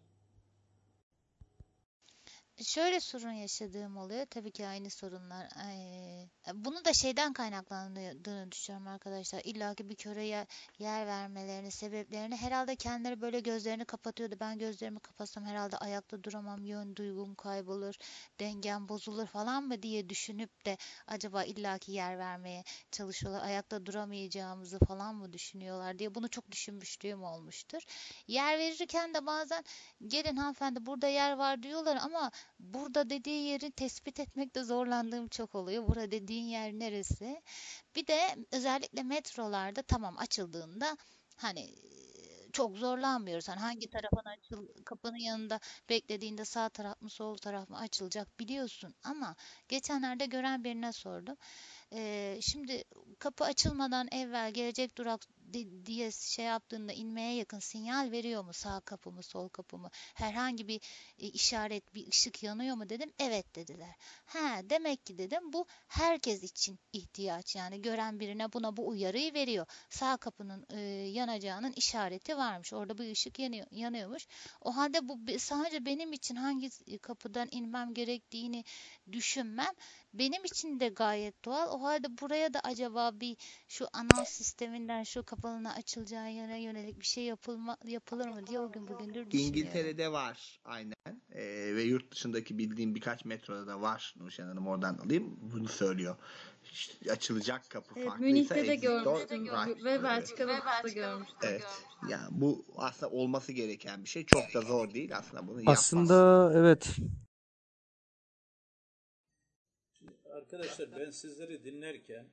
Şöyle sorun yaşadığım oluyor. Tabii ki aynı sorunlar. Bunu da şeyden kaynaklandığını düşünüyorum arkadaşlar. İlla ki bir köre yer vermelerinin sebeplerini herhalde kendileri böyle gözlerini kapatıyordu. Ben gözlerimi kapatsam herhalde ayakta duramam, yön duygum kaybolur, dengem bozulur falan mı diye düşünüp de acaba illaki yer vermeye çalışıyorlar. Ayakta duramayacağımızı falan mı düşünüyorlar diye bunu çok düşünmüşlüğüm olmuştur. Yer verirken de bazen gelin hanımefendi burada yer var diyorlar ama burada dediği yeri tespit etmekte zorlandığım çok oluyor. Burada dediğin yer neresi? Bir de özellikle metrolarda tamam açıldığında hani çok zorlanmıyoruz. Hani hangi tarafın kapının yanında beklediğinde sağ taraf mı sol taraf mı açılacak biliyorsun. Ama geçenlerde gören birine sordum. Şimdi kapı açılmadan evvel gelecek durak diye şey yaptığında inmeye yakın sinyal veriyor mu sağ kapı mı sol kapı mı? Herhangi bir işaret, bir ışık yanıyor mu dedim. Evet dediler. Ha demek ki dedim bu herkes için ihtiyaç. Yani gören birine buna bu uyarıyı veriyor. Sağ kapının yanacağının işareti varmış. Orada bir ışık yanıyormuş. O halde bu sadece benim için hangi kapıdan inmem gerektiğini düşünmem benim için de gayet doğal. O halde buraya da acaba bir şu anons sisteminden şu kapının açılacağı yere yönelik bir şey yapılır mı diye o gün bugündür düşünüyorum. İngiltere'de var aynen. Ve yurt dışındaki bildiğim birkaç metroda da var. Nurşen Hanım oradan alayım. Bunu söylüyor. İşte açılacak kapı Evet, farklıysa Münih'te de exit door görmüştüm right ve diyor. Belçika'da da görmüştüm. Evet. Yani bu aslında olması gereken bir şey. Çok da zor değil aslında bunu yapmak. Aslında evet. Şimdi arkadaşlar ben sizleri dinlerken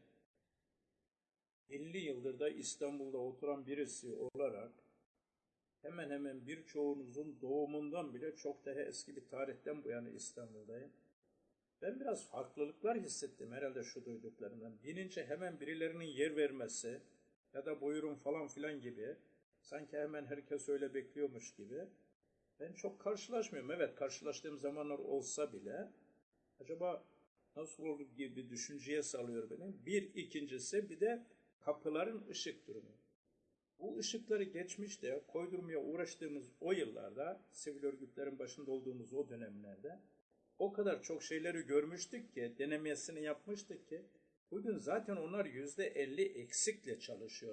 50 yıldır da İstanbul'da oturan birisi olarak hemen hemen birçoğunuzun doğumundan bile çok daha eski bir tarihten bu yana İstanbul'dayım. Ben biraz farklılıklar hissettim herhalde şu duyduklarımdan. Binince hemen birilerinin yer vermesi ya da buyurun falan filan gibi. Sanki hemen herkes öyle bekliyormuş gibi. Ben çok karşılaşmıyorum. Evet karşılaştığım zamanlar olsa bile acaba nasıl olur gibi bir düşünceye salıyor beni. Bir ikincisi bir de kapıların ışık durumu. Bu ışıkları geçmişte koydurmaya uğraştığımız o yıllarda, sivil örgütlerin başında olduğumuz o dönemlerde o kadar çok şeyleri görmüştük ki, denemesini yapmıştık ki bugün zaten onlar %50 eksikle çalışıyor.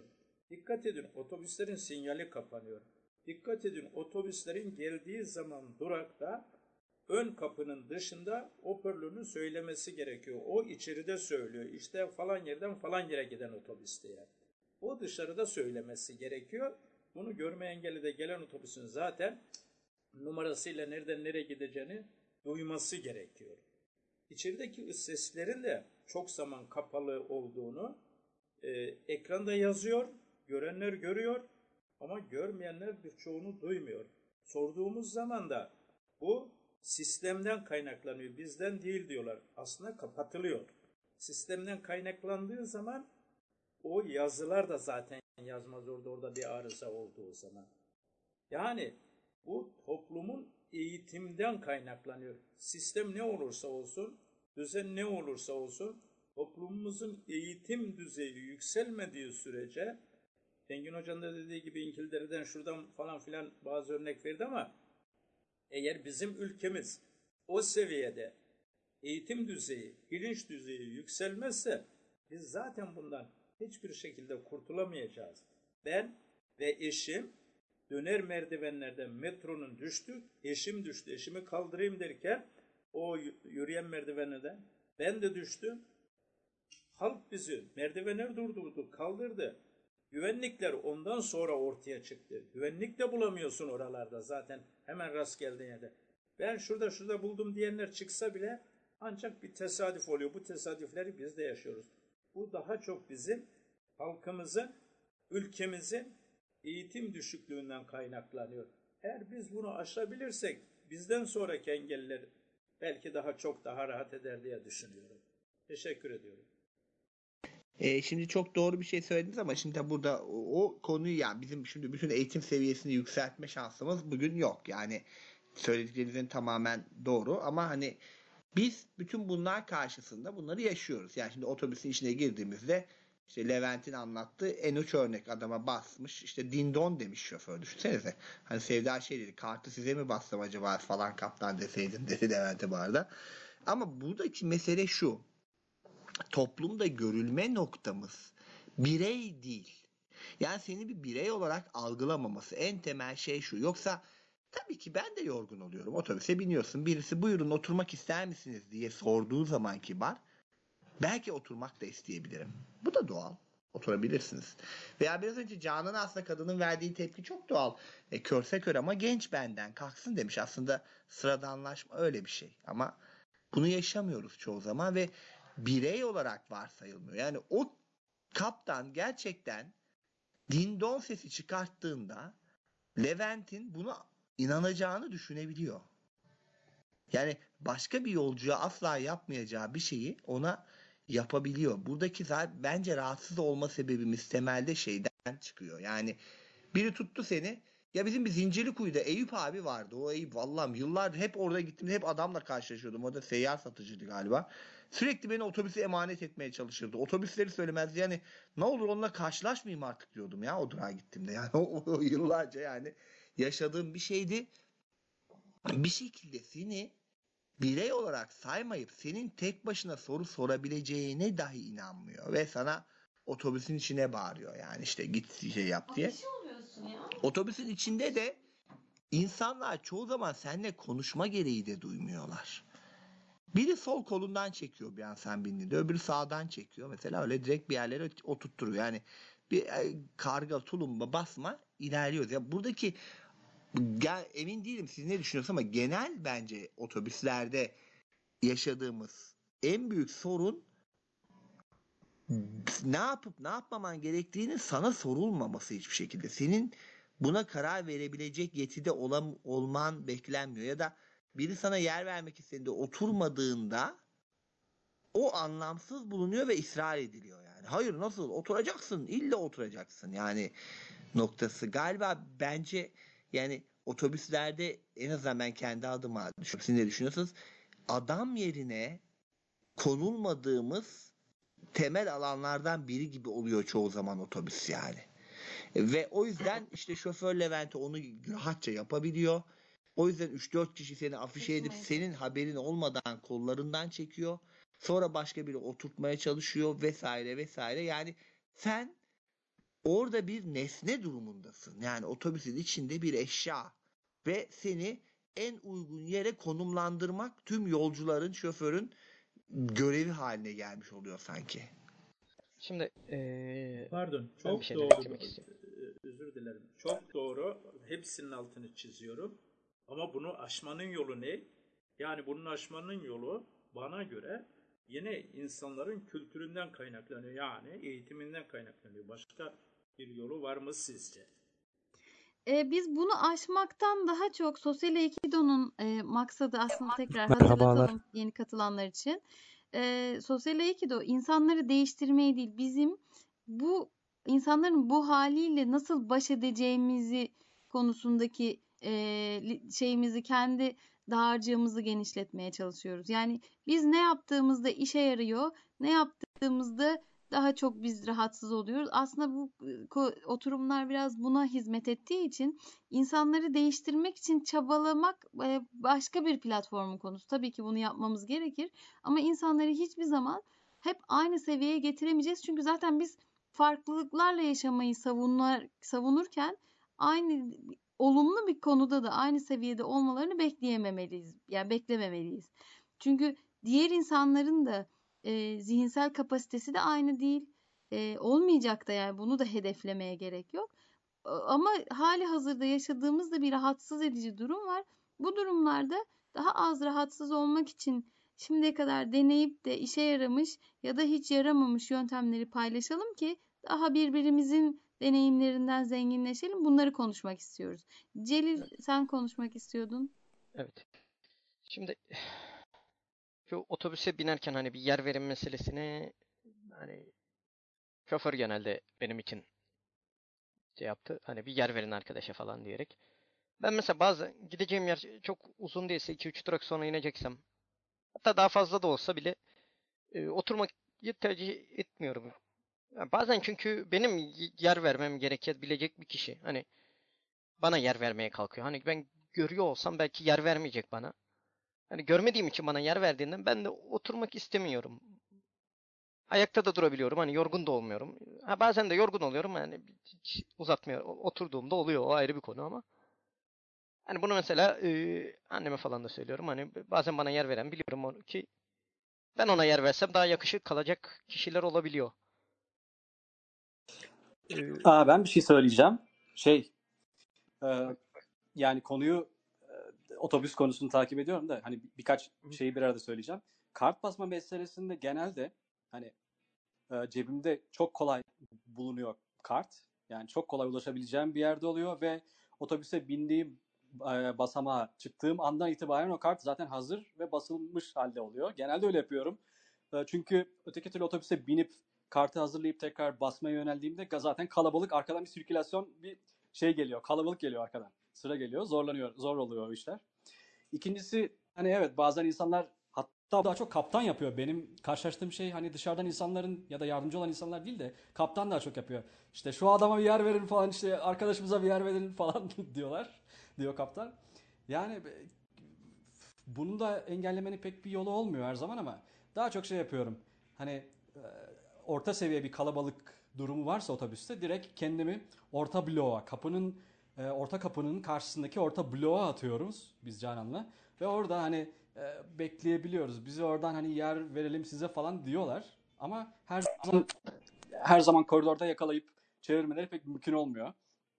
Dikkat edin, otobüslerin sinyali kapanıyor. Dikkat edin, otobüslerin geldiği zaman durakta ön kapının dışında hoparlörün söylemesi gerekiyor. O içeride söylüyor. İşte falan yerden falan yere giden otobüs diye. O dışarıda söylemesi gerekiyor. Bunu görme engelli de gelen otobüsün zaten numarasıyla nereden nereye gideceğini duyması gerekiyor. İçerideki seslerin de çok zaman kapalı olduğunu ekranda yazıyor. Görenler görüyor ama görmeyenler birçoğunu duymuyor. Sorduğumuz zaman da bu sistemden kaynaklanıyor, bizden değil diyorlar. Aslında kapatılıyor. Sistemden kaynaklandığı zaman o yazılar da zaten yazmaz orada bir arıza olduğu zaman. Yani bu toplumun eğitimden kaynaklanıyor. Sistem ne olursa olsun, düzen ne olursa olsun, toplumumuzun eğitim düzeyi yükselmediği sürece, Engin Hoca'nın da dediği gibi İngiltere'den şuradan falan filan bazı örnek verdi ama eğer bizim ülkemiz o seviyede eğitim düzeyi, bilinç düzeyi yükselmezse biz zaten bundan hiçbir şekilde kurtulamayacağız. Ben ve eşim döner merdivenlerden metronun düştük, eşim düştü, eşimi kaldırayım derken o yürüyen merdivenlerden ben de düştüm. Halk bizi merdivenler durdurdu, kaldırdı. Güvenlikler ondan sonra ortaya çıktı. Güvenlik de bulamıyorsun oralarda zaten hemen rast geldiğin yerde. Ben şurada buldum diyenler çıksa bile ancak bir tesadüf oluyor. Bu tesadüfleri biz de yaşıyoruz. Bu daha çok bizim halkımızın, ülkemizin eğitim düşüklüğünden kaynaklanıyor. Eğer biz bunu aşabilirsek bizden sonraki engelliler belki çok daha rahat eder diye düşünüyorum. Teşekkür ediyorum. Şimdi çok doğru bir şey söylediniz ama şimdi burada o konuyu, yani bizim şimdi bütün eğitim seviyesini yükseltme şansımız bugün yok. Yani söylediklerinizin tamamen doğru ama hani biz bütün bunlar karşısında bunları yaşıyoruz. Yani şimdi otobüsün içine girdiğimizde işte Levent'in anlattığı en uç örnek, adama basmış işte dindon demiş şoför, düşünsenize. Hani Sevda şey dedi, kartı size mi bastım acaba falan kaptan deseydin dedi Levent'e bu arada. Ama buradaki mesele şu: toplumda görülme noktamız birey değil. Yani seni bir birey olarak algılamaması, en temel şey şu. Yoksa tabii ki ben de yorgun oluyorum. Otobüse biniyorsun. Birisi buyurun oturmak ister misiniz diye sorduğu zaman kibar, belki oturmak da isteyebilirim. Bu da doğal. Oturabilirsiniz. Veya biraz önce Canan, aslında kadının verdiği tepki çok doğal. Körse kör ama genç benden kalksın demiş. Aslında sıradanlaşma öyle bir şey. Ama bunu yaşamıyoruz çoğu zaman ve birey olarak varsayılmıyor. Yani o kaptan gerçekten dindon sesi çıkarttığında Levent'in buna inanacağını düşünebiliyor. Yani başka bir yolcuya asla yapmayacağı bir şeyi ona yapabiliyor. Buradaki zaten bence rahatsız olma sebebimiz temelde şeyden çıkıyor. Yani biri tuttu seni. Ya bizim bir Zincirlikuyu'da Eyüp abi vardı. O Eyüp, vallahi yıllardır hep orada gittim. Hep adamla karşılaşıyordum. O da seyyar satıcıydı galiba. Sürekli beni otobüse emanet etmeye çalışırdı. Otobüsleri söylemezdi. Yani ne olur onunla karşılaşmayayım artık diyordum ya o durağa gittiğimde. Yani o yıllarca yani yaşadığım bir şeydi. Bir şekilde seni birey olarak saymayıp senin tek başına soru sorabileceğine dahi inanmıyor. Ve sana otobüsün içine bağırıyor. Yani işte git şey yap diye. Otobüsün içinde de insanlar çoğu zaman seninle konuşma gereği de duymuyorlar. Biri sol kolundan çekiyor bir an sen bindiğinde. Öbürü sağdan çekiyor. Mesela öyle direkt bir yerlere oturtturuyor. Yani bir karga, tulumba basma ilerliyoruz. Ya buradaki emin değilim siz ne düşünüyorsunuz ama genel bence otobüslerde yaşadığımız en büyük sorun ne yapıp ne yapmaman gerektiğini sana sorulmaması hiçbir şekilde. Senin buna karar verebilecek yetide olman beklenmiyor. Ya da biri sana yer vermek istediğinde oturmadığında o anlamsız bulunuyor ve ısrar ediliyor yani. Hayır, nasıl oturacaksın, illa oturacaksın yani noktası. Galiba bence yani otobüslerde, en azından ben kendi adıma düşünüyorum. Siz ne düşünüyorsunuz? Adam yerine konulmadığımız temel alanlardan biri gibi oluyor çoğu zaman otobüs yani. Ve o yüzden işte şoför Levent'i onu rahatça yapabiliyor. O yüzden 3-4 kişi seni afişe edip senin haberin olmadan kollarından çekiyor. Sonra başka biri oturtmaya çalışıyor vesaire vesaire. Yani sen orada bir nesne durumundasın. Yani otobüsün içinde bir eşya ve seni en uygun yere konumlandırmak tüm yolcuların, şoförün görevi haline gelmiş oluyor sanki. Şimdi Pardon, ben bir çok şeyler doğru. eklemek istiyorum. Özür dilerim. Çok doğru. Hepsinin altını çiziyorum. Ama bunu aşmanın yolu ne? Yani bunun aşmanın yolu bana göre yine insanların kültüründen kaynaklanıyor. Yani eğitiminden kaynaklanıyor. Başka bir yolu var mı sizce? Biz bunu aşmaktan daha çok Sosyal Aikido'nun maksadı aslında tekrar Merhabalar. hatırlatalım yeni katılanlar için. Sosyal Aikido insanları değiştirmeyi değil, bizim bu insanların bu haliyle nasıl baş edeceğimizi konusundaki şeyimizi, kendi dağarcığımızı genişletmeye çalışıyoruz. Yani biz ne yaptığımızda işe yarıyor, ne yaptığımızda daha çok biz rahatsız oluyoruz. Aslında bu oturumlar biraz buna hizmet ettiği için insanları değiştirmek için çabalamak başka bir platformun konusu. Tabii ki bunu yapmamız gerekir ama insanları hiçbir zaman hep aynı seviyeye getiremeyeceğiz. Çünkü zaten biz farklılıklarla yaşamayı savunurken aynı olumlu bir konuda da aynı seviyede olmalarını bekleyememeliyiz. Yani beklememeliyiz. Çünkü diğer insanların da zihinsel kapasitesi de aynı değil. Olmayacak da, yani bunu da hedeflemeye gerek yok. Ama hali hazırda yaşadığımızda bir rahatsız edici durum var. Bu durumlarda daha az rahatsız olmak için şimdiye kadar deneyip de işe yaramış ya da hiç yaramamış yöntemleri paylaşalım ki daha birbirimizin deneyimlerinden zenginleşelim. Bunları konuşmak istiyoruz. Celil, sen konuşmak istiyordun. Evet. Şimdi şu otobüse binerken hani bir yer verim meselesini hani şoför genelde benim için şey yaptı. Hani bir yer verin arkadaşa falan diyerek. Ben mesela bazen gideceğim yer çok uzun değilse 2-3 durak sonra ineceksem hatta daha fazla da olsa bile oturmayı tercih etmiyorum. Ya bazen çünkü benim yer vermem gerekebilecek bir kişi hani bana yer vermeye kalkıyor. Hani ben görüyor olsam belki yer vermeyecek bana. Hani görmediğim için bana yer verdiğinden ben de oturmak istemiyorum. Ayakta da durabiliyorum. Hani yorgun da olmuyorum. Ha, bazen de yorgun oluyorum. Yani hiç uzatmıyor. Oturduğumda oluyor. O ayrı bir konu ama. Hani bunu mesela anneme falan da söylüyorum. Hani bazen bana yer veren biliyorum ki ben ona yer versem daha yakışık kalacak kişiler olabiliyor. Ben bir şey söyleyeceğim. E, Yani konuyu otobüs konusunu takip ediyorum da hani birkaç şeyi bir arada söyleyeceğim. Kart basma meselesinde genelde hani cebimde çok kolay bulunuyor kart. Yani çok kolay ulaşabileceğim bir yerde oluyor ve otobüse bindiğim basamağa çıktığım andan itibaren o kart zaten hazır ve basılmış halde oluyor. Genelde öyle yapıyorum. Çünkü öteki türlü otobüse binip kartı hazırlayıp tekrar basmaya yöneldiğimde zaten kalabalık, arkadan bir sirkülasyon, bir şey geliyor. Kalabalık geliyor arkadan. Sıra geliyor. Zor oluyor o işler. İkincisi hani evet bazen insanlar hatta daha çok kaptan yapıyor. Benim karşılaştığım şey hani dışarıdan insanların ya da yardımcı olan insanlar değil de kaptan daha çok yapıyor. İşte şu adama bir yer verin falan, işte arkadaşımıza bir yer verin falan diyor kaptan. Yani bunu da engellemenin pek bir yolu olmuyor her zaman ama daha çok şey yapıyorum. Hani orta seviye bir kalabalık durumu varsa otobüste direkt kendimi orta bloğa, orta kapının karşısındaki orta bloğa atıyoruz biz Canan'la. Ve orada hani bekleyebiliyoruz. Bizi oradan hani yer verelim size falan diyorlar. Ama her zaman koridorda yakalayıp çevirmeleri pek mümkün olmuyor.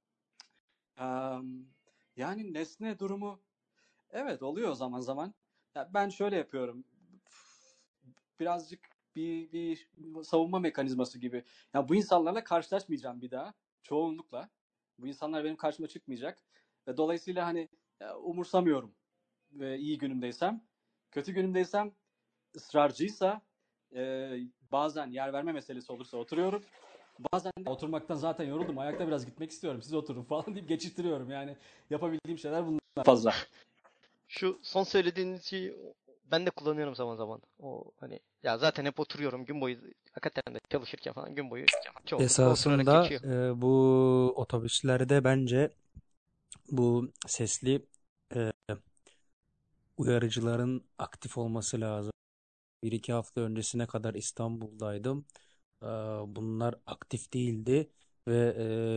Yani nesne durumu evet oluyor zaman zaman. Ya ben şöyle yapıyorum. Birazcık bir savunma mekanizması gibi. Ya bu insanlarla karşılaşmayacağım bir daha. Çoğunlukla. Bu insanlar benim karşıma çıkmayacak. Ve dolayısıyla hani umursamıyorum. Ve iyi günümdeysem. Kötü günümdeysem ısrarcıysa bazen yer verme meselesi olursa oturuyorum. Bazen de oturmaktan zaten yoruldum. Ayakta biraz gitmek istiyorum. Siz oturun falan deyip geçiştiriyorum. Yani yapabildiğim şeyler bunlar fazla. Şu son söylediğiniz şeyi ben de kullanıyorum zaman zaman. O hani ya zaten hep oturuyorum gün boyu hakikaten de çalışırken falan gün boyu çoğunlukla oturarak Esasında geçiyor. bu otobüslerde bence bu sesli e, uyarıcıların aktif olması lazım. Bir iki hafta öncesine kadar İstanbul'daydım. Bunlar aktif değildi ve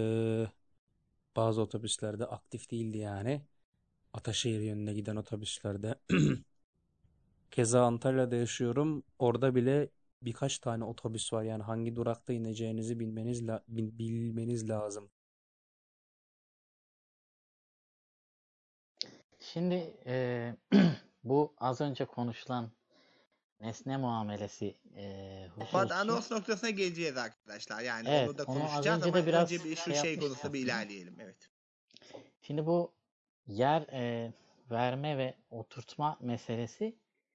bazı otobüslerde aktif değildi yani. Ataşehir yönüne giden otobüslerde. Keza Antalya'da yaşıyorum. Orada bile birkaç tane otobüs var. Yani hangi durakta ineceğinizi bilmeniz lazım. Şimdi bu az önce konuşulan nesne muamelesi Bu arada hususu. anons noktasına geleceğiz arkadaşlar. Yani Evet, onu da onu az konuşacağız önce ama de biraz önce bir şu şey şey yapmıştık konusunda bir aslında. ilerleyelim. Evet. Şimdi bu yer verme ve oturtma meselesi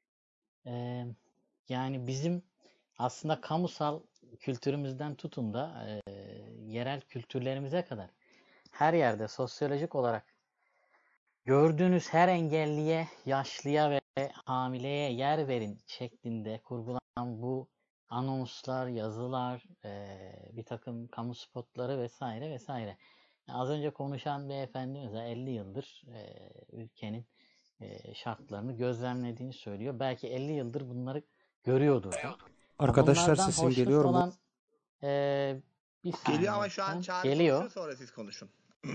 yani bizim aslında kamusal kültürümüzden tutun da yerel kültürlerimize kadar her yerde sosyolojik olarak gördüğünüz her engelliye, yaşlıya ve hamileye yer verin şeklinde kurgulanan bu anonslar, yazılar, bir takım kamu spotları vesaire vesaire. Az önce konuşan beyefendi mesela 50 yıldır ülkenin şartlarını gözlemlediğini söylüyor. Belki 50 yıldır bunları görüyordur da. Arkadaşlar Bunlardan sesim hoşnut geliyor mu? olan bir Geliyor ama saniye şu an lütfen. Çağrı Geliyor. konuşuyor, sonra siz konuşun.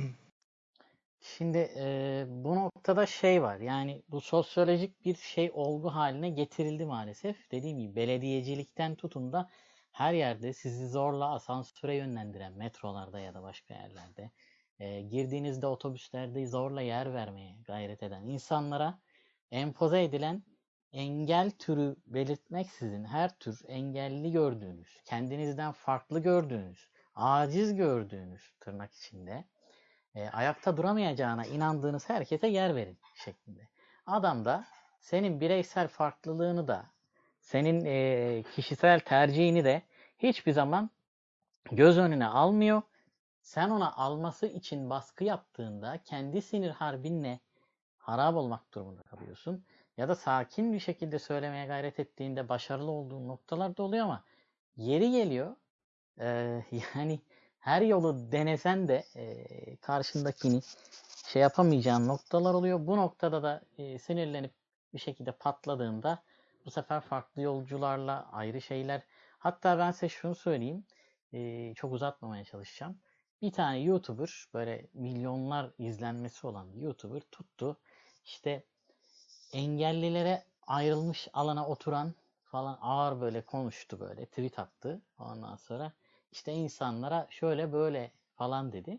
Şimdi bu noktada şey var, yani bu sosyolojik bir şey olgu haline getirildi maalesef. Dediğim gibi belediyecilikten tutun da her yerde sizi zorla asansöre yönlendiren, metrolarda ya da başka yerlerde, girdiğinizde otobüslerde zorla yer vermeye gayret eden, insanlara empoze edilen engel türü belirtmeksizin her tür engelli gördüğünüz, kendinizden farklı gördüğünüz, aciz gördüğünüz tırnak içinde ayakta duramayacağına inandığınız herkese yer verin şeklinde. Adam da senin bireysel farklılığını da, senin kişisel tercihini de hiçbir zaman göz önüne almıyor. Sen ona alması için baskı yaptığında kendi sinir harbinle harap olmak durumunda kalıyorsun. Ya da sakin bir şekilde söylemeye gayret ettiğinde başarılı olduğun noktalar da oluyor ama yeri geliyor yani her yolu denesen de karşındakini şey yapamayacağın noktalar oluyor. Bu noktada da sinirlenip bir şekilde patladığında bu sefer farklı yolcularla ayrı şeyler. Hatta ben size şunu söyleyeyim. Çok uzatmamaya çalışacağım. Bir tane YouTuber, böyle milyonlar izlenmesi olan bir YouTuber tuttu. İşte engellilere ayrılmış alana oturan falan ağır böyle konuştu, böyle tweet attı. Ondan sonra işte insanlara şöyle böyle falan dedi.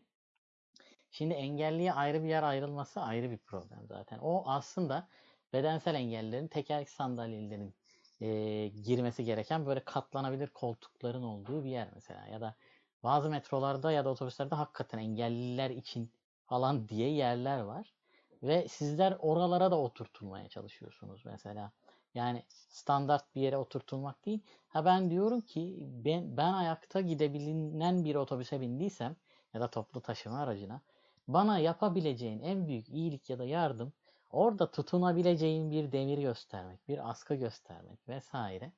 Şimdi engelliye ayrı bir yer ayrılması ayrı bir problem zaten. O aslında bedensel engellilerin, tekerlekli sandalyelerin girmesi gereken böyle katlanabilir koltukların olduğu bir yer mesela. Ya da bazı metrolarda ya da otobüslerde hakikaten engelliler için falan diye yerler var. Ve sizler oralara da oturtulmaya çalışıyorsunuz mesela. Yani standart bir yere oturtulmak değil. Ha, ben diyorum ki ben ayakta gidebilinen bir otobüse bindiysem ya da toplu taşıma aracına, bana yapabileceğin en büyük iyilik ya da yardım orada tutunabileceğin bir demir göstermek, bir askı göstermek vesaire.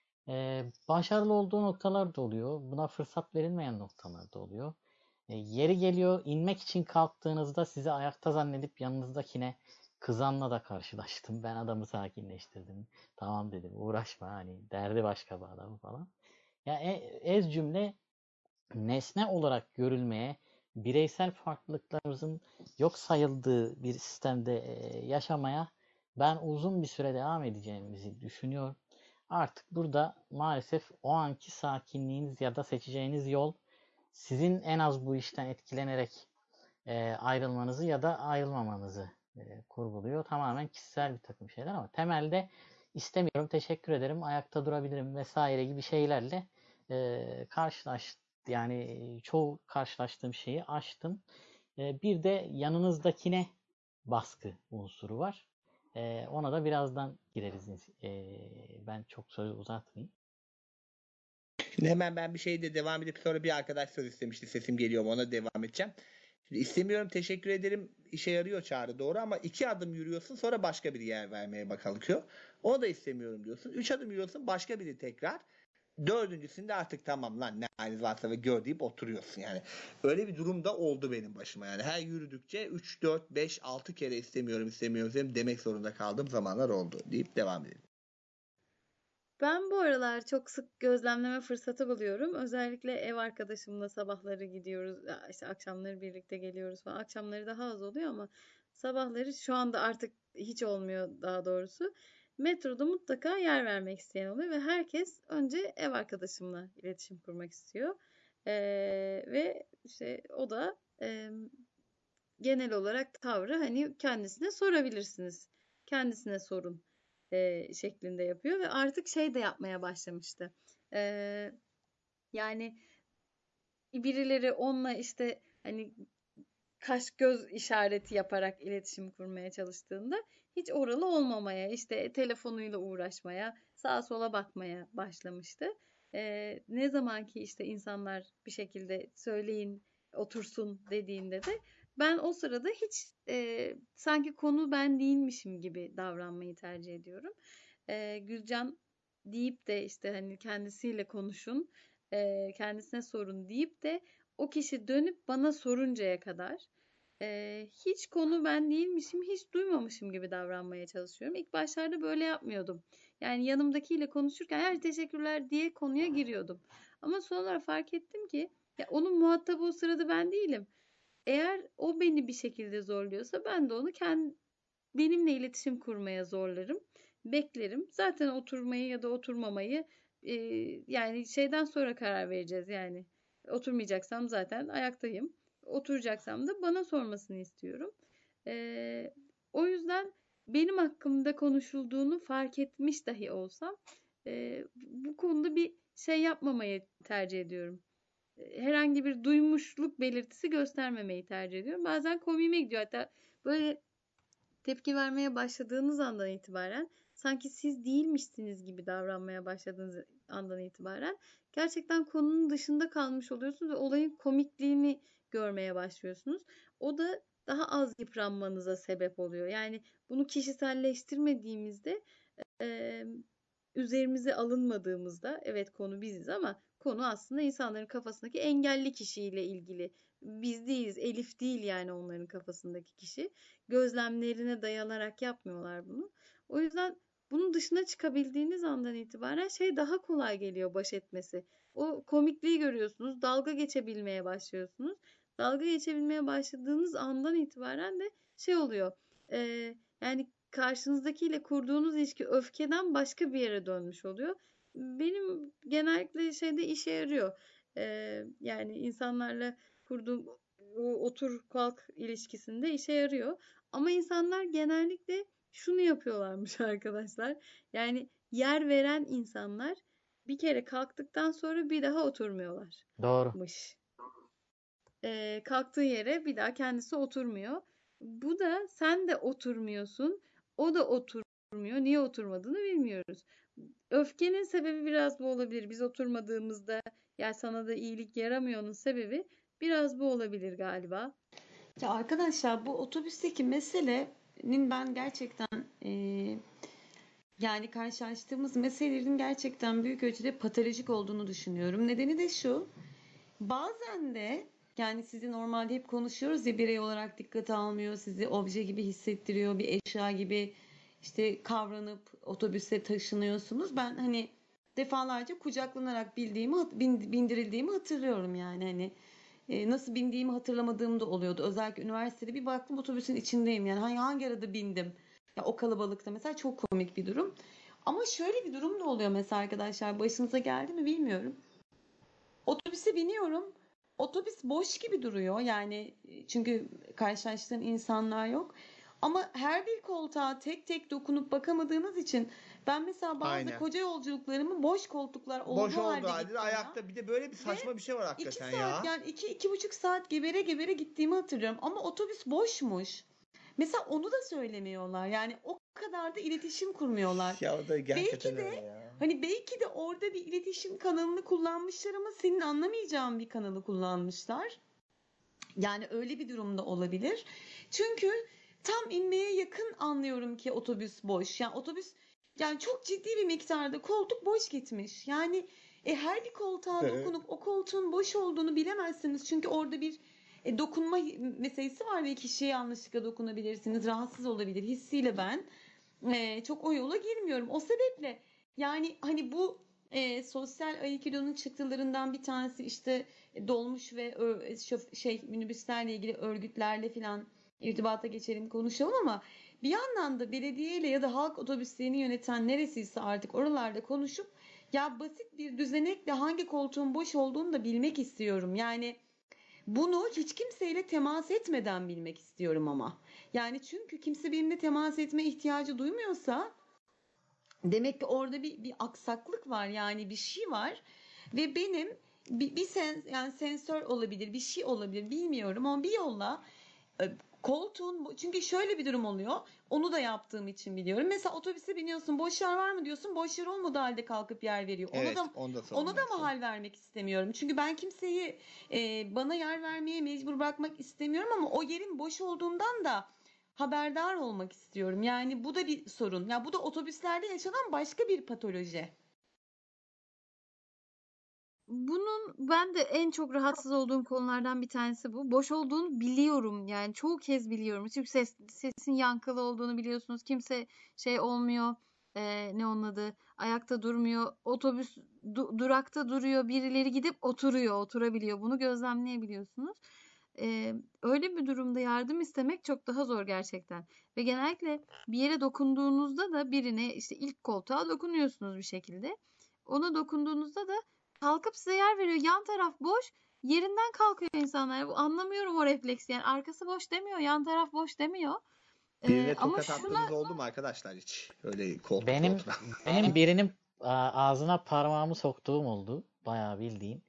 Başarılı olduğu noktalar da oluyor. Buna fırsat verilmeyen noktalar da oluyor. Yeri geliyor inmek için kalktığınızda sizi ayakta zannedip yanınızdakine kızanla da karşılaştım. Ben adamı sakinleştirdim. Tamam dedim, uğraşma, hani derdi başka bir adam falan. Ya ez cümle nesne olarak görülmeye, bireysel farklılıklarımızın yok sayıldığı bir sistemde yaşamaya ben uzun bir süre devam edeceğimizi düşünüyorum. Artık burada maalesef o anki sakinliğiniz ya da seçeceğiniz yol sizin en az bu işten etkilenerek ayrılmanızı ya da ayrılmamanızı kurguluyor. Tamamen kişisel bir takım şeyler ama temelde istemiyorum, teşekkür ederim, ayakta durabilirim vesaire gibi şeylerle yani çoğu karşılaştığım şeyi aştım. Bir de yanınızdakine baskı unsuru var. Ona da birazdan gireriz. Ben çok sözü uzatmayayım. Şimdi hemen ben bir şeyde devam edip sonra bir arkadaş söz istemişti. Sesim geliyor mu, ona devam edeceğim. Şimdi istemiyorum, teşekkür ederim, işe yarıyor Çağrı, doğru, ama 2 adım yürüyorsun sonra başka bir yer vermeye kalkıyor. Onu da istemiyorum diyorsun. 3 adım yürüyorsun, başka biri tekrar. 4.'sünde artık tamam lan ne haliniz varsa ve gör deyip oturuyorsun yani. Öyle bir durum da oldu benim başıma yani. Her yürüdükçe 3, 4, 5, 6 kere istemiyorum demek zorunda kaldığım zamanlar oldu deyip devam edelim. Ben bu aralar çok sık gözlemleme fırsatı buluyorum. Özellikle ev arkadaşımla sabahları gidiyoruz. İşte akşamları birlikte geliyoruz falan. Akşamları daha az oluyor ama sabahları şu anda artık hiç olmuyor daha doğrusu. Metroda mutlaka yer vermek isteyen oluyor ve herkes önce ev arkadaşımla iletişim kurmak istiyor. Ve işte o da genel olarak tavrı hani kendisine sorabilirsiniz. Kendisine sorun şeklinde yapıyor ve artık şey de yapmaya başlamıştı. Yani birileri onunla işte hani kaş göz işareti yaparak iletişim kurmaya çalıştığında hiç oralı olmamaya, işte telefonuyla uğraşmaya, sağa sola bakmaya başlamıştı. Ne zaman ki işte insanlar bir şekilde söyleyin, otursun dediğinde de ben o sırada hiç sanki konu ben değilmişim gibi davranmayı tercih ediyorum. Gülcan deyip de işte hani kendisiyle konuşun, kendisine sorun deyip de o kişi dönüp bana soruncaya kadar hiç konu ben değilmişim, hiç duymamışım gibi davranmaya çalışıyorum. İlk başlarda böyle yapmıyordum. Yani yanımdakiyle konuşurken her teşekkürler diye konuya giriyordum. Ama sonra fark ettim ki ya onun muhatabı o sırada ben değilim. Eğer o beni bir şekilde zorluyorsa ben de onu benimle iletişim kurmaya zorlarım, beklerim. Zaten oturmayı ya da oturmamayı yani şeyden sonra karar vereceğiz yani. Oturmayacaksam zaten ayaktayım. Oturacaksam da bana sormasını istiyorum. O yüzden benim hakkımda konuşulduğunu fark etmiş dahi olsam bu konuda bir şey yapmamayı tercih ediyorum. Herhangi bir duymuşluk belirtisi göstermemeyi tercih ediyorum. Bazen komiğime gidiyor. Hatta böyle tepki vermeye başladığınız andan itibaren sanki siz değilmişsiniz gibi davranmaya başladığınız andan itibaren gerçekten konunun dışında kalmış oluyorsunuz ve olayın komikliğini görmeye başlıyorsunuz. O da daha az yıpranmanıza sebep oluyor. Yani bunu kişiselleştirmediğimizde üzerimize alınmadığımızda evet konu biziz ama konu aslında insanların kafasındaki engelli kişiyle ilgili. Biz değiliz, Elif değil yani onların kafasındaki kişi. Gözlemlerine dayanarak yapmıyorlar bunu. O yüzden bunun dışına çıkabildiğiniz andan itibaren şey daha kolay geliyor baş etmesi. O komikliği görüyorsunuz, dalga geçebilmeye başlıyorsunuz. Dalga geçebilmeye başladığınız andan itibaren de şey oluyor. Yani karşınızdakiyle kurduğunuz ilişki öfkeden başka bir yere dönmüş oluyor. Benim genellikle şeyde işe yarıyor. Yani insanlarla kurduğum o otur kalk ilişkisinde işe yarıyor. Ama insanlar genellikle şunu yapıyorlarmış arkadaşlar. Yani yer veren insanlar bir kere kalktıktan sonra bir daha oturmuyorlarmış. Doğru. Kalktığı yere bir daha kendisi oturmuyor. Bu da sen de oturmuyorsun. O da oturmuyor. Niye oturmadığını bilmiyoruz. Öfkenin sebebi biraz bu olabilir. Biz oturmadığımızda ya sana da iyilik yaramıyor'nun sebebi biraz bu olabilir galiba. Ya arkadaşlar bu otobüsteki meselenin ben gerçekten yani karşılaştığımız meselelerin gerçekten büyük ölçüde patolojik olduğunu düşünüyorum. Nedeni de şu. Bazen de yani sizi normalde hep konuşuyoruz ya birey olarak dikkate almıyor, sizi obje gibi hissettiriyor, bir eşya gibi işte kavranıp otobüse taşınıyorsunuz. Ben hani defalarca kucaklanarak bindirildiğimi hatırlıyorum yani hani nasıl bindiğimi hatırlamadığım da oluyordu. Özellikle üniversitede bir baktım otobüsün içindeyim yani hangi arada bindim? Ya o kalabalıkta mesela çok komik bir durum. Ama şöyle bir durum da oluyor mesela arkadaşlar başınıza geldi mi bilmiyorum. Otobüse biniyorum. Otobüs boş gibi duruyor. Yani çünkü karşılaştığım insanlar yok. Ama her bir koltuğa tek tek dokunup bakamadığınız için ben mesela bazı Aynen. koca yolculuklarımı boş koltuklar Boş olduğu olduğu halde halde gittim ya. ayakta bir de böyle bir Ve saçma bir şey var 2 hakikaten saat ya. yani 2,5 saat gebere gittiğimi hatırlıyorum. Ama otobüs boşmuş. Mesela onu da söylemiyorlar. Yani o kadar da iletişim kurmuyorlar. Ya o da gerçekten Belki öyle de ya. hani belki de orada bir iletişim kanalını kullanmışlar ama senin anlamayacağın bir kanalı kullanmışlar. Yani öyle bir durumda olabilir. Çünkü tam inmeye yakın anlıyorum ki otobüs boş. Yani otobüs yani çok ciddi bir miktarda koltuk boş gitmiş. Yani her bir koltuğa dokunup o koltuğun boş olduğunu bilemezsiniz. Çünkü orada bir dokunma meselesi var ve kişiye yanlışlıkla dokunabilirsiniz. Rahatsız olabilir. Hissiyle ben çok o yola girmiyorum. O sebeple Yani hani bu sosyal Aikido'nun çıktılarından bir tanesi işte dolmuş ve minibüslerle ilgili örgütlerle filan irtibata geçelim, konuşalım ama bir yandan da belediyeyle ya da halk otobüslerini yöneten neresiyse artık oralarda konuşup ya basit bir düzenekle hangi koltuğun boş olduğunu da bilmek istiyorum. Yani bunu hiç kimseyle temas etmeden bilmek istiyorum ama. Yani çünkü kimse benimle temas etme ihtiyacı duymuyorsa demek ki orada bir aksaklık var, yani bir şey var ve benim yani sensör olabilir, bir şey olabilir, bilmiyorum ama bir yolla koltuğun, çünkü şöyle bir durum oluyor. Onu da yaptığım için biliyorum. Mesela otobüse biniyorsun, boş yer var mı diyorsun. Boş yer olmadığı halde kalkıp yer veriyor. Evet, onu da Ona da sormuyorsun. mahal vermek istemiyorum. Çünkü ben kimseyi bana yer vermeye mecbur bırakmak istemiyorum ama o yerin boş olduğundan da haberdar olmak istiyorum. Yani bu da bir sorun. Ya bu da otobüslerde yaşanan başka bir patoloji. Bunun ben de en çok rahatsız olduğum konulardan bir tanesi bu. Boş olduğunu biliyorum, yani çoğu kez biliyorum. Çünkü sesin yankılı olduğunu biliyorsunuz. Kimse şey olmuyor. Ne onun adı? Ayakta durmuyor. Otobüs durakta duruyor. Birileri gidip oturabiliyor. Bunu gözlemleyebiliyorsunuz. Öyle bir durumda yardım istemek çok daha zor gerçekten. Ve genellikle bir yere dokunduğunuzda da birine, işte ilk koltuğa dokunuyorsunuz bir şekilde. Ona dokunduğunuzda da kalkıp size yer veriyor. Yan taraf boş. Yerinden kalkıyor insanlar. Anlamıyorum o refleksi. Yani arkası boş demiyor. Yan taraf boş demiyor. Birine Ama tokat attığınız oldu mu arkadaşlar hiç? Öyle koltukta Benim oturan. birinin ağzına parmağımı soktuğum oldu. Bayağı bildiğin.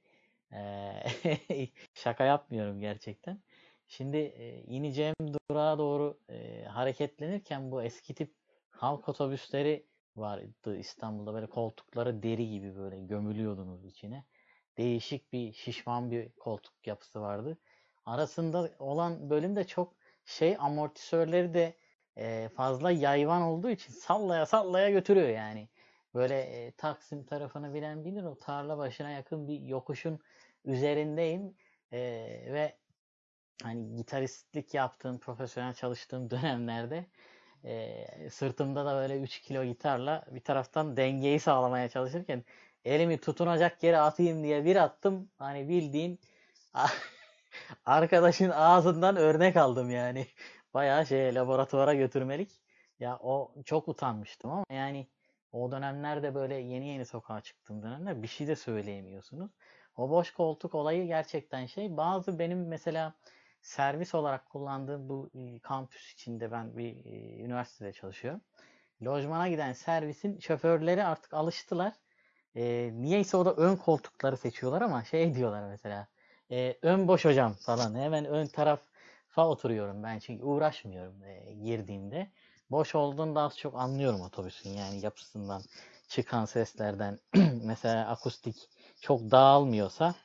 Şaka yapmıyorum gerçekten. Şimdi ineceğim durağa doğru hareketlenirken bu eski tip halk otobüsleri vardı İstanbul'da. Böyle koltukları deri gibi böyle gömülüyordunuz içine. Değişik bir şişman bir koltuk yapısı vardı. Arasında olan bölümde çok amortisörleri de fazla yayvan olduğu için sallaya sallaya götürüyor yani. Böyle Taksim tarafını bilen bilir, o tarla başına yakın bir yokuşun üzerindeyim. Ve hani gitaristlik yaptığım, profesyonel çalıştığım dönemlerde sırtımda da böyle 3 kilo gitarla bir taraftan dengeyi sağlamaya çalışırken elimi tutunacak yere atayım diye bir attım. Hani bildiğin arkadaşın ağzından örnek aldım yani. Bayağı laboratuvara götürmelik. Ya o çok utanmıştım ama yani o dönemlerde böyle yeni yeni sokağa çıktığım dönemler bir şey de söyleyemiyorsunuz. O boş koltuk olayı gerçekten Bazı benim mesela servis olarak kullandığım bu kampüs içinde ben bir üniversitede çalışıyorum. Lojmana giden servisin şoförleri artık alıştılar. Niyeyse o da ön koltukları seçiyorlar ama diyorlar mesela. Ön boş hocam falan. Hemen ön tarafa oturuyorum ben çünkü uğraşmıyorum girdiğimde. Boş olduğunu da az çok anlıyorum otobüsün, yani yapısından, çıkan seslerden. Mesela akustik çok dağılmıyorsa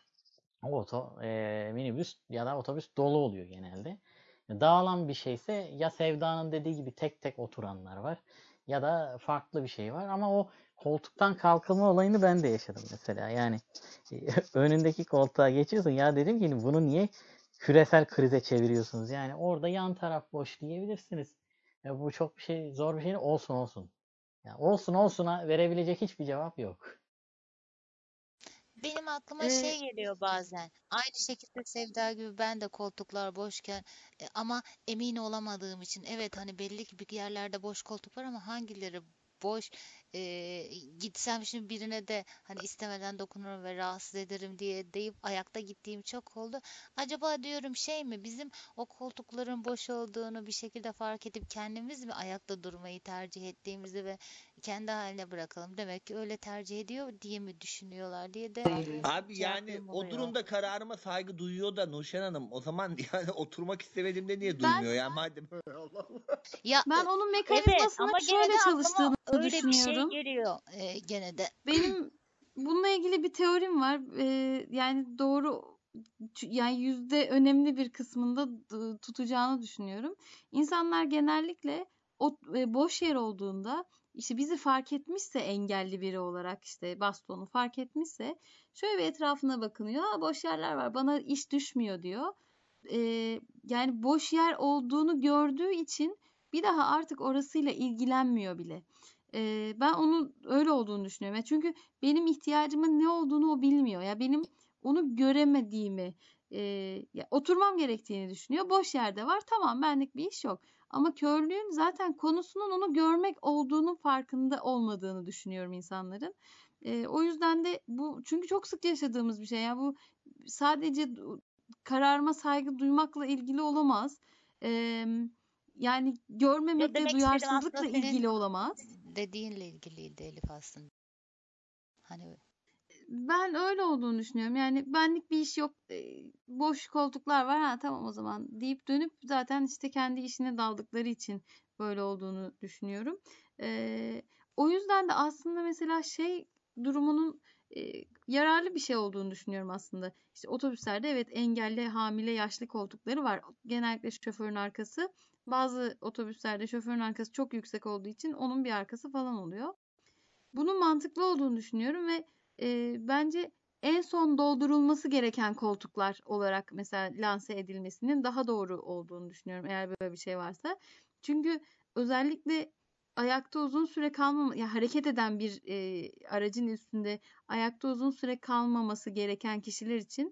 minibüs ya da otobüs dolu oluyor genelde. Dağılan bir şeyse ya Sevda'nın dediği gibi tek tek oturanlar var ya da farklı bir şey var ama o koltuktan kalkılma olayını ben de yaşadım mesela. Yani önündeki koltuğa geçiyorsun, ya dedim ki bunu niye küresel krize çeviriyorsunuz? Yani orada yan taraf boş diyebilirsiniz. Ya bu çok zor bir şey değil. Olsun. Ya olsun'a verebilecek hiçbir cevap yok. Benim aklıma geliyor bazen. Aynı şekilde Sevda gibi ben de koltuklar boşken ama emin olamadığım için, evet hani belli ki bir yerlerde boş koltuk var ama hangileri boş, gitsem şimdi birine de hani istemeden dokunurum ve rahatsız ederim diye deyip ayakta gittiğim çok oldu. Acaba diyorum mi, bizim o koltukların boş olduğunu bir şekilde fark edip kendimiz mi ayakta durmayı tercih ettiğimizi ve kendi haline bırakalım. Demek ki öyle tercih ediyor diye mi düşünüyorlar diye de Abi yani cevaplarım o oluyor. durumda kararıma saygı duyuyor da Nurşen Hanım, o zaman yani oturmak istemediğimde niye duymuyor ya madem Allah Allah. Ya Ben onun evet mekanizmasının ama gene şöyle de aklıma çalıştığını öyle bir şey düşünüyorum. geliyor gene de. Benim bununla ilgili bir teorim var. Yani doğru, yani yüzde önemli bir kısmında tutacağını düşünüyorum. İnsanlar genellikle boş yer olduğunda, işte bizi fark etmişse, engelli biri olarak işte bastonu fark etmişse, şöyle bir etrafına bakınıyor. Boş yerler var, bana iş düşmüyor diyor. Yani boş yer olduğunu gördüğü için bir daha artık orasıyla ilgilenmiyor bile. Ben onun öyle olduğunu düşünüyorum. Yani çünkü benim ihtiyacımın ne olduğunu o bilmiyor. Ya benim onu göremediğimi, ya oturmam gerektiğini düşünüyor. Boş yerde var. Tamam, benlik bir iş yok. Ama körlüğün zaten konusunun onu görmek olduğunun farkında olmadığını düşünüyorum insanların. O yüzden de bu, çünkü çok sık yaşadığımız bir şey. Ya bu sadece kararıma saygı duymakla ilgili olamaz. Yani Ya görmemek ve demek istediğim aslında duyarsızlıkla senin ilgili olamaz. dediğinle ilgiliydi Elif aslında. Hani Ben öyle olduğunu düşünüyorum. Yani benlik bir iş yok. Boş koltuklar var. Ha tamam o zaman deyip dönüp zaten işte kendi işine daldıkları için böyle olduğunu düşünüyorum. O yüzden de aslında mesela şey durumunun yararlı bir şey olduğunu düşünüyorum aslında. İşte otobüslerde evet engelli, hamile, yaşlı koltukları var. Genellikle şoförün arkası. Bazı otobüslerde şoförün arkası çok yüksek olduğu için onun bir arkası falan oluyor. Bunun mantıklı olduğunu düşünüyorum ve bence en son doldurulması gereken koltuklar olarak mesela lanse edilmesinin daha doğru olduğunu düşünüyorum eğer böyle bir şey varsa. Çünkü özellikle ayakta uzun süre kalmama, ya hareket eden bir aracın üstünde ayakta uzun süre kalmaması gereken kişiler için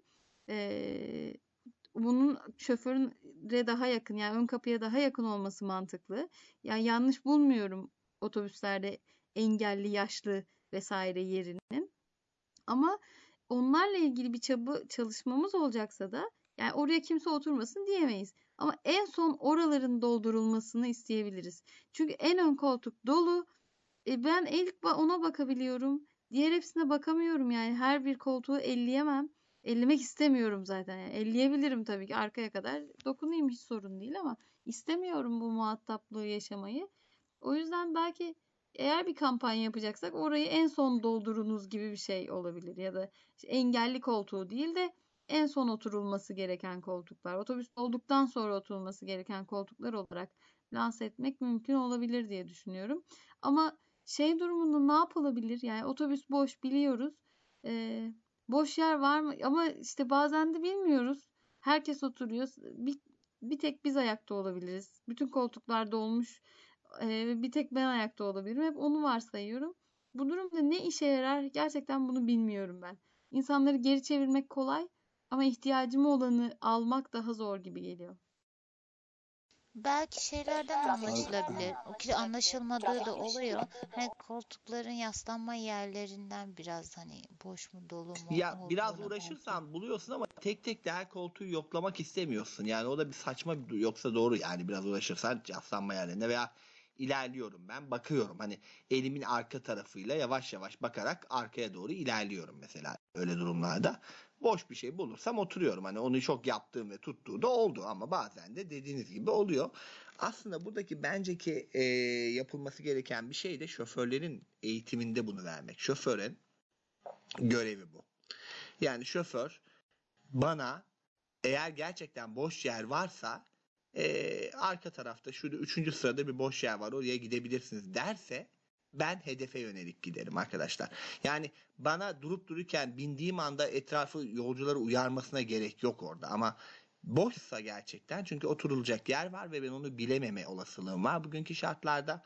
bunun şoförüne daha yakın, yani ön kapıya daha yakın olması mantıklı. Yani yanlış bulmuyorum otobüslerde engelli, yaşlı vesaire yerinin. Ama onlarla ilgili bir çalışmamız olacaksa da yani oraya kimse oturmasın diyemeyiz. Ama en son oraların doldurulmasını isteyebiliriz. Çünkü en ön koltuk dolu. Ben ilk ona bakabiliyorum. Diğer hepsine bakamıyorum yani. Her bir koltuğu elleyemem. Ellemek istemiyorum zaten. Yani elleyebilirim tabii ki arkaya kadar. Dokunayım, hiç sorun değil ama istemiyorum bu muhataplığı yaşamayı. O yüzden belki eğer bir kampanya yapacaksak orayı en son doldurunuz gibi bir şey olabilir. Ya da işte engelli koltuğu değil de en son oturulması gereken koltuklar. Otobüs olduktan sonra oturulması gereken koltuklar olarak lanse etmek mümkün olabilir diye düşünüyorum. Ama şey durumunda ne yapılabilir? Yani otobüs boş biliyoruz. Ee, Boş yer var mı? Ama işte bazen de bilmiyoruz. Herkes oturuyor. Bir tek biz ayakta olabiliriz. Bütün koltuklar dolmuş. Bir tek ben ayakta olabilirim. Hep onu varsayıyorum. Bu durumda ne işe yarar? Gerçekten bunu bilmiyorum ben. İnsanları geri çevirmek kolay ama ihtiyacım olanı almak daha zor gibi geliyor. belki şeylerden anlaşılabilir. O ki anlaşılmadığı da oluyor. Hani koltukların yaslanma yerlerinden biraz hani boş mu dolu mu Ya biraz olduğunu belki. uğraşırsan buluyorsun ama tek tek de her koltuğu yoklamak istemiyorsun. Yani o da bir saçma bir yoksa doğru, yani biraz uğraşırsan yaslanma yerlerine veya ilerliyorum, ben bakıyorum hani elimin arka tarafıyla yavaş yavaş bakarak arkaya doğru ilerliyorum mesela öyle durumlarda. Boş bir şey bulursam oturuyorum. Hani onu çok yaptığım ve tuttuğu da oldu ama bazen de dediğiniz gibi oluyor. Aslında buradaki bence ki yapılması gereken bir şey de şoförlerin eğitiminde bunu vermek. Şoförün görevi bu. Yani şoför bana, eğer gerçekten boş yer varsa arka tarafta şurada 3. sırada bir boş yer var, oraya gidebilirsiniz derse ben hedefe yönelik giderim arkadaşlar. Yani bana durup dururken bindiğim anda etrafı yolcuları uyarmasına gerek yok orada ama boşsa gerçekten, çünkü oturulacak yer var ve ben onu bilememe olasılığım var bugünkü şartlarda.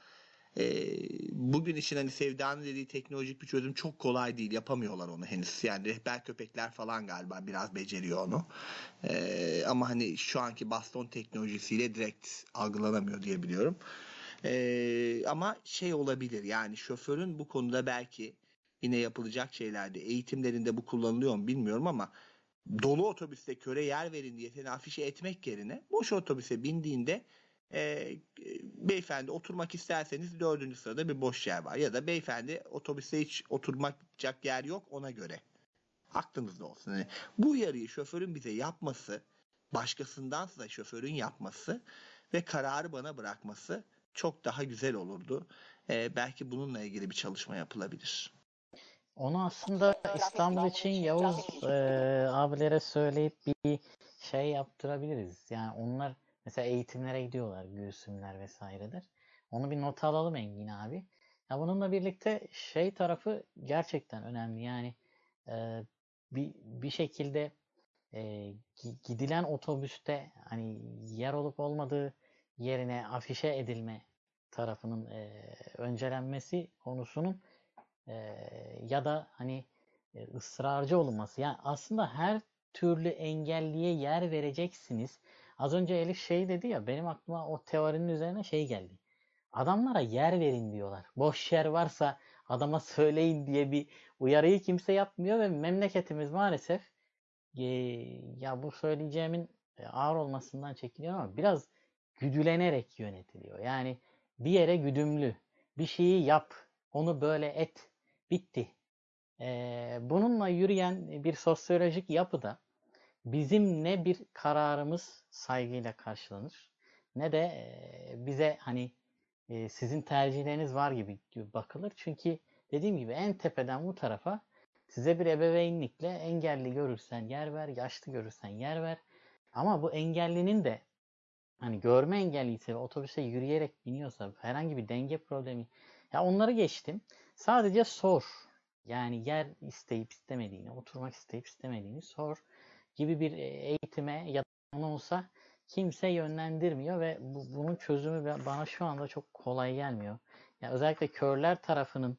Bugün işin hani Sevda'nın dediği teknolojik bir çözüm çok kolay değil. Yapamıyorlar onu henüz. Yani rehber köpekler falan galiba biraz beceriyor onu. Ama hani şu anki baston teknolojisiyle direkt algılanamıyor diye biliyorum. Ama şey olabilir, yani şoförün bu konuda belki yine yapılacak şeylerde, eğitimlerinde bu kullanılıyor mu bilmiyorum ama dolu otobüste köre yer verin diye seni afişe etmek yerine boş otobüse bindiğinde beyefendi oturmak isterseniz 4. sırada bir boş yer var. Ya da beyefendi otobüste hiç oturmakacak yer yok, ona göre. Aklınızda olsun. Yani bu uyarıyı şoförün bize yapması, başkasındansa şoförün yapması ve kararı bana bırakması çok daha güzel olurdu. Belki bununla ilgili bir çalışma yapılabilir. Onu aslında İstanbul için Yavuz abilere söyleyip bir şey yaptırabiliriz. Yani onlar mesela eğitimlere gidiyorlar, Gülsümler vesaireler. Onu bir not alalım Engin abi. Ya bununla birlikte şey tarafı gerçekten önemli. Yani e, bir şekilde gidilen otobüste hani yer olup olmadığı yerine afişe edilme tarafının öncelenmesi konusunun ya da hani ısrarcı olunması. Yani aslında her türlü engelliye yer vereceksiniz. Az önce Elif şey dedi ya, benim aklıma o teorinin üzerine şey geldi. Adamlara yer verin diyorlar. Boş yer varsa adama söyleyin diye bir uyarıyı kimse yapmıyor ve memleketimiz maalesef ya bu söyleyeceğimin ağır olmasından çekiniyorum ama biraz güdülenerek yönetiliyor. Yani bir yere güdümlü, bir şeyi yap, onu böyle et, bitti. Bununla yürüyen bir sosyolojik yapıda bizim ne bir kararımız saygıyla karşılanır ne de bize hani sizin tercihleriniz var gibi bakılır. Çünkü dediğim gibi en tepeden bu tarafa size bir ebeveynlikle engelli görürsen yer ver, yaşlı görürsen yer ver. Ama bu engellinin de hani görme engelliyse ve otobüse yürüyerek biniyorsa herhangi bir denge problemi, ya onları geçtim. Sadece sor. Yani yer isteyip istemediğini, oturmak isteyip istemediğini sor gibi bir eğitime ya da olsa kimse yönlendirmiyor ve bunun çözümü bana şu anda çok kolay gelmiyor. Yani özellikle körler tarafının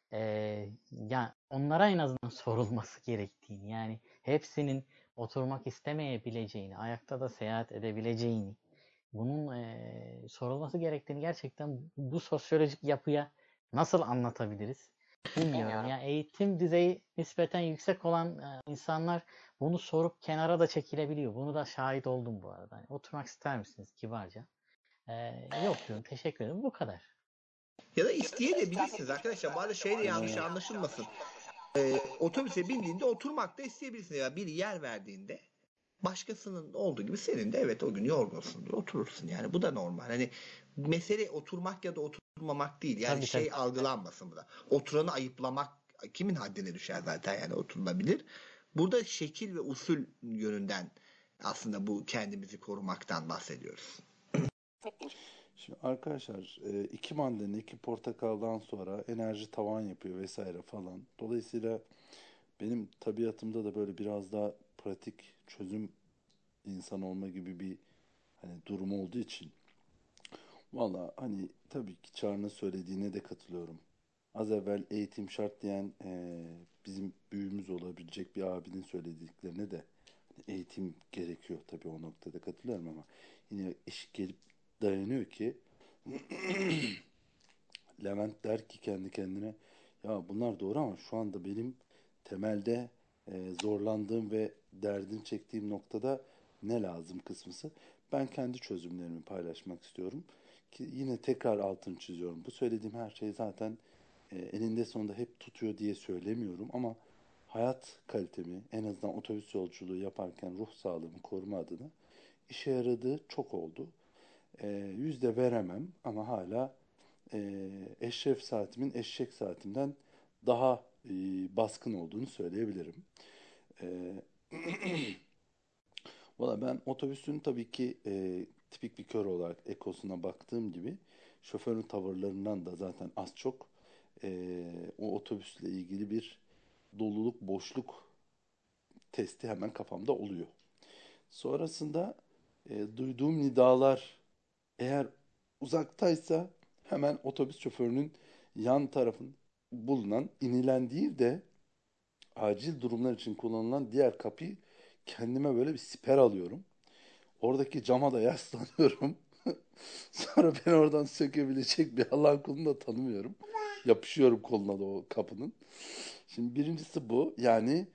yani onlara en azından sorulması gerektiğini, yani hepsinin oturmak istemeyebileceğini, ayakta da seyahat edebileceğini, bunun sorulması gerektiğini gerçekten bu sosyolojik yapıya nasıl anlatabiliriz bilmiyorum. Yani eğitim düzeyi nispeten yüksek olan insanlar bunu sorup kenara da çekilebiliyor. Bunu da şahit oldum bu arada. Yani oturmak ister misiniz kibarca? Yok diyorum, teşekkür ederim. Bu kadar. Ya da isteyebilirsiniz arkadaşlar. Bu arada şey de yanlış anlaşılmasın. Otobüse bindiğinde oturmak da isteyebilirsiniz. Ya bir yer verdiğinde başkasının olduğu gibi senin de evet o gün yorgunsundur, oturursun. Yani bu da normal. Hani mesele oturmak ya da oturmamak değil. Yani Tabii. algılanmasın burada. Oturanı ayıplamak kimin haddine düşer zaten, yani oturulabilir. Burada şekil ve usul yönünden aslında bu kendimizi korumaktan bahsediyoruz. Şimdi arkadaşlar 2 mandalina 2 portakaldan sonra enerji tavan yapıyor vesaire falan. Dolayısıyla benim tabiatımda da böyle biraz daha pratik çözüm insan olma gibi bir hani durum olduğu için valla hani tabii ki Çağrı'nın söylediğine de katılıyorum. Az evvel eğitim şart diyen bizim büyüğümüz olabilecek bir abinin söylediklerine de eğitim gerekiyor tabii, o noktada katılıyorum ama yine iş gelip dayanıyor ki Levent der ki kendi kendine, ya bunlar doğru ama şu anda benim temelde zorlandığım ve derdini çektiğim noktada ne lazım kısmısı. Ben kendi çözümlerimi paylaşmak istiyorum ki yine tekrar altını çiziyorum. Bu söylediğim her şey zaten eninde sonunda hep tutuyor diye söylemiyorum ama hayat kalitemi, en azından otobüs yolculuğu yaparken ruh sağlığımı koruma adına işe yaradığı çok oldu. Yüzde veremem ama hala eşref saatimin eşek saatimden daha baskın olduğunu söyleyebilirim. E, Valla ben otobüsün tabii ki tipik bir kör olarak ekosuna baktığım gibi şoförün tavırlarından da zaten az çok o otobüsle ilgili bir doluluk, boşluk testi hemen kafamda oluyor. Sonrasında duyduğum nidalar eğer uzaktaysa hemen otobüs şoförünün yan tarafın bulunan inilen değil de acil durumlar için kullanılan diğer kapıyı kendime böyle bir siper alıyorum. Oradaki cama da yaslanıyorum. Sonra beni oradan sökebilecek bir Allah'ın kulunu da tanımıyorum. Yapışıyorum koluna da o kapının. Şimdi birincisi bu. Yani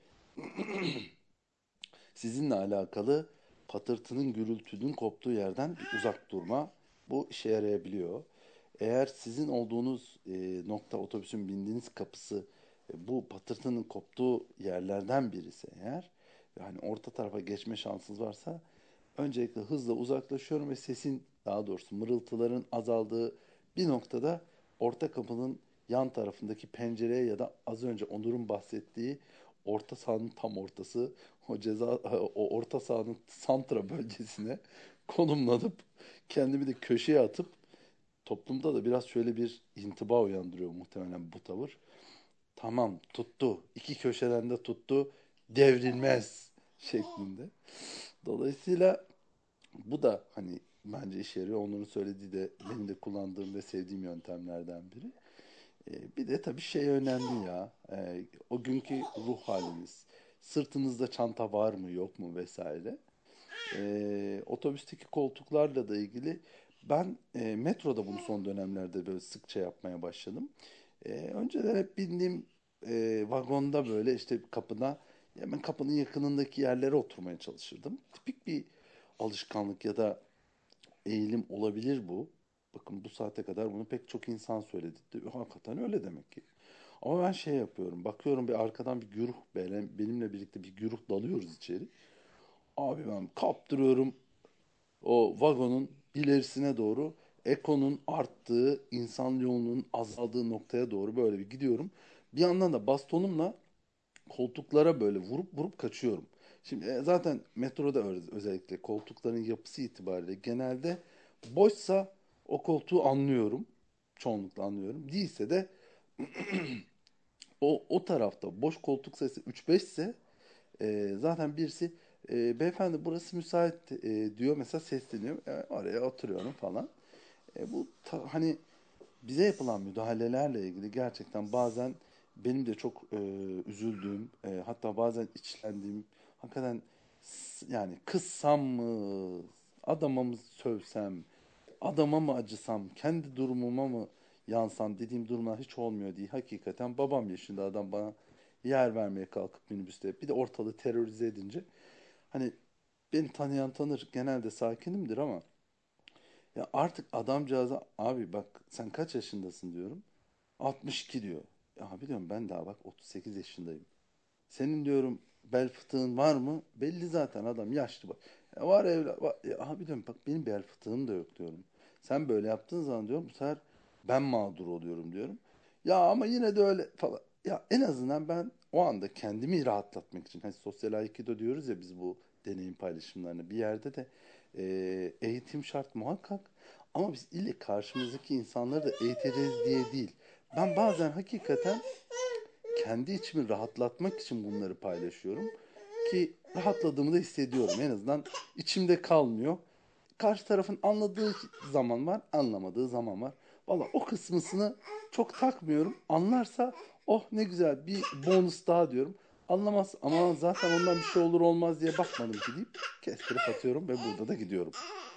sizinle alakalı patırtının, gürültünün koptuğu yerden uzak durma. Bu işe yarayabiliyor. Eğer sizin olduğunuz nokta, otobüsün bindiğiniz kapısı bu patırtının koptuğu yerlerden birisi eğer, yani orta tarafa geçme şansınız varsa öncelikle hızla uzaklaşıyorum ve sesin, daha doğrusu mırıltıların azaldığı bir noktada orta kapının yan tarafındaki pencereye ya da az önce Onur'un bahsettiği orta sahanın tam ortası, o orta sahanın santra bölgesine konumlanıp kendimi de köşeye atıp, toplumda da biraz şöyle bir intiba uyandırıyor muhtemelen bu tavır. Tamam, tuttu. İki köşeden de tuttu. Devrilmez şeklinde. Dolayısıyla bu da hani bence işe yarıyor. Onların söylediği de benim de kullandığım ve sevdiğim yöntemlerden biri. Bir de tabii şey önemli ya. O günkü ruh haliniz. Sırtınızda çanta var mı yok mu vesaire. Otobüsteki koltuklarla da ilgili ben metroda bunu son dönemlerde böyle sıkça yapmaya başladım. Önceden hep bindiğim vagonda böyle işte kapına hemen kapının yakınındaki yerlere oturmaya çalışırdım. Tipik bir alışkanlık ya da eğilim olabilir bu. Bakın bu saate kadar bunu pek çok insan söyledi. Hakikaten öyle demek ki. Ama ben şey yapıyorum. Bakıyorum bir arkadan bir güruh benimle birlikte bir güruh dalıyoruz içeri. Abi ben kaptırıyorum o vagonun ilerisine doğru, Eko'nun arttığı, insan yoğunluğunun azaldığı noktaya doğru böyle bir gidiyorum. Bir yandan da bastonumla koltuklara böyle vurup vurup kaçıyorum. Şimdi zaten metroda özellikle koltukların yapısı itibariyle genelde boşsa o koltuğu anlıyorum. Çoğunlukla anlıyorum. Değilse de o tarafta boş koltuk sayısı 3-5 ise zaten birisi beyefendi burası müsait diyor mesela sesleniyor. Oraya oturuyorum falan. Hani bize yapılan müdahalelerle ilgili gerçekten bazen benim de çok üzüldüğüm, hatta bazen içlendiğim, hakikaten yani kızsam mı, adama mı sövsem, adama mı acısam, kendi durumuma mı yansam dediğim durumlar hiç olmuyor diye hakikaten babam yaşında adam bana yer vermeye kalkıp minibüste bir de ortalığı terörize edince hani beni tanıyan tanır genelde sakinimdir ama ya artık adamcağıza abi bak sen kaç yaşındasın diyorum. 62 diyor. Ya biliyorum ben daha bak 38 yaşındayım. Senin diyorum bel fıtığın var mı? Belli zaten adam yaşlı bak. Ya var evlat. Abi diyorum bak benim bel fıtığım da yok diyorum. Sen böyle yaptığın zaman diyorum bu sefer ben mağdur oluyorum diyorum. Ya ama yine de öyle falan. Ya en azından ben o anda kendimi rahatlatmak için. Hani sosyal aikido diyoruz ya biz bu deneyim paylaşımlarını. Bir yerde de eğitim şart muhakkak. Ama biz ille karşımızdaki insanları da eğiteceğiz diye değil. Ben bazen hakikaten kendi içimi rahatlatmak için bunları paylaşıyorum. Ki rahatladığımı da hissediyorum. En azından içimde kalmıyor. Karşı tarafın anladığı zaman var, anlamadığı zaman var. Valla o kısmısını çok takmıyorum. Anlarsa oh ne güzel bir bonus daha diyorum. Anlamaz ama zaten ondan bir şey olur olmaz diye bakmadım ki deyip kestirip atıyorum ve burada da gidiyorum.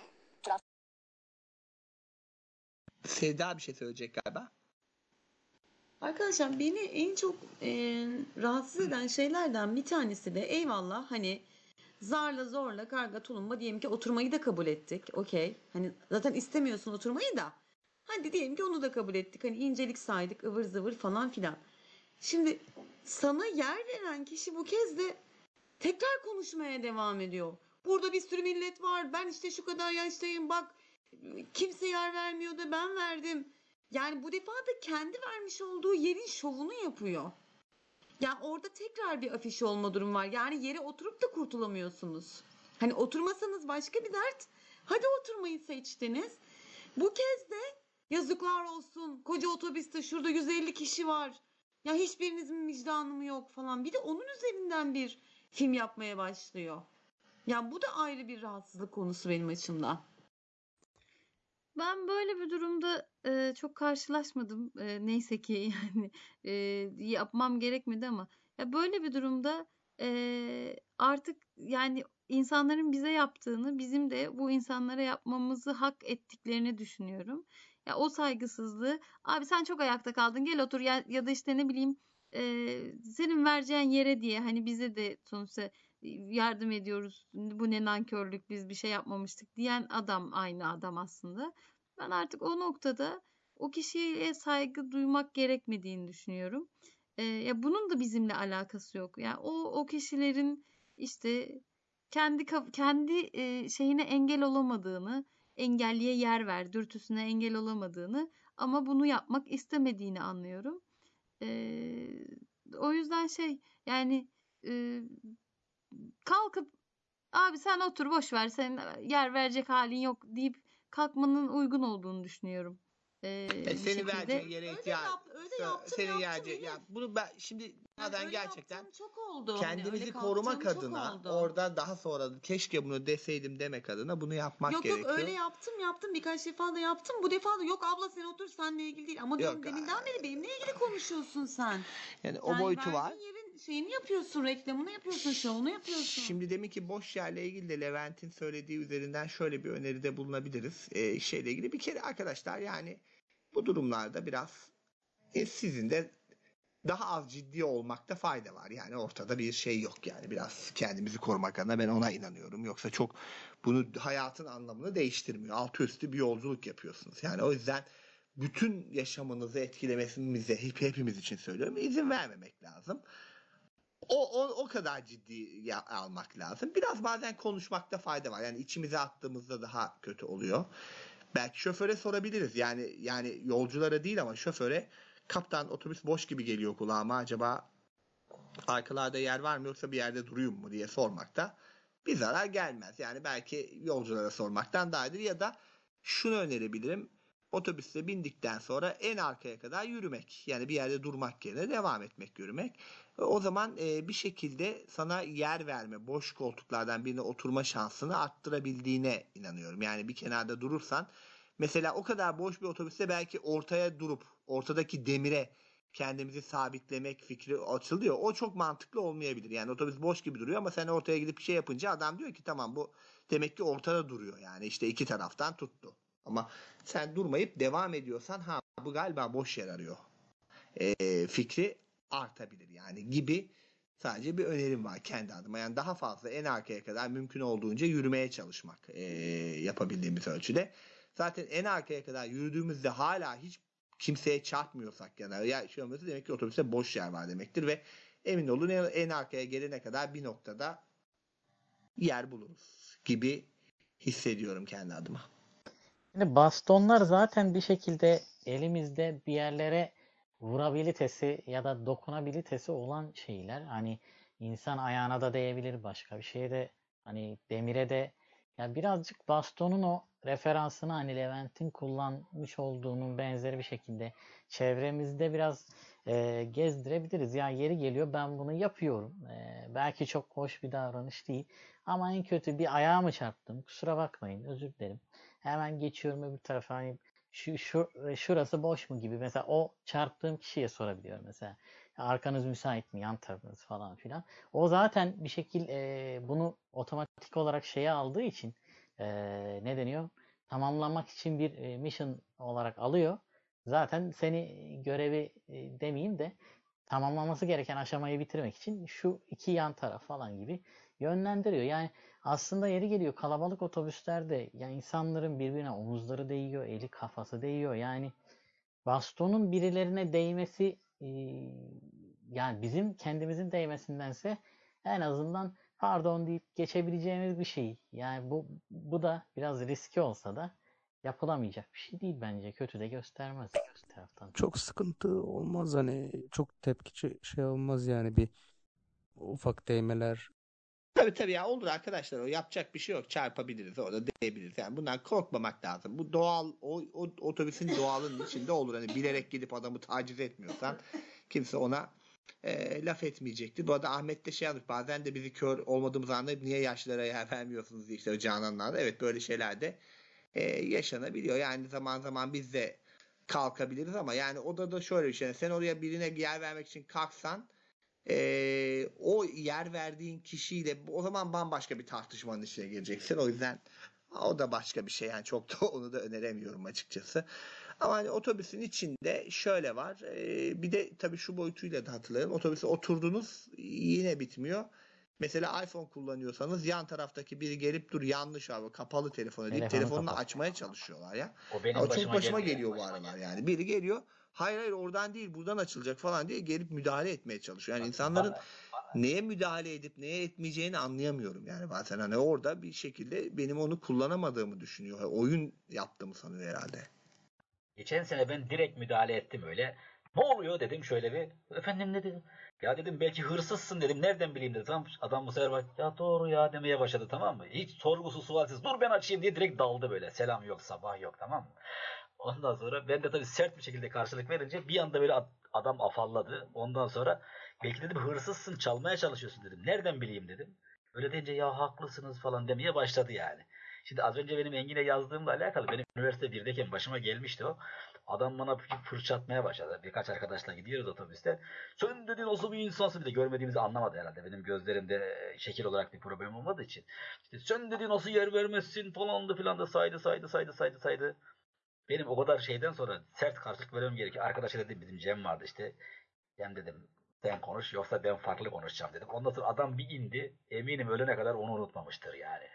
Sevda bir şey söyleyecek galiba. Arkadaşlar beni en çok rahatsız eden şeylerden bir tanesi de eyvallah hani zarla zorla karga tulumba diyelim ki oturmayı da kabul ettik. Okey. Hani zaten istemiyorsun oturmayı da. Hadi diyelim ki onu da kabul ettik. Hani incelik saydık ıvır zıvır falan filan. Şimdi sana yer veren kişi bu kez de tekrar konuşmaya devam ediyor. Burada bir sürü millet var. Ben işte şu kadar yaştayım. Bak kimse yer vermiyor da ben verdim. Yani bu defa da kendi vermiş olduğu yerin şovunu yapıyor. Yani orada tekrar bir afiş olma durum var. Yani yere oturup da kurtulamıyorsunuz. Hani oturmasanız başka bir dert. Hadi oturmayı seçtiniz. Bu kez de yazıklar olsun. Koca otobüste şurada 150 kişi var. Ya hiçbirinizin vicdanı mı yok falan. Bir de onun üzerinden bir film yapmaya başlıyor. Ya bu da ayrı bir rahatsızlık konusu benim açımdan. Ben böyle bir durumda çok karşılaşmadım. Neyse ki yani yapmam gerekmedi ama ya böyle bir durumda artık yani insanların bize yaptığını bizim de bu insanlara yapmamızı hak ettiklerini düşünüyorum. Ya o saygısızlığı abi sen çok ayakta kaldın gel otur ya da işte ne bileyim senin vereceğin yere diye hani bize de sonuçta yardım ediyoruz. Bu ne nankörlük biz bir şey yapmamıştık diyen adam aynı adam aslında. Ben artık o noktada o kişiye saygı duymak gerekmediğini düşünüyorum. Ya bunun da bizimle alakası yok. Yani o kişilerin işte kendi şeyine engel olamadığını, engelliye yer ver, dürtüsüne engel olamadığını ama bunu yapmak istemediğini anlıyorum. O yüzden yani e, kalkıp abi sen otur boş ver senin yer verecek halin yok deyip kalkmanın uygun olduğunu düşünüyorum. bir Senin şekilde. vereceğin yere Öyle yaptım senin yaptım ya Elif. bunu ben şimdi Yani bazen öyle gerçekten yaptığım çok oldu. Hani öyle kendimizi korumak kalktığım çok adına oldu. orada daha sonra keşke bunu deseydim demek adına bunu yapmak Yok öyle gerekiyor. yaptım birkaç defa da yaptım. Bu defa da yok abla sen otur seninle ilgili değil. Ama diyorum Yok deminden beri benimle ilgili konuşuyorsun sen. yani o Sen boyutu var. verdiğin yerin şeyini yapıyorsun, reklamını yapıyorsun, şovunu yapıyorsun. Şimdi demin ki boş yerle ilgili de Levent'in söylediği üzerinden şöyle bir öneride bulunabiliriz. Şeyle ilgili bir kere arkadaşlar yani bu durumlarda biraz sizin de daha az ciddi olmakta fayda var. Yani ortada bir şey yok yani biraz kendimizi korumak adına ben ona inanıyorum. Yoksa çok bunu hayatın anlamını değiştirmiyor. Altı üstü bir yolculuk yapıyorsunuz. Yani o yüzden bütün yaşamınızı etkilemesimize hepimiz için söylüyorum izin vermemek lazım. O kadar ciddi almak lazım. Biraz bazen konuşmakta fayda var. Yani içimize attığımızda daha kötü oluyor. Belki şoföre sorabiliriz. Yani yolculara değil ama şoföre kaptan otobüs boş gibi geliyor kulağıma. Acaba arkalarda yer var mı yoksa bir yerde durayım mu diye sormakta bir zarar gelmez. Yani belki yolculara sormaktan daha iyidir ya da şunu önerebilirim. Otobüste bindikten sonra en arkaya kadar yürümek. Yani bir yerde durmak yerine devam etmek, yürümek. O zaman bir şekilde sana yer verme, boş koltuklardan birine oturma şansını arttırabildiğine inanıyorum. Yani bir kenarda durursan mesela o kadar boş bir otobüste belki ortaya durup ortadaki demire kendimizi sabitlemek fikri açılıyor. O çok mantıklı olmayabilir. Yani otobüs boş gibi duruyor ama sen ortaya gidip bir şey yapınca adam diyor ki tamam bu demek ki ortada duruyor. Yani işte iki taraftan tuttu. Ama sen durmayıp devam ediyorsan bu galiba boş yer arıyor. Fikri artabilir yani gibi sadece bir önerim var kendi adıma. Yani daha fazla en arkaya kadar mümkün olduğunca yürümeye çalışmak yapabildiğimiz ölçüde. Zaten en arkaya kadar yürüdüğümüzde hala hiç kimseye çarpmıyorsak ya şey olmuyorsa demek ki otobüste boş yer var demektir ve emin olun en arkaya gelene kadar bir noktada yer buluruz gibi hissediyorum kendi adıma. Şimdi bastonlar zaten bir şekilde elimizde bir yerlere vurabilitesi ya da dokunabilitesi olan şeyler. Hani insan ayağına da değebilir, başka bir şeye de hani demire de. Ya birazcık bastonun o referansını hani Levent'in kullanmış olduğunun benzeri bir şekilde çevremizde biraz gezdirebiliriz. Yani yeri geliyor ben bunu yapıyorum. Belki çok hoş bir davranış değil ama en kötü bir ayağımı çarptım. Kusura bakmayın, özür dilerim. Hemen geçiyorum öbür tarafa. Hani şurası boş mu gibi. Mesela o çarptığım kişiye sorabiliyorum mesela. Arkanız müsait mi? Yan tarafınız falan filan. O zaten bir şekil bunu otomatik olarak şeye aldığı için ne deniyor? Tamamlamak için bir mission olarak alıyor. Zaten seni görevi demeyeyim de tamamlaması gereken aşamayı bitirmek için şu iki yan taraf falan gibi yönlendiriyor. Yani aslında yeri geliyor kalabalık otobüslerde ya insanların birbirine omuzları değiyor, eli kafası değiyor. Yani bastonun birilerine değmesi yani bizim kendimizin değmesindense en azından pardon deyip geçebileceğimiz bir şey. Yani bu da biraz riski olsa da yapılamayacak bir şey değil bence. Kötü de göstermez bir taraftan. Çok sıkıntı olmaz hani çok tepkici şey olmaz yani bir ufak değmeler. Tabii ya olur arkadaşlar o yapacak bir şey yok çarpabiliriz orada değebiliriz yani bundan korkmamak lazım bu doğal o otobüsün doğalının içinde olur hani bilerek gidip adamı taciz etmiyorsan kimse ona laf etmeyecektir. Bu arada Ahmet de şey alır bazen de bizi kör olmadığımızı anlayıp niye yaşlılara yer vermiyorsunuz diye işte o Cananlar'da evet böyle şeyler de yaşanabiliyor yani zaman zaman biz de kalkabiliriz ama yani odada şöyle bir şey sen oraya birine yer vermek için kalksan o yer verdiğin kişiyle o zaman bambaşka bir tartışmanın içine gireceksin. O yüzden o da başka bir şey. Yani çok da onu da öneremiyorum açıkçası. Ama hani otobüsün içinde şöyle var. Bir de tabii şu boyutuyla da hatırlayalım. Otobüse oturdunuz yine bitmiyor. Mesela iPhone kullanıyorsanız yan taraftaki biri gelip dur yanlış abi kapalı telefonu deyip telefonunu açmaya çalışıyorlar ya. O benim O çok başıma başıma geldi. geliyor bu aralar yani. Biri geliyor hayır oradan değil buradan açılacak falan diye gelip müdahale etmeye çalışıyor. Yani insanların neye müdahale edip neye etmeyeceğini anlayamıyorum yani bazen hani orada bir şekilde benim onu kullanamadığımı düşünüyor. Oyun yaptığımı sanıyor herhalde. Geçen sene ben direkt müdahale ettim öyle. Ne oluyor dedim şöyle bir. Efendim ne dedim. Ya dedim belki hırsızsın dedim. Nereden bileyim dedim. Adam bu sefer ya doğru ya demeye başladı tamam mı? Hiç sorgusu sualsiz. Dur ben açayım diye direkt daldı böyle. Selam yok sabah yok tamam mı? Ondan sonra ben de tabii sert bir şekilde karşılık verince bir anda böyle adam afalladı. Ondan sonra belki dedim hırsızsın, çalmaya çalışıyorsun dedim. Nereden bileyim dedim. Öyle deyince ya haklısınız falan demeye başladı yani. Şimdi az önce benim Engin'e yazdığımla alakalı benim üniversite 1'deyken başıma gelmişti o. Adam bana fırça atmaya başladı. Birkaç arkadaşla gidiyoruz otobüste. Sen dedi nasıl bir insansın, bir de görmediğimizi anlamadı herhalde. Benim gözlerimde şekil olarak bir problem olmadığı için. İşte sen dedi nasıl yer vermezsin falandı filan da saydı. Benim o kadar şeyden sonra sert karşılık vermem gerekiyor. Arkadaşa dedim, bizim Cem vardı işte. Cem dedim sen konuş yoksa ben farklı konuşacağım dedim. Ondan sonra adam bir indi. Eminim ölene kadar onu unutmamıştır yani.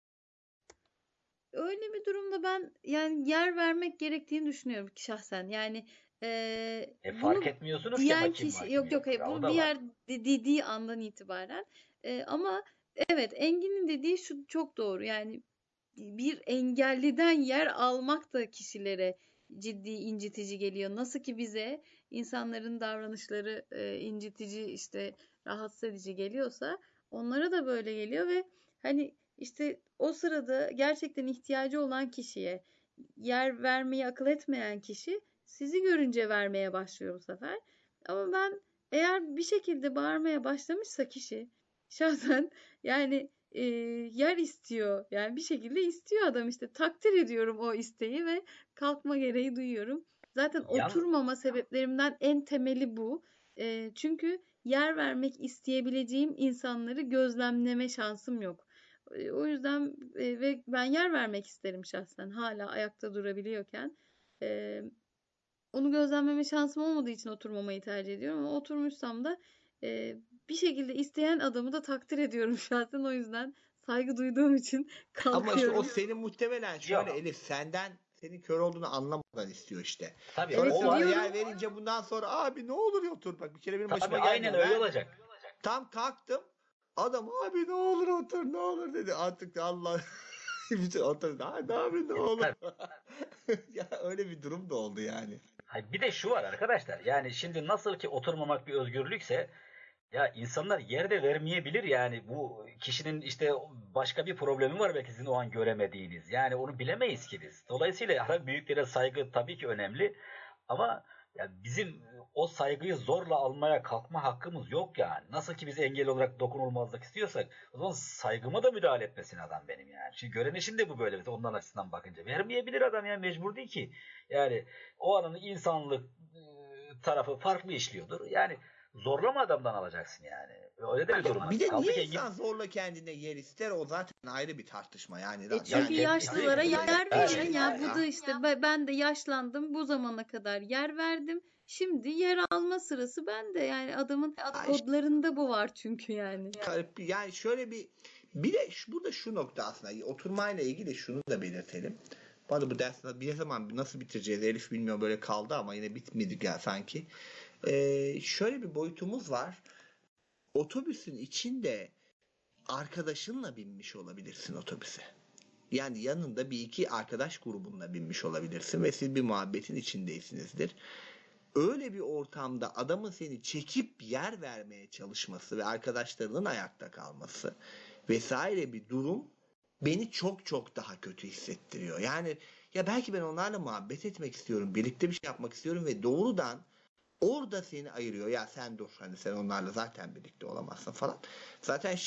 Öyle bir durumda ben yani yer vermek gerektiğini düşünüyorum ki şahsen. Yani Fark bunu etmiyorsunuz ki diyen ama kim kişi var yok kim yok hayır ya, o bunu da var. diğer dediği andan itibaren ama evet Engin'in dediği şu çok doğru. Yani bir engelliden yer almak da kişilere ciddi incitici geliyor. Nasıl ki bize insanların davranışları incitici işte rahatsız edici geliyorsa onlara da böyle geliyor ve hani işte o sırada gerçekten ihtiyacı olan kişiye yer vermeyi akıl etmeyen kişi sizi görünce vermeye başlıyor bu sefer. Ama ben eğer bir şekilde bağırmaya başlamışsa kişi şahsen yani yer istiyor. Yani bir şekilde istiyor adam işte. Takdir ediyorum o isteği ve kalkma gereği duyuyorum. Zaten oturmama sebeplerimden en temeli bu. Çünkü yer vermek isteyebileceğim insanları gözlemleme şansım yok. O yüzden ve ben yer vermek isterim şahsen hala ayakta durabiliyorken. Onu gözlemleme şansım olmadığı için oturmamayı tercih ediyorum ama oturmuşsam da bir şekilde isteyen adamı da takdir ediyorum şahsen o yüzden saygı duyduğum için Ama işte o kalkıyorum. senin muhtemelen şöyle Elif senin kör olduğunu anlamadan istiyor işte. Tabii Sonra o sana var. yer verince bundan sonra abi ne olur otur bak bir kere benim başıma Tabii geldi. aynen öyle olacak. Tam kalktım adam abi ne olur otur ne olur dedi artık Allah bütün oturdu hadi abi ne olur. Ya öyle bir durum da oldu yani. Hayır, bir de şu var arkadaşlar, yani şimdi nasıl ki oturmamak bir özgürlükse ya insanlar yerde vermeyebilir yani, bu kişinin işte başka bir problemi var belki sizin o an göremediğiniz, yani onu bilemeyiz ki biz. Dolayısıyla büyüklere saygı tabii ki önemli ama ya bizim o saygıyı zorla almaya kalkma hakkımız yok yani. Nasıl ki biz engel olarak dokunulmazlık istiyorsak o zaman saygıma da müdahale etmesin adam benim yani. Şimdi gören için de bu böyle mesela, ondan açısından bakınca. Vermeyebilir adam yani, mecbur değil ki. Yani o anın insanlık tarafı farklı işliyordur. Yani zorlama adamdan alacaksın yani. Öyle de bir durum var. Bir de Kaldı niye ki insan zorla kendine yer ister o zaten ayrı bir tartışma yani. Çünkü yaşlılara yer verin Evet. ya bu da işte ben de yaşlandım bu zamana kadar yer verdim. Şimdi yer alma sırası bende yani adamın kodlarında bu var çünkü yani. Yani şöyle bir de burada şu nokta aslında oturmayla ilgili şunu da belirtelim. Bana bu ders bir zaman nasıl bitireceğiz Elif bilmiyorum böyle kaldı ama yine bitmedi ya sanki. Şöyle bir boyutumuz var. Otobüsün içinde arkadaşınla binmiş olabilirsin otobüse. Yani yanında bir iki arkadaş grubunla binmiş olabilirsin ve siz bir muhabbetin içindeysinizdir. Öyle bir ortamda adamın seni çekip yer vermeye çalışması ve arkadaşlarının ayakta kalması vesaire bir durum beni çok çok daha kötü hissettiriyor. Yani ya belki ben onlarla muhabbet etmek istiyorum, birlikte bir şey yapmak istiyorum ve doğrudan orada seni ayırıyor. Ya sen dur hani sen onlarla zaten birlikte olamazsın falan. Zaten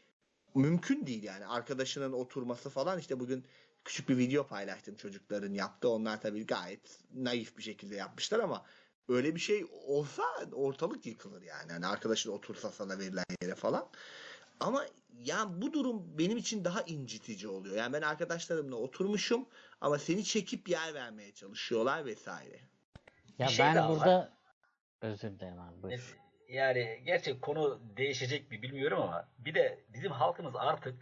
mümkün değil yani arkadaşının oturması falan işte bugün küçük bir video paylaştım çocukların yaptığı. Onlar tabii gayet naif bir şekilde yapmışlar ama öyle bir şey olsa ortalık yıkılır yani. Hani arkadaşın otursa sana verilen yere falan. Ama yani bu durum benim için daha incitici oluyor. Yani ben arkadaşlarımla oturmuşum ama seni çekip yer vermeye çalışıyorlar vesaire. Ya Bir şey ben daha burada var. özür dilerim abi buyur. Yani gerçi konu değişecek mi bilmiyorum ama bir de bizim halkımız artık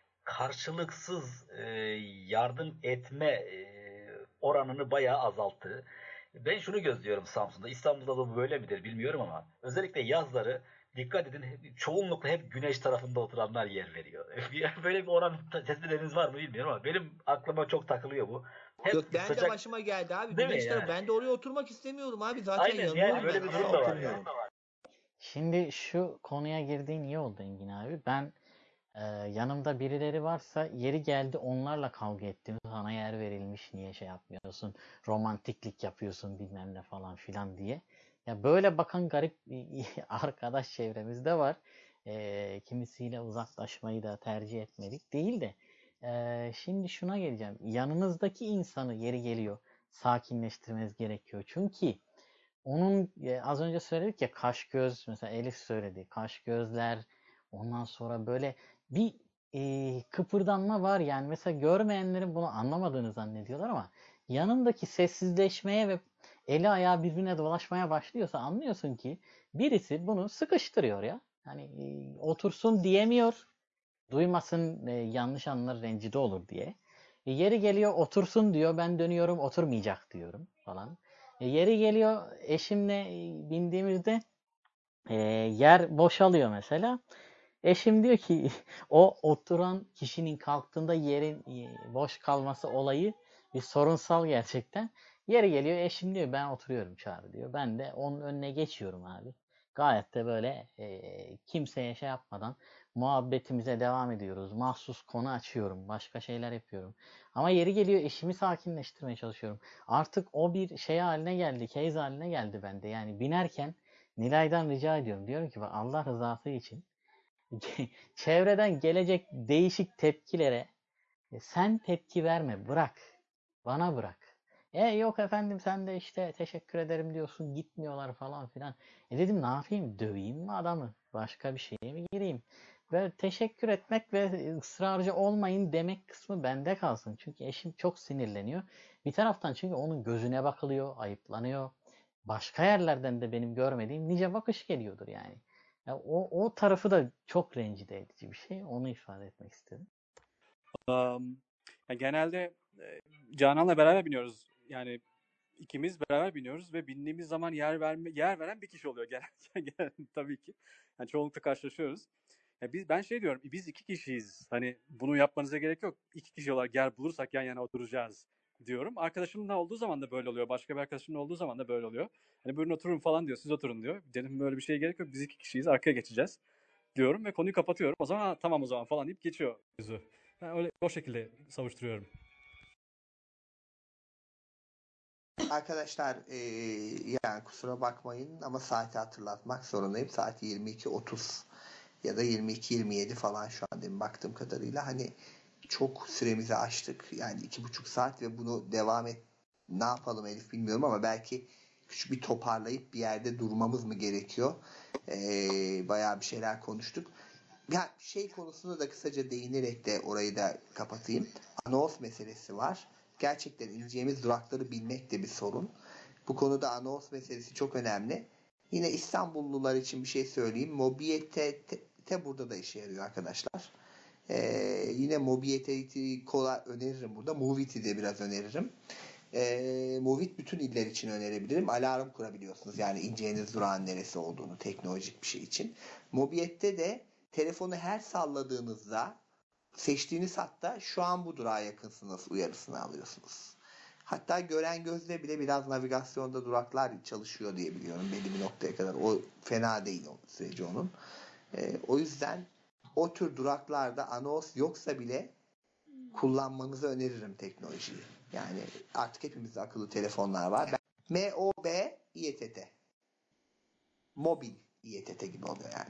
karşılıksız yardım etme oranını bayağı azalttı. Ben şunu gözlüyorum Samsun'da. İstanbul'da da bu böyle midir bilmiyorum ama özellikle yazları dikkat edin, çoğunlukla hep güneş tarafında oturanlar yer veriyor. Böyle bir oran tespitleriniz var mı bilmiyorum ama benim aklıma çok takılıyor bu. Hep Yok ben sıcak, de başıma geldi abi. değil mi Güneş tarafı. yani? Ben de oraya oturmak istemiyorum abi. Zaten Aynen yanıyorum yani böyle ben. bir durum Asla da var oturmuyorum. yani. Şimdi şu konuya girdiğin iyi oldu Engin abi. Ben Yanımda birileri varsa yeri geldi onlarla kavga ettim. Sana yer verilmiş niye şey yapmıyorsun? Romantiklik yapıyorsun bilmem ne falan filan diye. Ya böyle bakan garip arkadaş çevremizde var. Kimisiyle uzaklaşmayı da tercih etmedik değil de. Şimdi şuna geleceğim. Yanınızdaki insanı yeri geliyor sakinleştirmeniz gerekiyor. Çünkü onun az önce söyledik ya kaş göz mesela Elif söyledi. Kaş gözler ondan sonra böyle bir kıpırdanma var yani mesela görmeyenlerin bunu anlamadığını zannediyorlar ama yanındaki sessizleşmeye ve eli ayağı birbirine dolaşmaya başlıyorsa anlıyorsun ki birisi bunu sıkıştırıyor ya. Hani otursun diyemiyor. Duymasın yanlış anlar rencide olur diye. Yeri geliyor otursun diyor ben dönüyorum oturmayacak diyorum falan. Yeri geliyor eşimle bindiğimizde yer boşalıyor mesela. Eşim diyor ki o oturan kişinin kalktığında yerin boş kalması olayı bir sorunsal gerçekten. Yeri geliyor eşim diyor ben oturuyorum Çağrı diyor. Ben de onun önüne geçiyorum abi. Gayet de böyle kimseye şey yapmadan muhabbetimize devam ediyoruz. Mahsus konu açıyorum. Başka şeyler yapıyorum. Ama yeri geliyor eşimi sakinleştirmeye çalışıyorum. Artık o bir şey haline geldi. Case haline geldi bende. Yani binerken Nilay'dan rica ediyorum. Diyorum ki bak Allah rızası için çevreden gelecek değişik tepkilere sen tepki verme. Bırak. Bana bırak. Yok efendim sen de işte teşekkür ederim diyorsun gitmiyorlar falan filan. Dedim ne yapayım döveyim mi adamı? Başka bir şeye mi gireyim? Ve teşekkür etmek ve ısrarcı olmayın demek kısmı bende kalsın. Çünkü eşim çok sinirleniyor. Bir taraftan çünkü onun gözüne bakılıyor, ayıplanıyor. Başka yerlerden de benim görmediğim nice bakış geliyordur yani. Ya o tarafı da çok rencide edici bir şey. Onu ifade etmek istedim. Ya genelde Canan'la beraber biniyoruz. Yani ikimiz beraber biniyoruz ve bindiğimiz zaman yer veren bir kişi oluyor genelde tabii ki. Yani çoğunlukla karşılaşıyoruz. Ya ben şey diyorum, biz iki kişiyiz. Hani bunu yapmanıza gerek yok. İki kişi olarak yer bulursak yan yana oturacağız diyorum. Arkadaşımın olduğu zaman da böyle oluyor. Başka bir arkadaşımın olduğu zaman da böyle oluyor. Hani buyurun oturun falan diyor. Siz oturun diyor. Dedim böyle bir şeye gerek yok. Biz iki kişiyiz. Arkaya geçeceğiz diyorum ve konuyu kapatıyorum. O zaman tamam o zaman falan deyip geçiyor yüzü. Ben öyle o şekilde savuşturuyorum. Arkadaşlar yani kusura bakmayın ama saati hatırlatmak zorundayım. Saat 22.30 ya da 22.27 falan şu an benim baktığım kadarıyla. Hani çok süremizi aştık. Yani 2,5 saat ve bunu devam ne yapalım Elif bilmiyorum ama belki küçük bir toparlayıp bir yerde durmamız mı gerekiyor? Bayağı bir şeyler konuştuk. Ya şey konusunda da kısaca değinerek de orayı da kapatayım. Anons meselesi var. Gerçekten ineceğimiz durakları bilmek de bir sorun. Bu konuda anons meselesi çok önemli. Yine İstanbullular için bir şey söyleyeyim. Mobiyete burada da işe yarıyor arkadaşlar. Yine Mobiyet'i kolay öneririm burada. Movit'i de biraz öneririm. Movit bütün iller için önerebilirim. Alarm kurabiliyorsunuz. Yani ineceğiniz durağın neresi olduğunu teknolojik bir şey için. Mobiyet'te de telefonu her salladığınızda seçtiğiniz hatta şu an bu durağa yakınsınız uyarısını alıyorsunuz. Hatta gören gözle bile biraz navigasyonda duraklar çalışıyor diye biliyorum belli bir noktaya kadar. O fena değil o süreci onun. O yüzden o tür duraklarda anons yoksa bile kullanmanızı öneririm teknolojiyi. Yani artık hepimizde akıllı telefonlar var. M-O-B-İ-T-T. Mobil İETT gibi oluyor yani.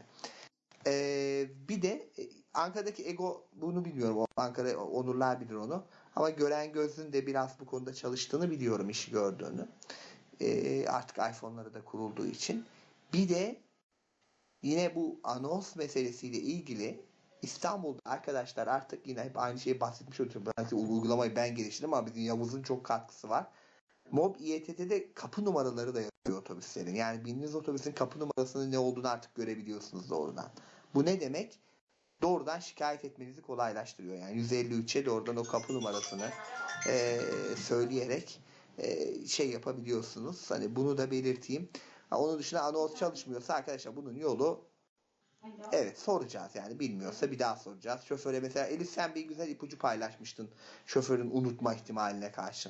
Bir de Ankara'daki Ego bunu bilmiyorum. O Ankara Onurlar bilir onu. Ama gören gözün de biraz bu konuda çalıştığını biliyorum işi gördüğünü. Artık iPhone'ları da kurulduğu için. Bir de yine bu anons meselesiyle ilgili İstanbul'da arkadaşlar artık yine hep aynı şeyi bahsetmiş oluyorum. Uygulamayı ben geliştirdim ama bizim Yavuz'un çok katkısı var. Mob İETT'de kapı numaraları da yapıyor otobüslerin. Yani bindiğiniz otobüsün kapı numarasının ne olduğunu artık görebiliyorsunuz doğrudan. Bu ne demek? Doğrudan şikayet etmenizi kolaylaştırıyor. Yani 153'e doğrudan o kapı numarasını söyleyerek şey yapabiliyorsunuz. Hani bunu da belirteyim. Onun dışında anons çalışmıyorsa arkadaşlar bunun yolu evet soracağız yani bilmiyorsa bir daha soracağız. Şoföre mesela Elif sen bir güzel ipucu paylaşmıştın şoförün unutma ihtimaline karşın.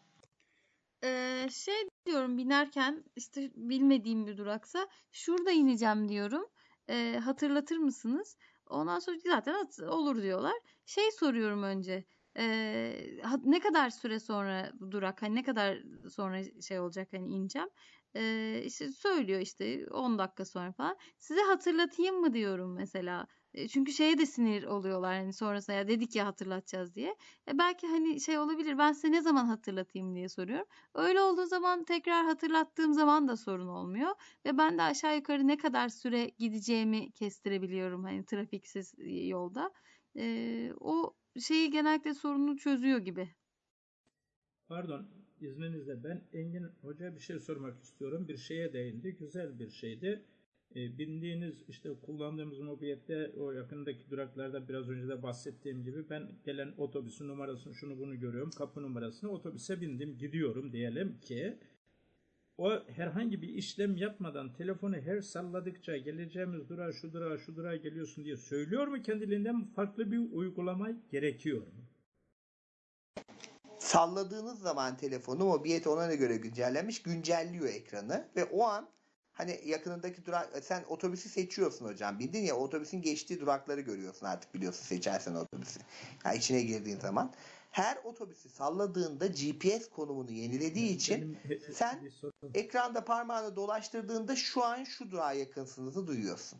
Şey diyorum binerken işte bilmediğim bir duraksa şurada ineceğim diyorum. Hatırlatır mısınız? Ondan sonra zaten olur diyorlar. Şey soruyorum önce. Ne kadar süre sonra durak, hani ne kadar sonra şey olacak, hani ineceğim. İşte söylüyor işte 10 dakika sonra falan. Size hatırlatayım mı diyorum mesela. Çünkü şeye de sinir oluyorlar hani sonrasında, ya dedik ya hatırlatacağız diye. Belki hani şey olabilir, ben size ne zaman hatırlatayım diye soruyorum. Öyle olduğu zaman tekrar hatırlattığım zaman da sorun olmuyor. Ve ben de aşağı yukarı ne kadar süre gideceğimi kestirebiliyorum hani trafiksiz yolda. O şeyi genellikle sorunu çözüyor gibi. Pardon, izninizle ben Engin Hoca'ya bir şey sormak istiyorum. Bir şeye değindi, güzel bir şeydi. Bindiğiniz, işte kullandığımız mobiliyette o yakındaki duraklarda biraz önce de bahsettiğim gibi ben gelen otobüsün numarasını, şunu bunu görüyorum, kapı numarasını, otobüse bindim, gidiyorum diyelim ki o herhangi bir işlem yapmadan telefonu her salladıkça geleceğimiz durağa, şu durağa, şu durağa geliyorsun diye söylüyor mu, kendiliğinden farklı bir uygulama gerekiyor mu? Salladığınız zaman telefonu mobiliyet ona göre güncelliyor ekranı ve o an hani yakınındaki durak, sen otobüsü seçiyorsun hocam, bildin ya, otobüsün geçtiği durakları görüyorsun artık, biliyorsun, seçersen otobüsü. Yani içine girdiğin zaman her otobüsü salladığında GPS konumunu yenilediği için sen ekranda parmağını dolaştırdığında şu an şu durağa yakınsınızı duyuyorsun.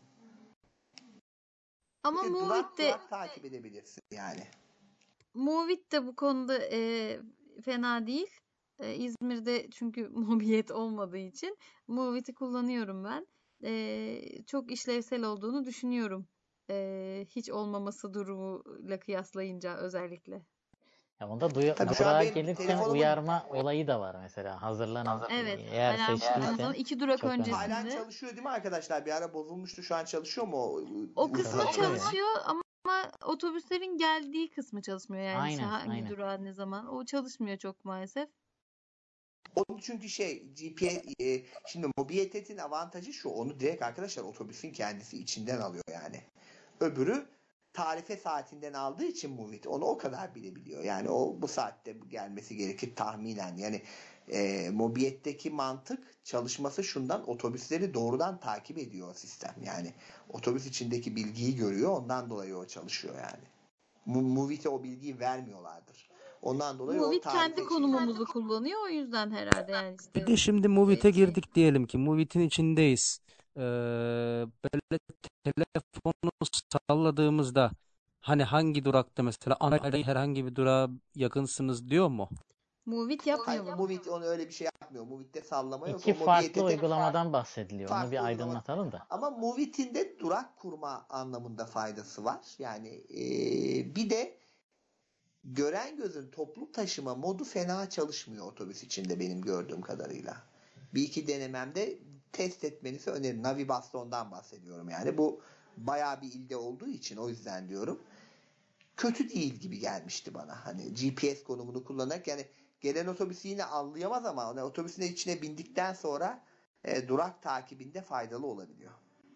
Ama durak takip edebilirsin yani. Movit de bu konuda fena değil. İzmir'de çünkü mobiliyet olmadığı için Movit'i kullanıyorum ben. Çok işlevsel olduğunu düşünüyorum. Hiç olmaması durumuyla kıyaslayınca özellikle. Ya onda durağa gelirken uyarma olayı da var mesela. Hazırlanın. Evet. Eğer seçtiysen 2 durak öncesinde. Halen çalışıyor değil mi arkadaşlar? Bir ara bozulmuştu. Şu an çalışıyor mu? O kısmı çalışıyor ama otobüslerin geldiği kısmı çalışmıyor. Yani aynen, hangi durağa ne zaman. O çalışmıyor çok maalesef. Onun çünkü GPS, şimdi mobilitetin avantajı şu, onu direkt arkadaşlar otobüsün kendisi içinden alıyor yani. Öbürü tarife saatinden aldığı için Movit onu o kadar bilebiliyor. Yani o bu saatte gelmesi gerekir tahminen. Yani mobiyetteki mantık çalışması şundan, otobüsleri doğrudan takip ediyor o sistem. Yani otobüs içindeki bilgiyi görüyor, ondan dolayı o çalışıyor yani. Movit'e o bilgiyi vermiyorlardır. Ondan dolayı Movit kendi konumumuzu kullanıyor, o yüzden herhalde yani işte. Bir de şimdi Movit'e girdik diyelim ki Movit'in içindeyiz. Böyle telefonu salladığımızda hani hangi durakta mesela herhangi bir durağa yakınsınız diyor mu? Movit yapmıyor mu? Movit onu öyle bir şey yapmıyor. Movit'te sallama yok. İki farklı uygulamadan bahsediliyor. Onu bir aydınlatalım da. Ama Movit'in de durak kurma anlamında faydası var. Yani bir de gören gözün toplu taşıma modu fena çalışmıyor otobüs içinde benim gördüğüm kadarıyla. Bir iki denememde test etmenizi öneririm. Navigasyondan bahsediyorum yani. Bu bayağı bir ilde olduğu için o yüzden diyorum. Kötü değil gibi gelmişti bana. Hani GPS konumunu kullanarak, yani gelen otobüsü yine anlayamaz ama hani otobüsün içine bindikten sonra durak takibinde faydalı olabiliyor.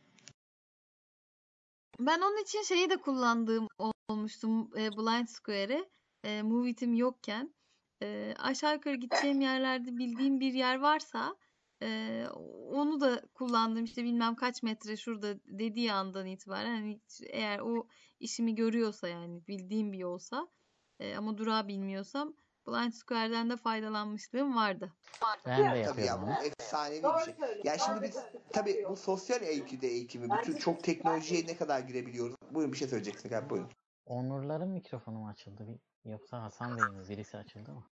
Ben onun için şeyi de kullandığım olmuştum, Blind Square'i. Movit'im yokken. Aşağı yukarı gideceğim yerlerde bildiğim bir yer varsa onu da kullandım, işte bilmem kaç metre şurada dediği andan itibaren, hani eğer o işimi görüyorsa, yani bildiğim bir yolsa ama durağı bilmiyorsam Blind Square'den de faydalanmışlığım vardı. Ben de yapıyorum onu. Efsanevi bir şey. Ya şimdi biz tabii bu sosyal IQ'de eğitimi, bütün çok teknolojiye ne kadar girebiliyoruz. Buyurun, bir şey söyleyeceksiniz abi, buyurun. Onurların mikrofonu mu açıldı? Yoksa Hasan Bey'in mi? Birisi açıldı mı?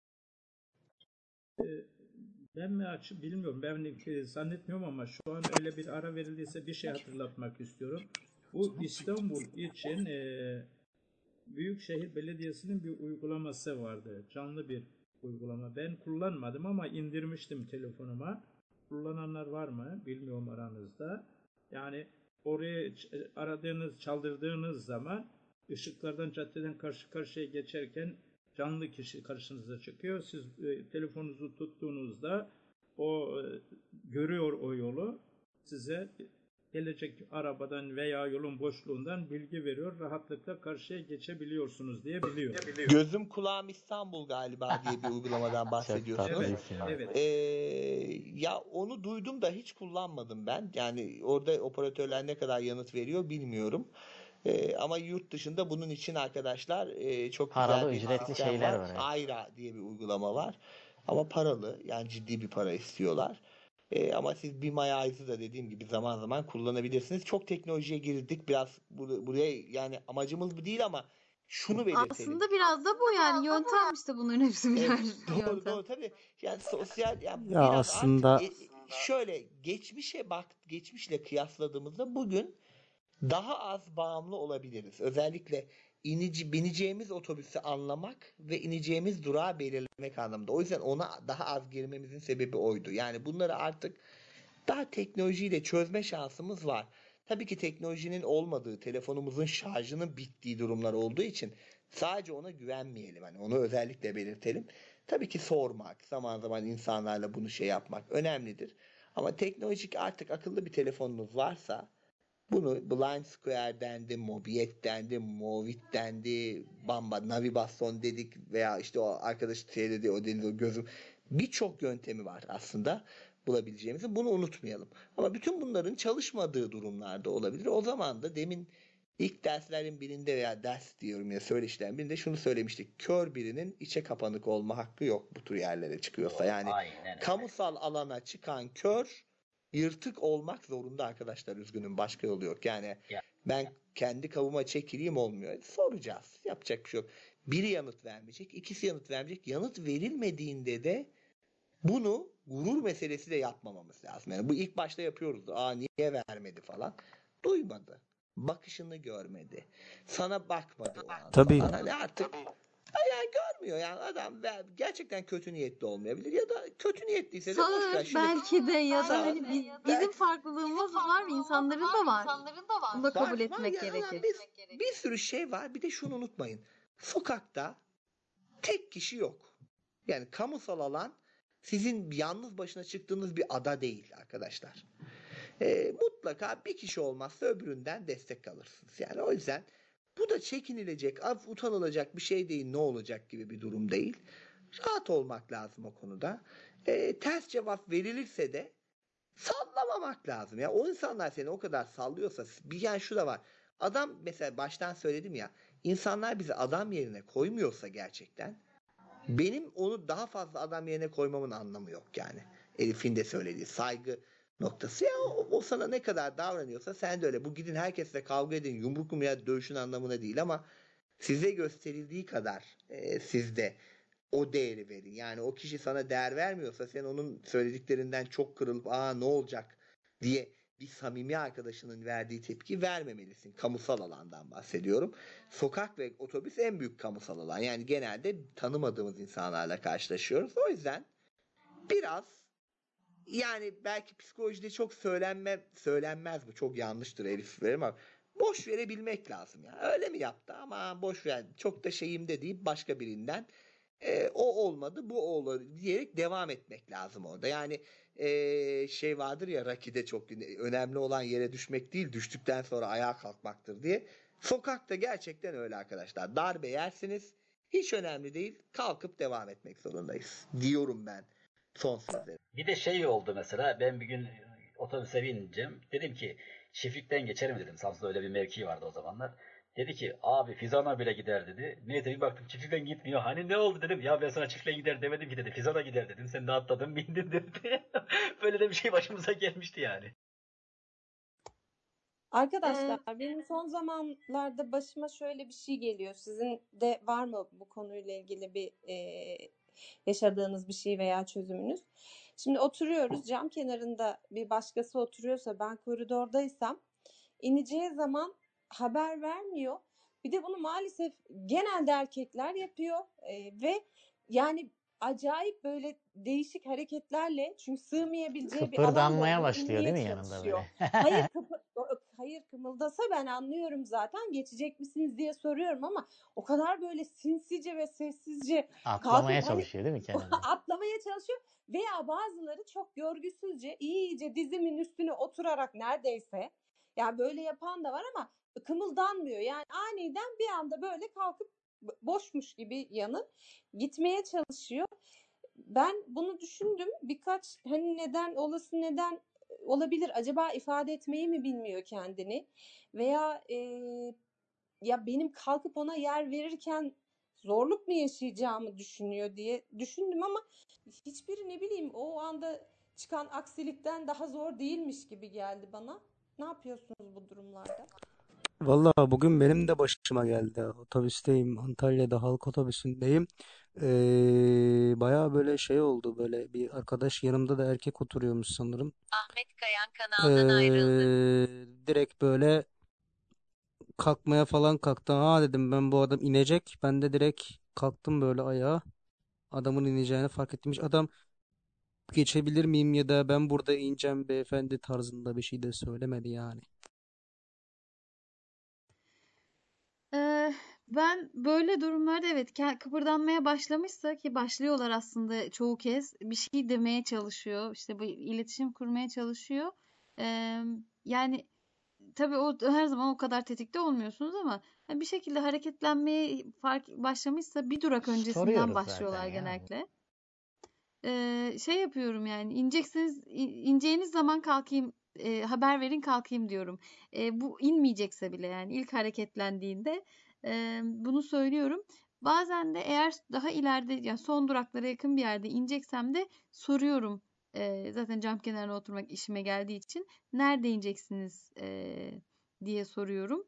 Ben mi açıp bilmiyorum. Ben zannetmiyorum ama şu an öyle bir ara verildiyse bir şey hatırlatmak istiyorum. Bu İstanbul için Büyükşehir Belediyesi'nin bir uygulaması vardı. Canlı bir uygulama. Ben kullanmadım ama indirmiştim telefonuma. Kullananlar var mı? Bilmiyorum aranızda. Yani oraya aradığınız, çaldırdığınız zaman ışıklardan, caddeden karşı karşıya geçerken canlı kişi karşınıza çıkıyor. Siz telefonunuzu tuttuğunuzda o görüyor o yolu. Size gelecek arabadan veya yolun boşluğundan bilgi veriyor. Rahatlıkla karşıya geçebiliyorsunuz diye biliyor. Gözüm kulağım İstanbul galiba diye bir uygulamadan bahsediyorsunuz. Evet. Ya onu duydum da hiç kullanmadım ben. Yani orada operatörler ne kadar yanıt veriyor bilmiyorum. Ama yurt dışında bunun için arkadaşlar çok Paralı güzel bir ücretli sistem şeyler var. var, evet. Ayra diye bir uygulama var. Ama paralı, yani ciddi bir para istiyorlar. Ama siz Be My Eyes'ı da dediğim gibi zaman zaman kullanabilirsiniz. Çok teknolojiye girdik. Biraz buraya, yani amacımız bu değil ama şunu belirtelim. Aslında biraz da bu yani yöntem, işte bunların hepsi birer Doğru yöntem. tabii. Yani sosyal, yani Ya biraz aslında artık şöyle geçmişle kıyasladığımızda bugün daha az bağımlı olabiliriz. Özellikle bineceğimiz otobüsü anlamak ve ineceğimiz durağı belirlemek anlamında. O yüzden ona daha az girmemizin sebebi oydu. Yani bunları artık daha teknolojiyle çözme şansımız var. Tabii ki teknolojinin olmadığı, telefonumuzun şarjının bittiği durumlar olduğu için sadece ona güvenmeyelim. Hani onu özellikle belirtelim. Tabii ki sormak, zaman zaman insanlarla bunu yapmak önemlidir. Ama teknolojik artık akıllı bir telefonunuz varsa bunu Blind Square dendi, Mobiet dendi, Movit dendi, Navigasyon dedik veya işte o arkadaş dedi, o dedi, o gözüm. Birçok yöntemi var aslında bulabileceğimizi. Bunu unutmayalım. Ama bütün bunların çalışmadığı durumlarda olabilir. O zaman da demin ilk derslerin birinde veya ders diyorum ya, söyleşilerin birinde şunu söylemiştik. Kör birinin içe kapanık olma hakkı yok bu tür yerlere çıkıyorsa. Yani kamusal alana çıkan kör yırtık olmak zorunda arkadaşlar, üzgünüm, başka yolu yok. Yani ben kendi kavuma çekileyim olmuyor. Soracağız. Yapacak bir şey yok. Biri yanıt vermeyecek, ikisi yanıt vermeyecek. Yanıt verilmediğinde de bunu gurur meselesi de yapmamamız lazım. Yani bu ilk başta yapıyoruz. Niye vermedi falan. Duymadı. Bakışını görmedi. Sana bakmadı o an tabii falan. Hani artık yani görmüyor yani adam, gerçekten kötü niyetli olmayabilir ya da kötü niyetliyse de boş ver. Sağır Şimdi belki de, ya da sağır, hani bizim farklılığımız var, insanların da var. Bunu da kabul var etmek yani, gerekir. bir sürü şey var. Bir de şunu unutmayın. Sokakta tek kişi yok. Yani kamusal alan sizin yalnız başına çıktığınız bir ada değil arkadaşlar. Mutlaka bir kişi olmazsa öbüründen destek alırsınız. Yani o yüzden bu da çekinilecek, utanılacak bir şey değil, ne olacak gibi bir durum değil. Rahat olmak lazım o konuda. Ters cevap verilirse de sallamamak lazım. Ya o insanlar seni o kadar sallıyorsa, yani şu da var. Adam, mesela baştan söyledim ya, insanlar bizi adam yerine koymuyorsa gerçekten, benim onu daha fazla adam yerine koymamın anlamı yok yani. Elif'in de söylediği saygı noktası. Ya o sana ne kadar davranıyorsa sen de öyle. Bu gidin herkesle kavga edin, yumruk mu ya dövüşün anlamına değil, ama size gösterildiği kadar siz de o değeri verin. Yani o kişi sana değer vermiyorsa, sen onun söylediklerinden çok kırılıp ne olacak diye bir samimi arkadaşının verdiği tepki vermemelisin. Kamusal alandan bahsediyorum. Sokak ve otobüs en büyük kamusal alan. Yani genelde tanımadığımız insanlarla karşılaşıyoruz. O yüzden biraz, yani belki psikolojide çok söylenmez, bu çok yanlıştır Elif verim, ama boş verebilmek lazım ya. Öyle mi yaptı ama boş ver, çok da şeyim de deyip başka birinden o olmadı bu olur diyerek devam etmek lazım orada. Yani şey vardır ya, Rocky'de çok önemli olan yere düşmek değil, düştükten sonra ayağa kalkmaktır diye. Sokakta gerçekten öyle arkadaşlar. Darbe yersiniz, hiç önemli değil, kalkıp devam etmek zorundayız diyorum ben son sözleri. Bir de şey oldu mesela, ben bir gün otobüse bineceğim. Dedim ki çiftlikten geçerim dedim. Samsun'da öyle bir mevki vardı o zamanlar. Dedi ki abi Fizan'a bile gider dedi. Neyse bir baktım çiftlikten gitmiyor. Hani ne oldu dedim. Ya ben sana çiftliğe gider demedim ki dedi. Fizan'a gider dedim. Sen de atladın bindin dedi. Böyle de bir şey başımıza gelmişti yani. Arkadaşlar benim son zamanlarda başıma şöyle bir şey geliyor. Sizin de var mı bu konuyla ilgili bir yaşadığınız bir şey veya çözümünüz? Şimdi oturuyoruz, cam kenarında bir başkası oturuyorsa, ben koridordaysam ineceği zaman haber vermiyor. Bir de bunu maalesef genelde erkekler yapıyor ve yani acayip böyle değişik hareketlerle, çünkü sığmayabileceği bir alanda Kıpırdanmaya onu başlıyor değil inmeye mi yanında çalışıyor. böyle? Hayır kımıldasa ben anlıyorum zaten, geçecek misiniz diye soruyorum, ama o kadar böyle sinsice ve sessizce Atlamaya kalkıp çalışıyor değil mi kenara? atlamaya çalışıyor. Veya bazıları çok görgüsüzce iyice dizimin üstüne oturarak neredeyse, yani böyle yapan da var ama kımıldanmıyor. Yani aniden bir anda böyle kalkıp boşmuş gibi yanı gitmeye çalışıyor. Ben bunu düşündüm. Birkaç hani neden olabilir? Acaba ifade etmeyi mi bilmiyor kendini? Veya ya benim kalkıp ona yer verirken zorluk mu yaşayacağımı düşünüyor diye düşündüm ama hiçbiri ne bileyim o anda çıkan aksilikten daha zor değilmiş gibi geldi bana. Ne yapıyorsunuz bu durumlarda? Vallahi bugün benim de başıma geldi. Otobüsteyim. Antalya'da halk otobüsündeyim. Bayağı böyle şey oldu. Böyle bir arkadaş yanımda da erkek oturuyormuş sanırım. Ahmet Kayan kanaldan ayrıldı. Direkt böyle kalkmaya falan kalktı. Ha dedim ben bu adam inecek. Ben de direkt kalktım böyle ayağa. Adamın ineceğini fark etmiş. Adam geçebilir miyim ya da ben burada ineceğim beyefendi tarzında bir şey de söylemedi yani. Ben böyle durumlarda evet kıpırdanmaya başlamışsa ki başlıyorlar aslında çoğu kez bir şey demeye çalışıyor. İşte bu iletişim kurmaya çalışıyor. Yani tabii o her zaman o kadar tetikte olmuyorsunuz ama hani bir şekilde hareketlenmeye başlamışsa bir durak öncesinden Soruyoruz başlıyorlar zaten ya. genellikle. Şey yapıyorum yani ineceğiniz zaman kalkayım haber verin kalkayım diyorum. Bu inmeyecekse bile yani ilk hareketlendiğinde bunu söylüyorum. Bazen de eğer daha ileride yani son duraklara yakın bir yerde ineceksem de soruyorum. Zaten cam kenarına oturmak işime geldiği için nerede ineceksiniz diye soruyorum.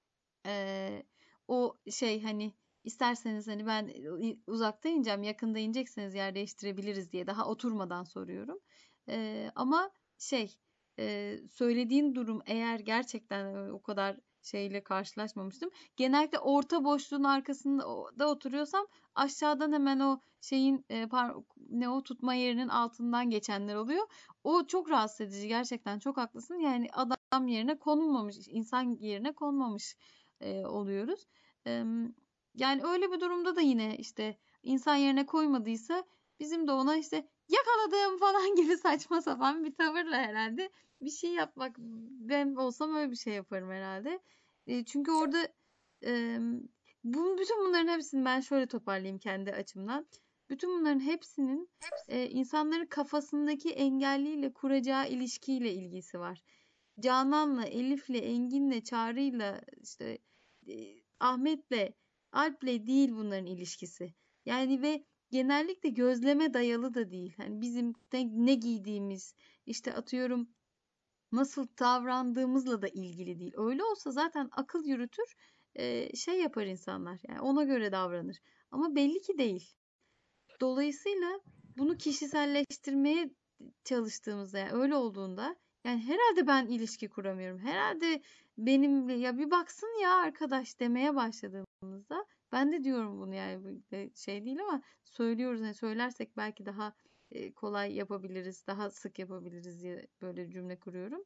O şey hani isterseniz hani ben uzakta ineceğim, yakında inecekseniz yer değiştirebiliriz diye daha oturmadan soruyorum. Ama şey söylediğin durum eğer gerçekten o kadar şeyle karşılaşmamıştım. Genellikle orta boşluğun arkasında da oturuyorsam aşağıdan hemen o şeyin ne o tutma yerinin altından geçenler oluyor. O çok rahatsız edici gerçekten çok haklısın. Yani adam yerine konulmamış, insan yerine konmamış oluyoruz. Yani öyle bir durumda da yine işte insan yerine koymadıysa bizim de ona işte yakaladım falan gibi saçma sapan bir tavırla herhalde bir şey yapmak ben olsam öyle bir şey yaparım herhalde. Çünkü orada bütün bunların hepsini ben şöyle toparlayayım kendi açımdan. Bütün bunların hepsinin insanların kafasındaki engelliyle kuracağı ilişkiyle ilgisi var. Canan'la, Elif'le, Engin'le, Çağrı'yla, işte Ahmet'le, Alp'le değil bunların ilişkisi. Yani ve genellikle gözleme dayalı da değil. Hani bizim ne giydiğimiz, işte atıyorum nasıl davrandığımızla da ilgili değil. Öyle olsa zaten akıl yürütür, şey yapar insanlar. Yani ona göre davranır. Ama belli ki değil. Dolayısıyla bunu kişiselleştirmeye çalıştığımızda yani öyle olduğunda yani herhalde ben ilişki kuramıyorum. Herhalde benimle ya bir baksın ya arkadaş demeye başladığımızda ben de diyorum bunu yani şey değil ama söylüyoruz. Yani söylersek belki daha kolay yapabiliriz, daha sık yapabiliriz diye böyle cümle kuruyorum.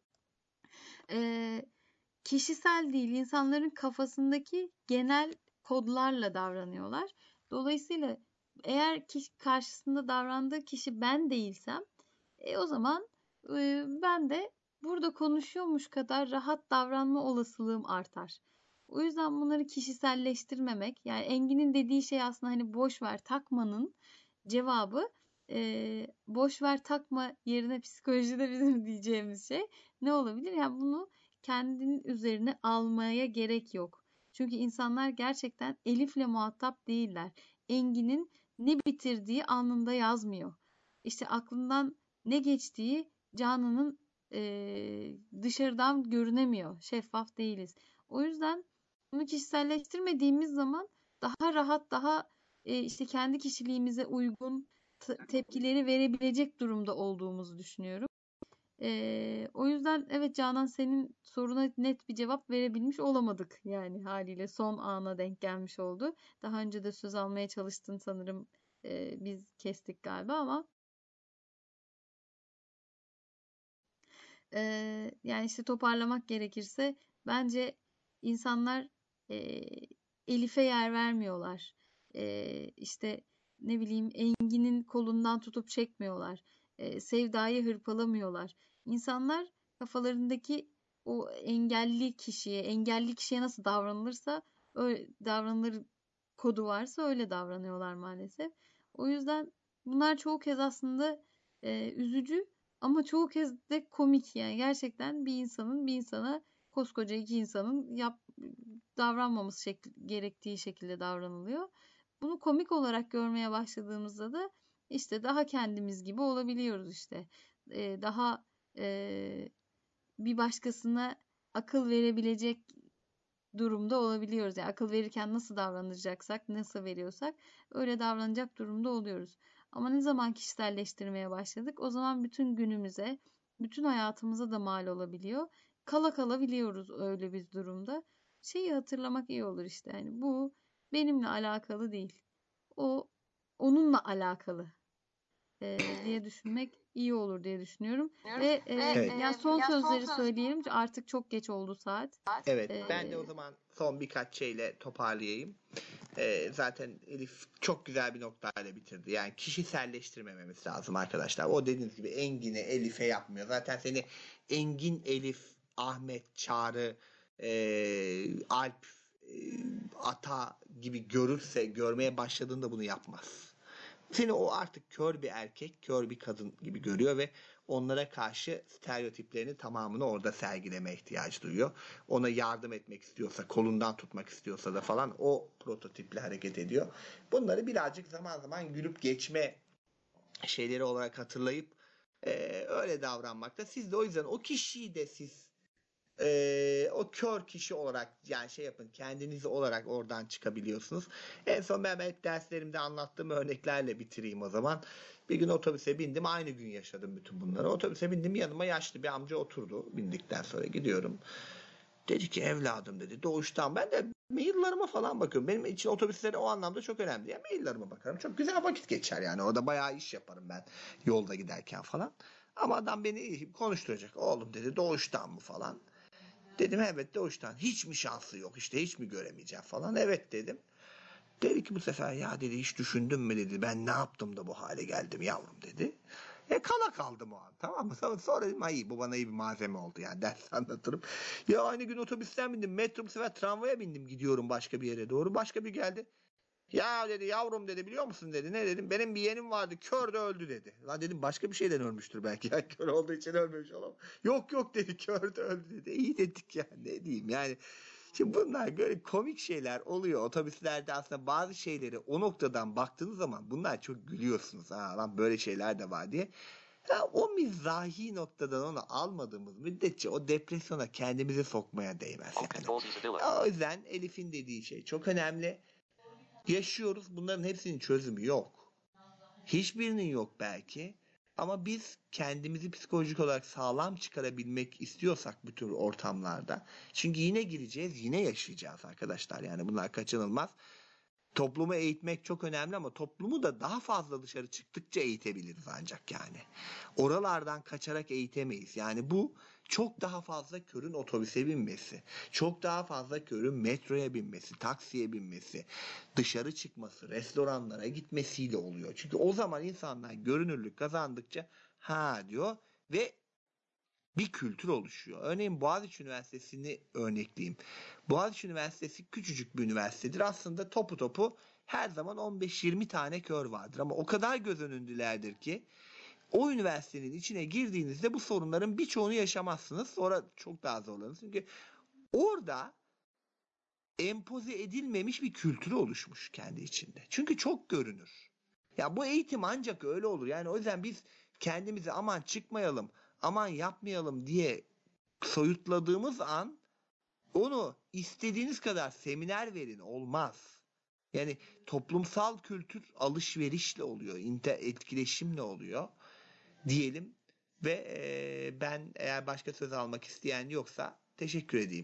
Kişisel değil, insanların kafasındaki genel kodlarla davranıyorlar. Dolayısıyla eğer karşısında davrandığı kişi ben değilsem o zaman ben de burada konuşuyormuş kadar rahat davranma olasılığım artar. O yüzden bunları kişiselleştirmemek yani Engin'in dediği şey aslında hani boş ver takmanın cevabı boş ver takma yerine psikolojide bizim diyeceğimiz şey ne olabilir? Yani bunu kendinin üzerine almaya gerek yok. Çünkü insanlar gerçekten Elif'le muhatap değiller. Engin'in ne bitirdiği alnında yazmıyor. İşte aklından ne geçtiği Canan'ın dışarıdan görünemiyor. Şeffaf değiliz. O yüzden bunu kişiselleştirmediğimiz zaman daha rahat, daha işte kendi kişiliğimize uygun tepkileri verebilecek durumda olduğumuzu düşünüyorum. O yüzden evet Canan senin soruna net bir cevap verebilmiş olamadık yani haliyle son ana denk gelmiş oldu. Daha önce de söz almaya çalıştın sanırım biz kestik galiba ama yani işte toparlamak gerekirse bence insanlar Elif'e yer vermiyorlar. İşte ne bileyim Engin'in kolundan tutup çekmiyorlar. Sevda'yı hırpalamıyorlar. İnsanlar kafalarındaki o engelli kişiye nasıl davranılırsa öyle davranılır kodu varsa öyle davranıyorlar maalesef. O yüzden bunlar çoğu kez aslında üzücü ama çoğu kez de komik yani gerçekten bir insana koskoca iki insanın davranmaması gerektiği şekilde davranılıyor. Bunu komik olarak görmeye başladığımızda da işte daha kendimiz gibi olabiliyoruz işte. Daha bir başkasına akıl verebilecek durumda olabiliyoruz. Yani akıl verirken nasıl davranacaksak, nasıl veriyorsak öyle davranacak durumda oluyoruz. Ama ne zaman kişiselleştirmeye başladık, o zaman bütün günümüze, bütün hayatımıza da mal olabiliyor. Kala kalabiliyoruz öyle bir durumda. Şeyi hatırlamak iyi olur işte. Yani bu benimle alakalı değil. O onunla alakalı diye düşünmek iyi olur diye düşünüyorum. Ve Evet. ya son sözleri söyleyelim. Artık çok geç oldu saat. Evet, ben de o zaman son birkaç şeyle toparlayayım. Zaten Elif çok güzel bir noktayla bitirdi. Yani kişiselleştirmememiz lazım arkadaşlar. O dediğiniz gibi Engin'e, Elif'e yapmıyor. Zaten seni Engin, Elif, Ahmet, Çağrı, Alp, Ata gibi görmeye başladığında bunu yapmaz. Seni o artık kör bir erkek, kör bir kadın gibi görüyor ve onlara karşı stereotiplerinin tamamını orada sergileme ihtiyacı duyuyor. Ona yardım etmek istiyorsa, kolundan tutmak istiyorsa da falan o prototiple hareket ediyor. Bunları birazcık zaman zaman gülüp geçme şeyleri olarak hatırlayıp öyle davranmakta. Siz de o yüzden o kişiyi de siz o kör kişi olarak yani şey yapın kendinizi olarak oradan çıkabiliyorsunuz. En son ben hep derslerimde anlattığım örneklerle bitireyim o zaman. Bir gün otobüse bindim aynı gün yaşadım bütün bunları. Otobüse bindim yanıma yaşlı bir amca oturdu bindikten sonra gidiyorum. Dedi ki evladım dedi doğuştan ben de maillerime falan bakıyorum. Benim için otobüsleri o anlamda çok önemli. Yani maillerime bakarım. Çok güzel vakit geçer yani. Orada bayağı iş yaparım ben yolda giderken falan. Ama adam beni konuşturacak. Oğlum dedi doğuştan mı falan. Dedim evet doğuştan. Hiç mi şansı yok işte hiç mi göremeyeceğim falan. Evet dedim. Dedi ki bu sefer ya dedi hiç düşündün mü dedi. Ben ne yaptım da bu hale geldim yavrum dedi. Kala kaldım o an tamam mı? Sonra dedim ay bu bana iyi bir malzeme oldu yani ders anlatırım. Ya aynı gün otobüsten bindim. Metro bu sefer tramvaya bindim gidiyorum başka bir yere doğru. Başka bir geldi. Ya dedi yavrum dedi biliyor musun dedi. Ne dedim? Benim bir yeğenim vardı kör de öldü dedi. Lan dedim başka bir şeyden ölmüştür belki. Ya kör olduğu için ölmemiş olamaz. Yok dedi kör de öldü dedi. İyi dedik ya ne diyeyim yani. Şimdi bunlar böyle komik şeyler oluyor. Otobüslerde aslında bazı şeyleri o noktadan baktığınız zaman bunlar çok gülüyorsunuz. Ha lan böyle şeyler de var diye. Ya, o mizahi noktadan onu almadığımız müddetçe o depresyona kendimizi sokmaya değmez yani. O yüzden Elif'in dediği şey çok önemli. Yaşıyoruz. Bunların hepsinin çözümü yok. Hiçbirinin yok belki. Ama biz kendimizi psikolojik olarak sağlam çıkarabilmek istiyorsak bu tür ortamlarda. Çünkü yine gireceğiz, yine yaşayacağız arkadaşlar. Yani bunlar kaçınılmaz. Toplumu eğitmek çok önemli ama toplumu da daha fazla dışarı çıktıkça eğitebiliriz ancak yani. Oralardan kaçarak eğitemeyiz. Yani bu çok daha fazla körün otobüse binmesi, çok daha fazla körün metroya binmesi, taksiye binmesi, dışarı çıkması, restoranlara gitmesiyle oluyor. Çünkü o zaman insanlar görünürlük kazandıkça ha diyor ve bir kültür oluşuyor. Örneğin Boğaziçi Üniversitesi'ni örnekleyeyim. Boğaziçi Üniversitesi küçücük bir üniversitedir. Aslında topu her zaman 15-20 tane kör vardır. Ama o kadar göz önündelerdir ki o üniversitenin içine girdiğinizde bu sorunların birçoğunu yaşamazsınız. Sonra çok daha zorlanırsınız. Çünkü orada empoze edilmemiş bir kültür oluşmuş kendi içinde. Çünkü çok görünür. Ya bu eğitim ancak öyle olur. Yani o yüzden biz kendimizi aman çıkmayalım, aman yapmayalım diye soyutladığımız an onu istediğiniz kadar seminer verin olmaz. Yani toplumsal kültür alışverişle oluyor, etkileşimle oluyor diyelim ve ben eğer başka söz almak isteyen yoksa teşekkür edeyim.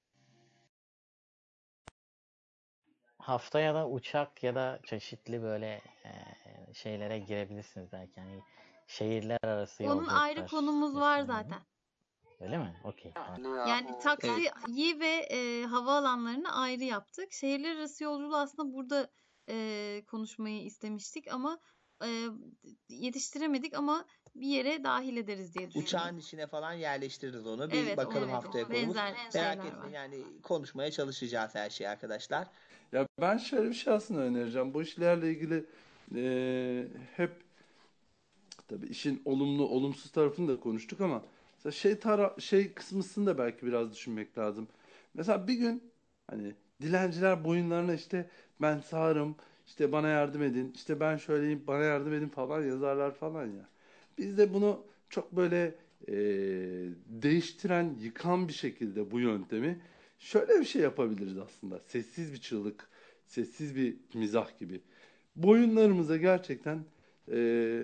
Haftaya da uçak ya da çeşitli böyle şeylere girebilirsiniz belki. Yani şehirler arası Onun ayrı yolculuklar konumuz var vesaire. zaten. Öyle mi? Okey. Tamam. Yani Evet. taksiyi ve havaalanlarını ayrı yaptık. Şehirler arası yolculuğu aslında burada konuşmayı istemiştik ama yetiştiremedik ama bir yere dahil ederiz diye düşünüyorum. Uçağın içine falan yerleştiririz onu. Bir Evet, bakalım evet. haftaya konumuz. Benzer Merak şeyler etmeyin var. yani konuşmaya çalışacağız her şeyi arkadaşlar. Ya ben şöyle bir şey aslında önereceğim. Bu işlerle ilgili hep tabii işin olumlu olumsuz tarafını da konuştuk ama mesela şey kısmısını da belki biraz düşünmek lazım. Mesela bir gün Hani dilenciler boyunlarına işte ben sağırım, işte bana yardım edin, işte ben şöyleyim, bana yardım edin falan yazarlar falan ya. Biz de bunu çok böyle değiştiren, yıkan bir şekilde bu yöntemi şöyle bir şey yapabiliriz aslında. Sessiz bir çığlık, sessiz bir mizah gibi. Boyunlarımıza gerçekten eee,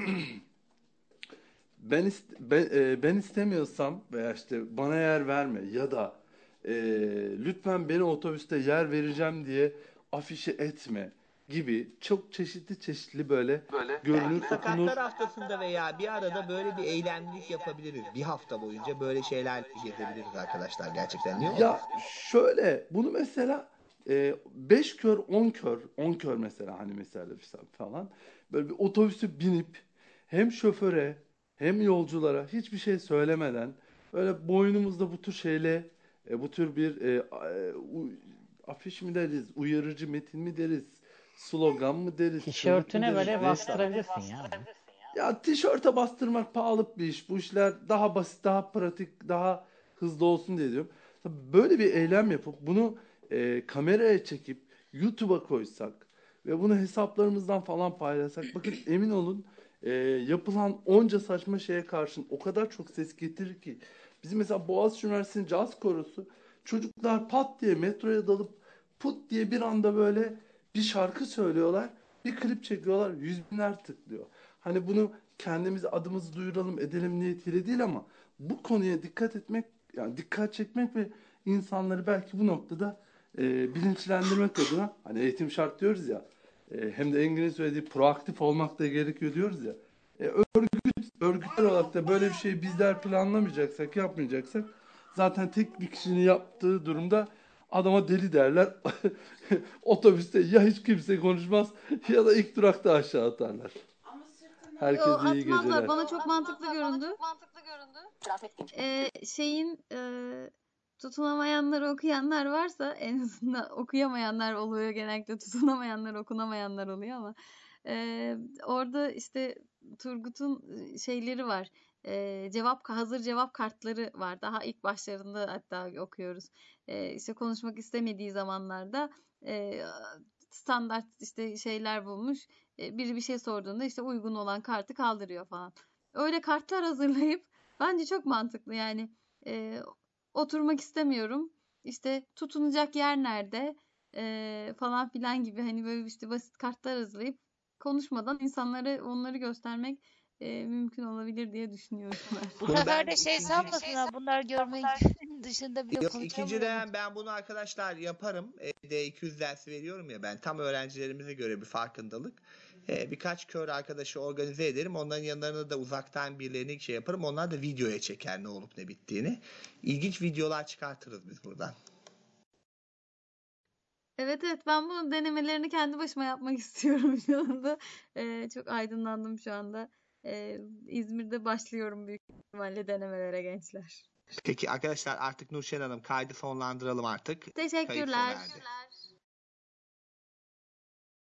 ben istemiyorsam veya işte bana yer verme ya da lütfen beni otobüste yer vereceğim diye afişe etme gibi çok çeşitli böyle görünür, okunur. Sakatlar haftasında veya bir arada böyle bir eylemlilik yapabiliriz. Bir hafta boyunca böyle şeylerle gezebiliriz arkadaşlar. Gerçekten değil mi? Ya şöyle bunu mesela 5 kör 10 kör 10 kör mesela hani mesela falan böyle bir otobüse binip hem şoföre hem yolculara hiçbir şey söylemeden böyle boynumuzda bu tür şeyle bu tür bir afiş mi deriz, uyarıcı metin mi deriz, slogan mı deriz, çığlık mı Tişörtüne deriz, böyle neyse. bastırabilirsin ya bunu. Ya tişörte bastırmak pahalı bir iş. Bu işler daha basit, daha pratik, daha hızlı olsun diye diyorum. Böyle bir eylem yapıp bunu kameraya çekip YouTube'a koysak ve bunu hesaplarımızdan falan paylaşsak bakın emin olun yapılan onca saçma şeye karşın o kadar çok ses getirir ki. Bizim mesela Boğaziçi Üniversitesi'nin caz korosu çocuklar pat diye metroya dalıp put diye bir anda böyle bir şarkı söylüyorlar. Bir klip çekiyorlar. Yüz binler tıklıyor. Hani bunu kendimiz adımızı duyuralım edelim niyetiyle değil ama bu konuya dikkat etmek yani dikkat çekmek ve insanları belki bu noktada bilinçlendirmek adına hani eğitim şart diyoruz ya hem de Engin'in söylediği proaktif olmak da gerekiyor diyoruz ya. Örgütler olarak da böyle bir şeyi bizler planlamayacaksak yapmayacaksak zaten tek bir kişinin yaptığı durumda adama deli derler. Otobüste ya hiç kimse konuşmaz ya da ilk durakta aşağı atarlar. Yo, Herkese iyi atmazlar. geceler. Bana çok mantıklı göründü. Şeyin tutunamayanları okuyanlar varsa en azından okuyamayanlar oluyor genellikle tutunamayanlar okunamayanlar oluyor ama orada işte Turgut'un şeyleri var. Hazır cevap kartları var. Daha ilk başlarında hatta okuyoruz. İşte konuşmak istemediği zamanlarda standart işte şeyler bulmuş. Biri bir şey sorduğunda işte uygun olan kartı kaldırıyor falan. Öyle kartlar hazırlayıp bence çok mantıklı yani oturmak istemiyorum. İşte tutunacak yer nerede falan filan gibi hani böyle işte basit kartlar hazırlayıp konuşmadan insanlara onları göstermek mümkün olabilir diye düşünüyorum ben. Bu Bunu sefer ben de şey ikinci sanmasınlar bunlar görmek dışında bir de Yok, ikinci konuşamıyor mu? dönem ben bunu arkadaşlar yaparım. D200 dersi veriyorum ya ben. Tam öğrencilerimize göre bir farkındalık. Birkaç kör arkadaşı organize ederim. Onların yanlarına da uzaktan birilerini şey yaparım. Onlar da videoya çeker ne olup ne bittiğini. İlginç videolar çıkartırız biz buradan. Evet ben bunun denemelerini kendi başıma yapmak istiyorum şu anda. Çok aydınlandım şu anda. İzmir'de başlıyorum büyük ihtimalle denemelere gençler. Peki arkadaşlar artık Nurşen Hanım kaydı sonlandıralım artık. Kayıt sona Teşekkürler. erdi.